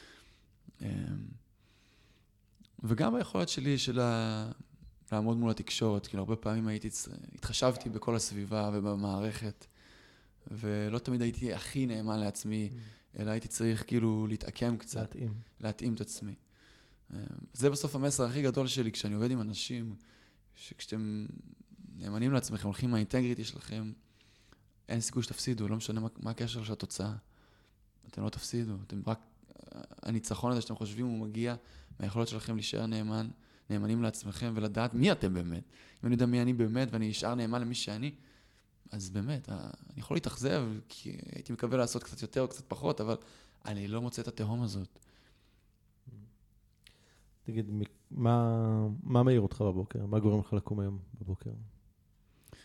וגם היכולת שלי לעמוד מול התקשורת, כאילו הרבה פעמים התחשבתי בכל הסביבה ובמערכת, ולא תמיד הייתי הכי נאמן לעצמי, אלא הייתי צריך כאילו להתעקם קצת, להתאים את עצמי. זה בסוף המסר הכי גדול שלי, כשאני עובד עם אנשים, שכשאתם נאמנים לעצמכם, הולכים מהאינטגריטי שלכם, אין סיכוי שתפסידו, לא משנה מה הקשר של התוצאה. אתם לא תפסידו, אתם רק... הניצחון הזה שאתם חושבים הוא מגיע מהיכולות שלכם להישאר נאמנים לעצמכם ולדעת מי אתם באמת. אם אני יודע מי אני באמת ואני אשאר נאמן למי שאני, אז באמת, אני יכול להתאכזב, כי הייתי מקווה לעשות קצת יותר או קצת פחות, אבל אני לא מוצא את התהום הזאת. תגיד, מה מעיר אותך בבוקר? מה גורם לך לקום היום בבוקר?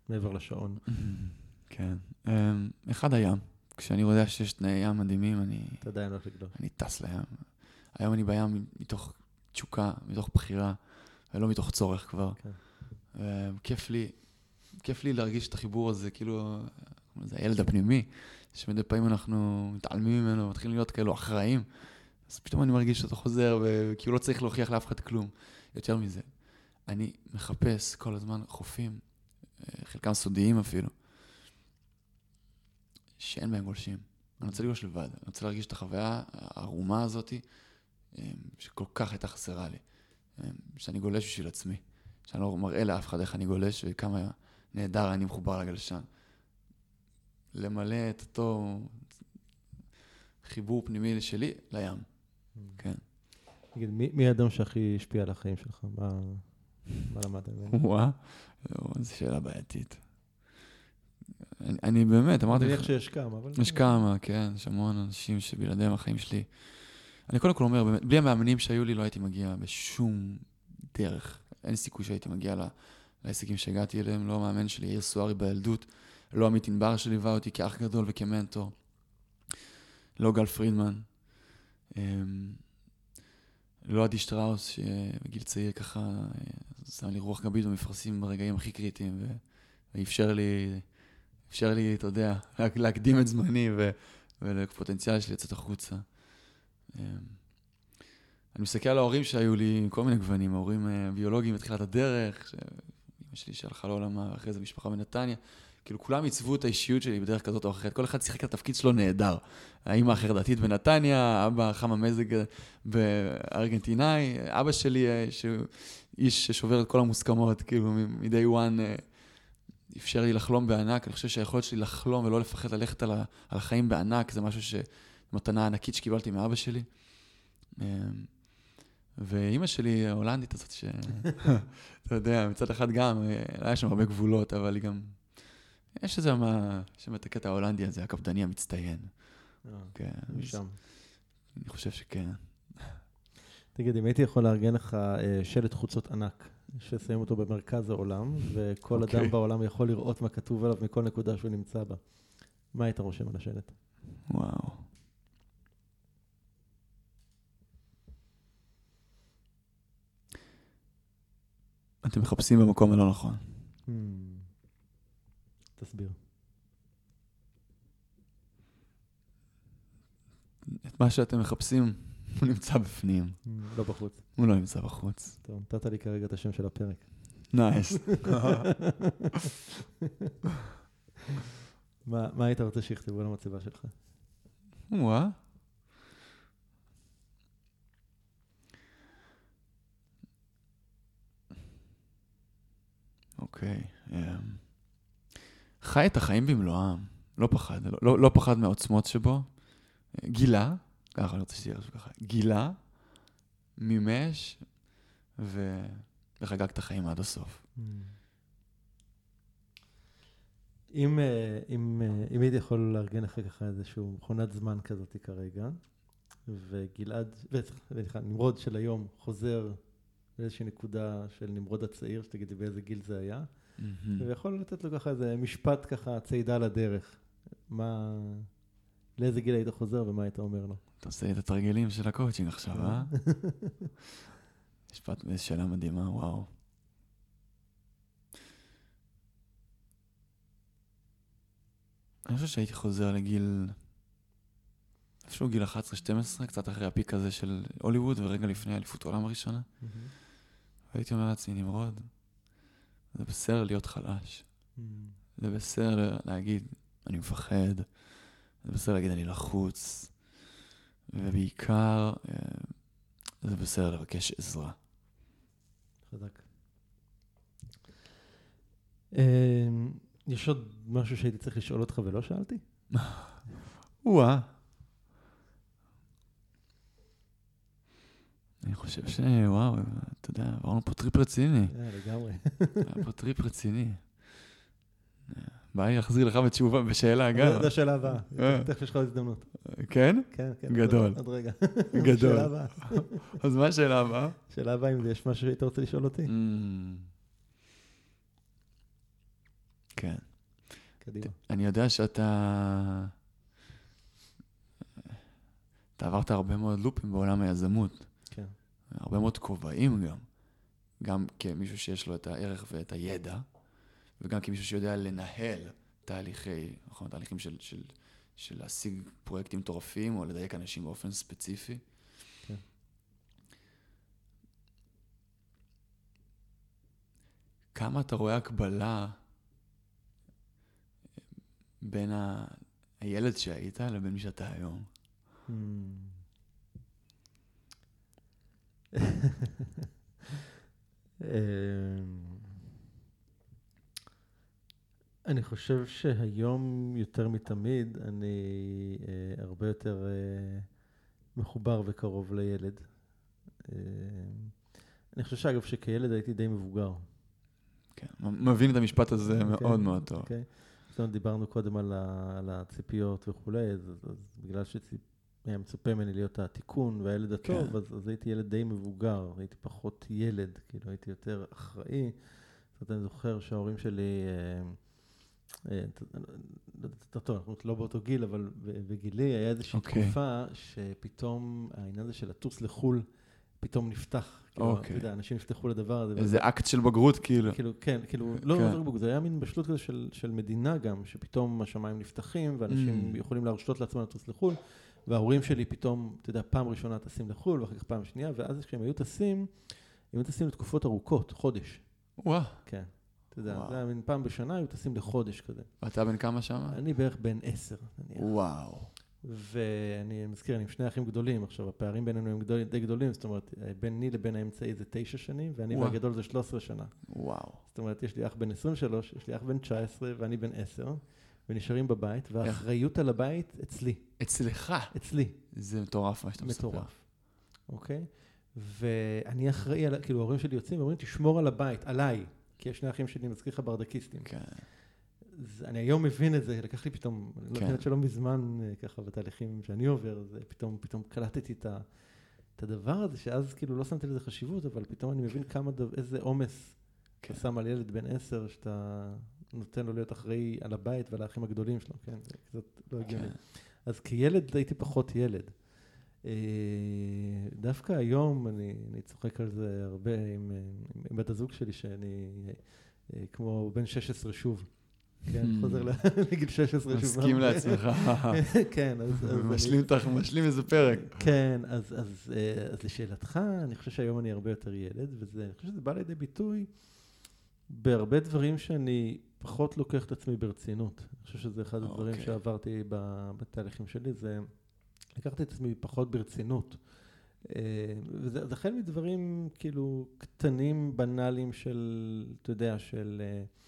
מעבר לשעון? כן. אחד הים. כשאני יודע שיש תנאי ים מדהימים, אתה עדיין הולך לגדול. אני טס לים. היום אני בים מתוך תשוקה, מתוך בחירה, ולא מתוך צורך כבר. כיף לי להרגיש את החיבור הזה, כאילו, זה הילד הפנימי, שמדי פעמים אנחנו מתעלמים ממנו, מתחילים להיות כאלו אחראים, אז פתאום אני מרגיש שאתה חוזר, וכאילו לא צריך להוכיח לאף אחד כלום. יותר מזה, אני מחפש כל הזמן חופים, חלקם סודיים אפילו, שאין בהם גולשים. אני רוצה לגלוש לבד, אני רוצה להרגיש את החוויה הערומה הזאת, שכל כך הייתה חסרה לי, שאני גולש בשביל עצמי, שאני לא מראה לאף אחד איך אני גולש, וכמה נהדר אני מחובר לגלשן. למלא את אותו חיבור פנימי שלי לים. כן. תגיד, מי האדם שהכי השפיע על החיים שלך? מה למדת ממנו? וואה, זו שאלה בעייתית. אני באמת, אמרתי לך... אני חושב שיש כמה, אבל... יש כמה, כן, יש המון אנשים שבלעדיהם החיים שלי. אני קודם כל אומר, באמת, בלי המאמנים שהיו לי לא הייתי מגיע בשום דרך. אין סיכוי שהייתי מגיע להישגים שהגעתי אליהם, לא המאמן שלי, יאיר סוארי בילדות, לא עמית ענבר שליווה אותי כאח גדול וכמנטור, לא גל פרידמן, לא עדי שטראוס, שבגיל צעיר ככה שם לי רוח גבית במפרשים ברגעים הכי קריטיים, ואפשר לי, אתה יודע, להקדים את זמני ולפוטנציאל שלי לצאת החוצה. אני מסתכל על ההורים שהיו לי עם כל מיני גוונים, ההורים ביולוגיים בתחילת הדרך, שאמא שלי שהלכה לעולמה, ואחרי זה משפחה בנתניה, כאילו כולם עיצבו את האישיות שלי בדרך כזאת או אחרת, כל אחד שיחק את התפקיד שלו נהדר. האמא החרדתית בנתניה, אבא חם המזג בארגנטינאי, אבא שלי שהוא איש ששובר את כל המוסכמות, כאילו מ-day one אפשר לי לחלום בענק. אני חושב שהיכולת שלי לחלום ולא לפחד ללכת על החיים בענק, זה משהו מתנה ענקית שקיבלתי מאבא שלי. ואימא שלי, ההולנדית הזאת, אתה יודע, מצד אחד גם, היה שם הרבה גבולות, אבל היא גם, יש איזה מה את הקטע ההולנדי הזה, הקפדני המצטיין. כן. משם. אני חושב שכן. תגיד, אם הייתי יכול לארגן לך שלט חוצות ענק, ששמים אותו במרכז העולם, וכל אדם בעולם יכול לראות מה כתוב עליו מכל נקודה שהוא נמצא בה, מה היית רושם על השלט? וואו. אתם מחפשים במקום הלא נכון. תסביר. את מה שאתם מחפשים, הוא נמצא בפנים. לא בחוץ. הוא לא נמצא בחוץ. טוב, נתת לי כרגע את השם של הפרק. נייס. מה היית רוצה שיכתבו על המצבה שלך? וואה. אוקיי. חי את החיים במלואם. לא פחד. לא פחד מהעוצמות שבו. גילה, ככה אני רוצה שתהיה רשו ככה. גילה, מימש, וחגג את החיים עד הסוף. אם הייתי יכול לארגן לך ככה איזשהו מכונת זמן כזאת כרגע, וגלעד, נמרוד של היום חוזר לאיזושהי נקודה של נמרוד הצעיר, שתגידי באיזה גיל זה היה, ויכול לתת לו ככה איזה משפט ככה צעידה לדרך. לאיזה גיל היית חוזר ומה היית אומר לו? אתה עושה לי את התרגלים של הקואוצ'ינג עכשיו, אה? משפט שאלה מדהימה, וואו. אני חושב שהייתי חוזר לגיל, איפשהו גיל 11-12, קצת אחרי הפיק הזה של הוליווד, ורגע לפני אליפות העולם הראשונה. והייתי אומר לעצמי, נמרוד, זה בסדר להיות חלש. זה בסדר להגיד, אני מפחד. זה בסדר להגיד, אני לחוץ. ובעיקר, זה בסדר לבקש עזרה. חזק. יש עוד משהו שהייתי צריך לשאול אותך ולא שאלתי? וואה. אני חושב שוואו, אתה יודע, עברנו פה טריפ רציני. לגמרי. היה פה טריפ רציני. באי אחזיר לך בתשובה, בשאלה גם. זו השאלה הבאה. תכף יש לך עוד הזדמנות. כן? כן, כן. גדול. עוד רגע. גדול. שאלה הבאה. אז מה השאלה הבאה? שאלה הבאה, אם יש משהו שהיית רוצה לשאול אותי. כן. קדימה. אני יודע שאתה עברת הרבה מאוד לופים בעולם היזמות. כן. הרבה מאוד כובעים גם. גם כמישהו שיש לו את הערך ואת הידע, וגם כמישהו שיודע לנהל תהליכים של להשיג פרויקטים מטורפים, או לדייק אנשים באופן ספציפי. כן. כמה אתה רואה הקבלה בין הילד שהיית לבין מי שאתה היום? אני חושב שהיום יותר מתמיד אני הרבה יותר מחובר וקרוב לילד. אני חושב שאגב שכילד הייתי די מבוגר. כן, מבין את המשפט הזה מאוד מאוד טוב. אוקיי. זאת אומרת, דיברנו קודם על הציפיות וכולי, אז בגלל שהיה מצופה ממני להיות התיקון והילד הטוב, אז הייתי ילד די מבוגר, הייתי פחות ילד, כאילו הייתי יותר אחראי. זאת אומרת, אני זוכר שההורים שלי, טוב, אנחנו לא באותו גיל, אבל בגילי היה איזושהי תקופה שפתאום העניין הזה של לטוס לחול, פתאום נפתח. אתה יודע, אנשים נפתחו לדבר הזה. איזה אקט של בגרות, כאילו. כן, כאילו, לא בגרות, זה היה מין בשלות כזה של מדינה גם, שפתאום השמיים נפתחים, ואנשים יכולים להרשות לעצמם לטוס לחול, וההורים שלי פתאום, אתה יודע, פעם ראשונה טסים לחול, ואחר כך פעם שנייה, ואז כשהם היו טסים לתקופות ארוכות, חודש. וואו. כן. אתה יודע, זה היה מין פעם בשנה, היו טסים לחודש כזה. ואתה בן כמה שמה? אני בערך בן 10. וואו. ואני מזכיר, אני עם שני אחים גדולים, עכשיו הפערים בינינו הם די גדולים, זאת אומרת, ביני לבין האמצעי זה 9 שנים, ואני והגדול זה 13 שנה. וואו. זאת אומרת, יש לי אח בן 23, יש לי אח בן 19, ואני בן 10, ונשארים בבית, והאחריות על הבית אצלי. אצלך? אצלי. זה מטורף מה שאתה מספר. מטורף. אוקיי? ואני אחראי, כאילו, ההורים שלי יוצאים ואומרים, תשמור על הבית, עליי, כי יש שני אחים שלי, מזכיר לך ברדקיסטים. כן. אני היום מבין את זה, לקח לי פתאום, לא יודעת שלא מזמן ככה בתהליכים שאני עובר, אז פתאום קלטתי את הדבר הזה, שאז כאילו לא שמתי לזה חשיבות, אבל פתאום אני מבין איזה עומס אתה שם על ילד בן 10, שאתה נותן לו להיות אחראי על הבית ועל האחים הגדולים שלו, כן? זה קצת לא הגיוני. אז כילד הייתי פחות ילד. דווקא היום אני צוחק על זה הרבה עם בת הזוג שלי, שאני כמו בן 16 שוב. כן, חוזר לגיל 16 שוב. מסכים לעצמך. כן, אז... משלים איזה פרק. כן, אז לשאלתך, אני חושב שהיום אני הרבה יותר ילד, ואני חושב שזה בא לידי ביטוי בהרבה דברים שאני פחות לוקח את עצמי ברצינות. אני חושב שזה אחד הדברים שעברתי בתהליכים שלי, זה לקחתי את עצמי פחות ברצינות. וזה החל מדברים כאילו קטנים, בנאליים של, אתה יודע, של...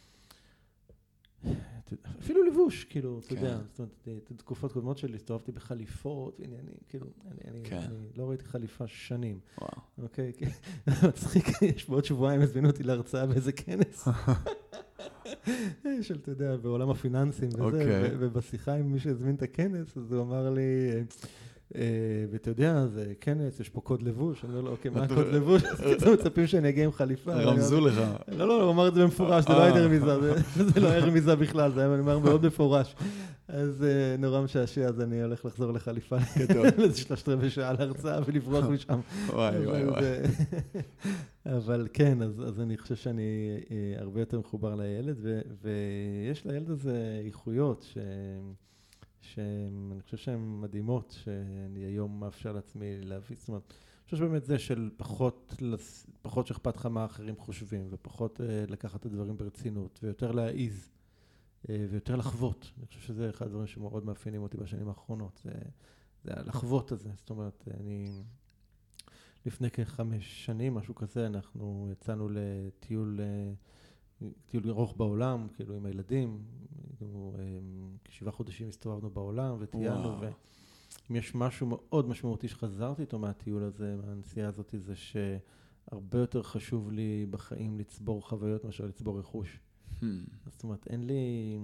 אפילו לבוש, כאילו, אתה יודע, זאת אומרת, תקופות קודמות שלי, הסתובבתי בחליפות, ועניינים, כאילו, אני לא ראיתי חליפה שנים. וואו. אוקיי, מצחיק, יש בעוד שבועיים הזמינו אותי להרצאה באיזה כנס. של, אתה יודע, בעולם הפיננסים וזה, ובשיחה עם מי שהזמין את הכנס, אז הוא אמר לי... ואתה יודע, זה כנס, יש פה קוד לבוש, אני אומר לו, אוקיי, מה הקוד לבוש? אז אתם מצפים שאני אגיע עם חליפה. רמזו לך. לא, הוא אמר את זה במפורש, זה לא היה רמיזה, זה לא היה רמיזה בכלל, זה היה אומר מאוד מפורש. אז נורא משעשע, אז אני הולך לחזור לחליפה, לזה 3/4 שעה להרצאה ולברוח משם. וואי. אבל כן, אז אני חושב שאני הרבה יותר מחובר לילד, ויש לילד הזה איכויות שאני חושב שהן מדהימות, שאני היום מאפשר לעצמי להביא, זאת אומרת, אני חושב שבאמת זה של פחות שאכפת לך מה האחרים חושבים, ופחות לקחת את הדברים ברצינות, ויותר להעיז, ויותר לחוות. אני חושב שזה אחד הדברים שמאוד מאפיינים אותי בשנים האחרונות, זה הלחוות הזה. זאת אומרת, לפני כ5 שנים, משהו כזה, אנחנו יצאנו לטיול ארוך בעולם, כאילו עם הילדים, כ7 חודשים הסתובבנו בעולם וטיילנו, ואם יש משהו מאוד משמעותי שחזרתי איתו מהטיול הזה, מהנסיעה הזאת, זה שהרבה יותר חשוב לי בחיים לצבור חוויות מאשר לצבור רכוש. זאת אומרת, אין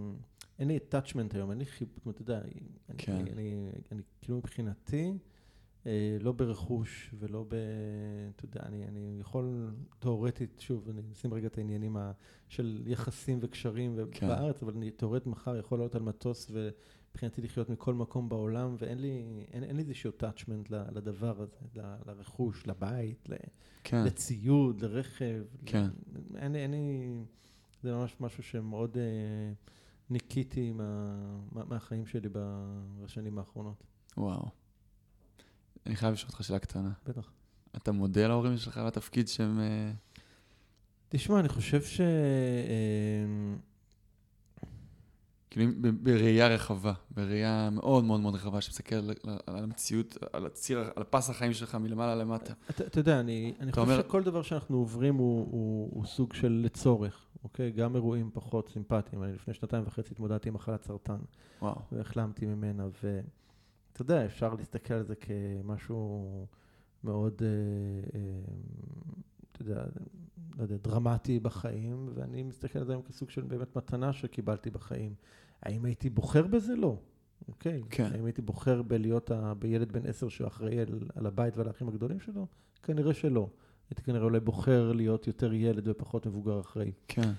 לי attachment היום, אין לי חיבור, אתה יודע, אני כאילו מבחינתי, לא ברכוש ולא אתה יודע, אני יכול תיאורטית, שוב, אני נשים רגע את העניינים של יחסים וקשרים בארץ, אבל אני תיאורטית מחר יכול לעלות על מטוס ובחינתי לחיות מכל מקום בעולם, ואין לי איזשהו attachment לדבר הזה, לרכוש, לבית, לציוד, לרכב. אין לי, זה ממש משהו שמאוד ניקיתי מהחיים שלי בשנים האחרונות. וואו. אני חייב לשאול אותך שאלה קטנה. בטח. אתה מודה להורים שלך על התפקיד שהם... תשמע, אני חושב כאילו, בראייה רחבה, בראייה מאוד מאוד מאוד רחבה, שמסתכל על המציאות, על הציר, על הפס החיים שלך מלמעלה למטה. אתה יודע, אני חושב שכל דבר שאנחנו עוברים הוא סוג של לצורך, אוקיי? גם אירועים פחות סימפטיים. אני לפני 2.5 התמודדתי עם מחלת סרטן. וואו. והחלמתי ממנה, אתה יודע, אפשר להסתכל על זה כמשהו מאוד, אתה יודע, לא יודע, דרמטי בחיים, ואני מסתכל על זה כסוג של באמת מתנה שקיבלתי בחיים. האם הייתי בוחר בזה? לא. אוקיי? כן. האם הייתי בוחר בלהיות בילד בן 10 שאחראי על הבית ועל האחים הגדולים שלו? כנראה שלא. הייתי כנראה אולי בוחר להיות יותר ילד ופחות מבוגר אחראי. כן.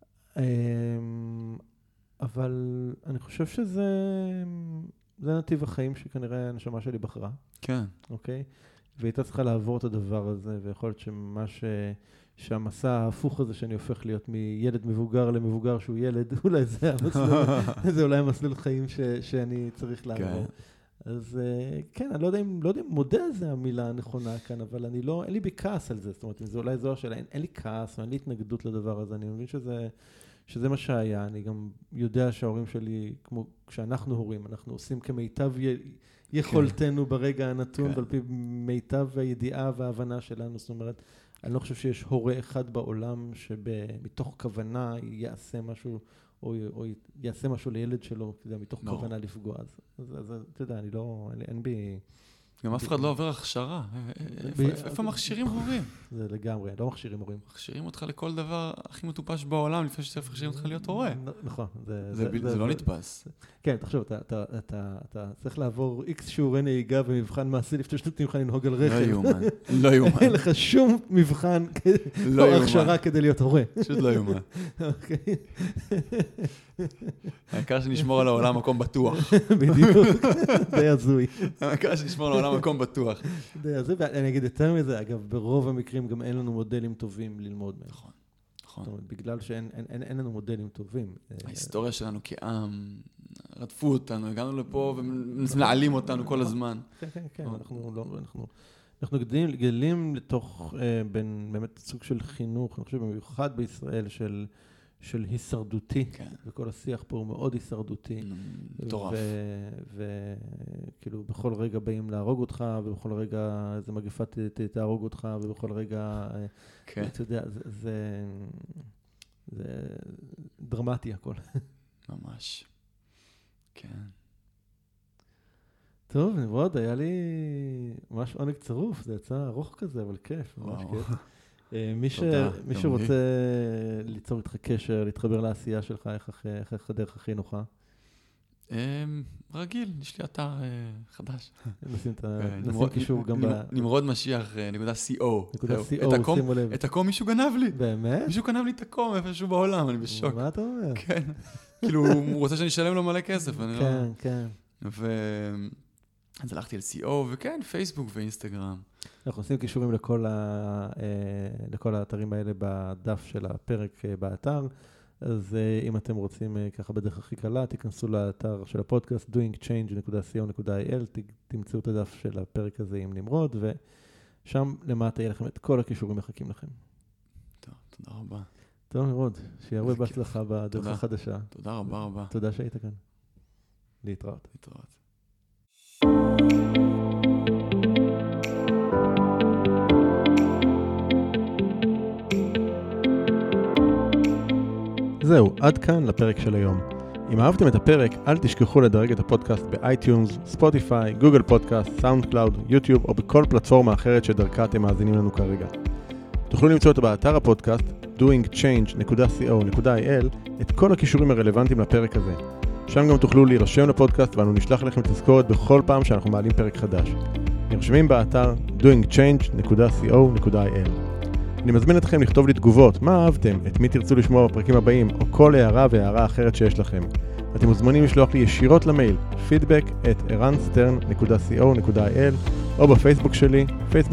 אבל אני חושב שזה נתיב החיים שכנראה הנשמה שלי בחרה. כן. אוקיי? והייתה צריכה לעבור את הדבר הזה, ויכול להיות שהמסע ההפוך הזה שאני הופך להיות מילד מבוגר למבוגר שהוא ילד, אולי זה המסלול, זה אולי המסלול חיים שאני צריך לעבור. אז כן, אני לא יודע אם מודה זה המילה הנכונה כאן, אבל אין לי בכעס על זה, זאת אומרת, זה אולי זו השאלה, אין לי כעס, אין לי התנגדות לדבר הזה, אני מבין שזה מה שהיה, אני גם יודע שההורים שלי, כמו כשאנחנו הורים, אנחנו עושים כמיטב יכולתנו ברגע הנתון, ועל פי מיטב הידיעה וההבנה שלנו, זאת אומרת, אני לא חושב שיש הורה אחד בעולם שמתוך כוונה יעשה משהו, או יעשה משהו לילד שלו, כדי מתוך כוונה לפגוע. אז אתה יודע, אין בי... גם אף אחד לא עובר הכשרה. איפה מכשירים הורים? זה לגמרי, לא מכשירים הורים. מכשירים אותך לכל דבר הכי מטופש בעולם, לפני שאתה מכשירים אותך להיות הורה. נכון. זה לא נתפס. כן, תחשוב, אתה צריך לעבור X שיעורי נהיגה ומבחן מעשי לפני שנותנים לך לנהוג על רכב. לא יומן. אין לך שום מבחן או הכשרה כדי להיות הורה. פשוט לא יומן. אוקיי. העיקר שנשמור על העולם מקום בטוח. בדיוק, די הזוי. העיקר שנשמור על העולם מקום בטוח. די הזוי, ואני אגיד יותר מזה, אגב, ברוב המקרים גם אין לנו מודלים טובים ללמוד מהם. נכון. זאת אומרת, בגלל שאין לנו מודלים טובים. ההיסטוריה שלנו כעם, רדפו אותנו, הגענו לפה ומעלים אותנו כל הזמן. כן, אנחנו גדלים לתוך באמת סוג של חינוך, אני חושב במיוחד בישראל של הישרדותי, וכל השיח פה הוא מאוד הישרדותי. מטורף. וכאילו בכל רגע באים להרוג אותך, ובכל רגע איזה מגפה תהרוג אותך, ובכל רגע, אתה יודע, זה דרמטי הכל. ממש. כן. טוב, נמרוד, היה לי ממש עונג צרוף, זה יצא ארוך כזה, אבל כיף, ממש כיף. מי שרוצה ליצור איתך קשר, להתחבר לעשייה שלך, איך הדרך הכי נוחה? רגיל, יש לי אתר חדש. נשים קישור גם נמרודמשיח.co. שימו לב. את הקום מישהו גנב לי. באמת? מישהו גנב לי את הקום איפשהו בעולם, אני בשוק. מה אתה אומר? כן. כאילו, הוא רוצה שאני אשלם לו מלא כסף. כן. אז הלכתי על CO, וכן, פייסבוק ואינסטגרם. אנחנו עושים קישורים לכל האתרים האלה בדף של הפרק באתר, אז אם אתם רוצים ככה בדרך הכי קלה, תיכנסו לאתר של הפודקאסט doingchange.co.il, תמצאו את הדף של הפרק הזה עם נמרוד, ושם למטה יהיה לכם את כל הקישורים מחכים לכם. טוב, תודה רבה. טוב, נמרוד, שיהיה הרבה בהצלחה בדרך החדשה. תודה רבה. תודה שהיית כאן. להתראות. זהו, עד כאן לפרק של היום. אם אהבתם את הפרק, אל תשכחו לדרג את הפודקאסט באייטיונס, ספוטיפיי, גוגל פודקאסט, סאונד קלאוד, יוטיוב או בכל פלטפורמה אחרת שדרכה אתם מאזינים לנו כרגע. תוכלו למצוא אותו באתר הפודקאסט doingchange.co.il את כל הכישורים הרלוונטיים לפרק הזה. שם גם תוכלו להירשם לפודקאסט ואנו נשלח לכם תזכורת בכל פעם שאנחנו מעלים פרק חדש. אני רושמים באתר doingchange.co.il. אני מזמין אתכם לכתוב לי תגובות, מה אהבתם, את מי תרצו לשמוע בפרקים הבאים, או כל הערה והערה אחרת שיש לכם. אתם מוזמנים לשלוח לי ישירות למייל, feedback@eranstern.co.il, או בפייסבוק שלי,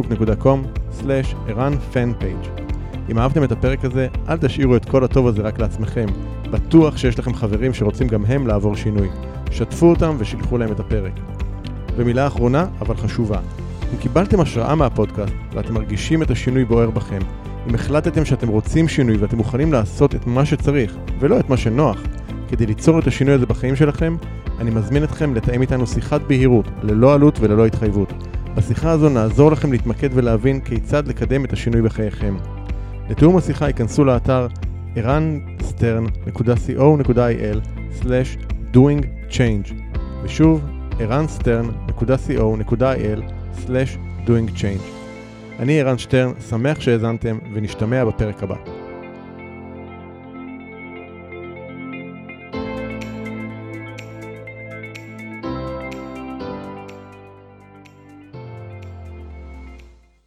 facebook.com/eranfanpage. אם אהבתם את הפרק הזה, אל תשאירו את כל הטוב הזה רק לעצמכם. בטוח שיש לכם חברים שרוצים גם הם לעבור שינוי. שתפו אותם ושילחו להם את הפרק. ומילה אחרונה, אבל חשובה. אם קיבלתם השראה מהפודקאסט ואתם מרגישים את השינוי בוער בכם, אם החלטתם שאתם רוצים שינוי ואתם מוכנים לעשות את מה שצריך ולא את מה שנוח, כדי ליצור את השינוי הזה בחיים שלכם, אני מזמין אתכם לתאם איתנו שיחת בהירות, ללא עלות וללא התחייבות. בשיחה הזו נעזור לכם להתמקד ולהבין כיצד לקדם את השינוי בחייכם. לתיאום השיחה ייכנסו לאתר eranstern.co.il/doingchange ושוב eranstern.co.il/doingchange. אני ערן שטרן, שמח שהאזנתם ונשתמע בפרק הבא.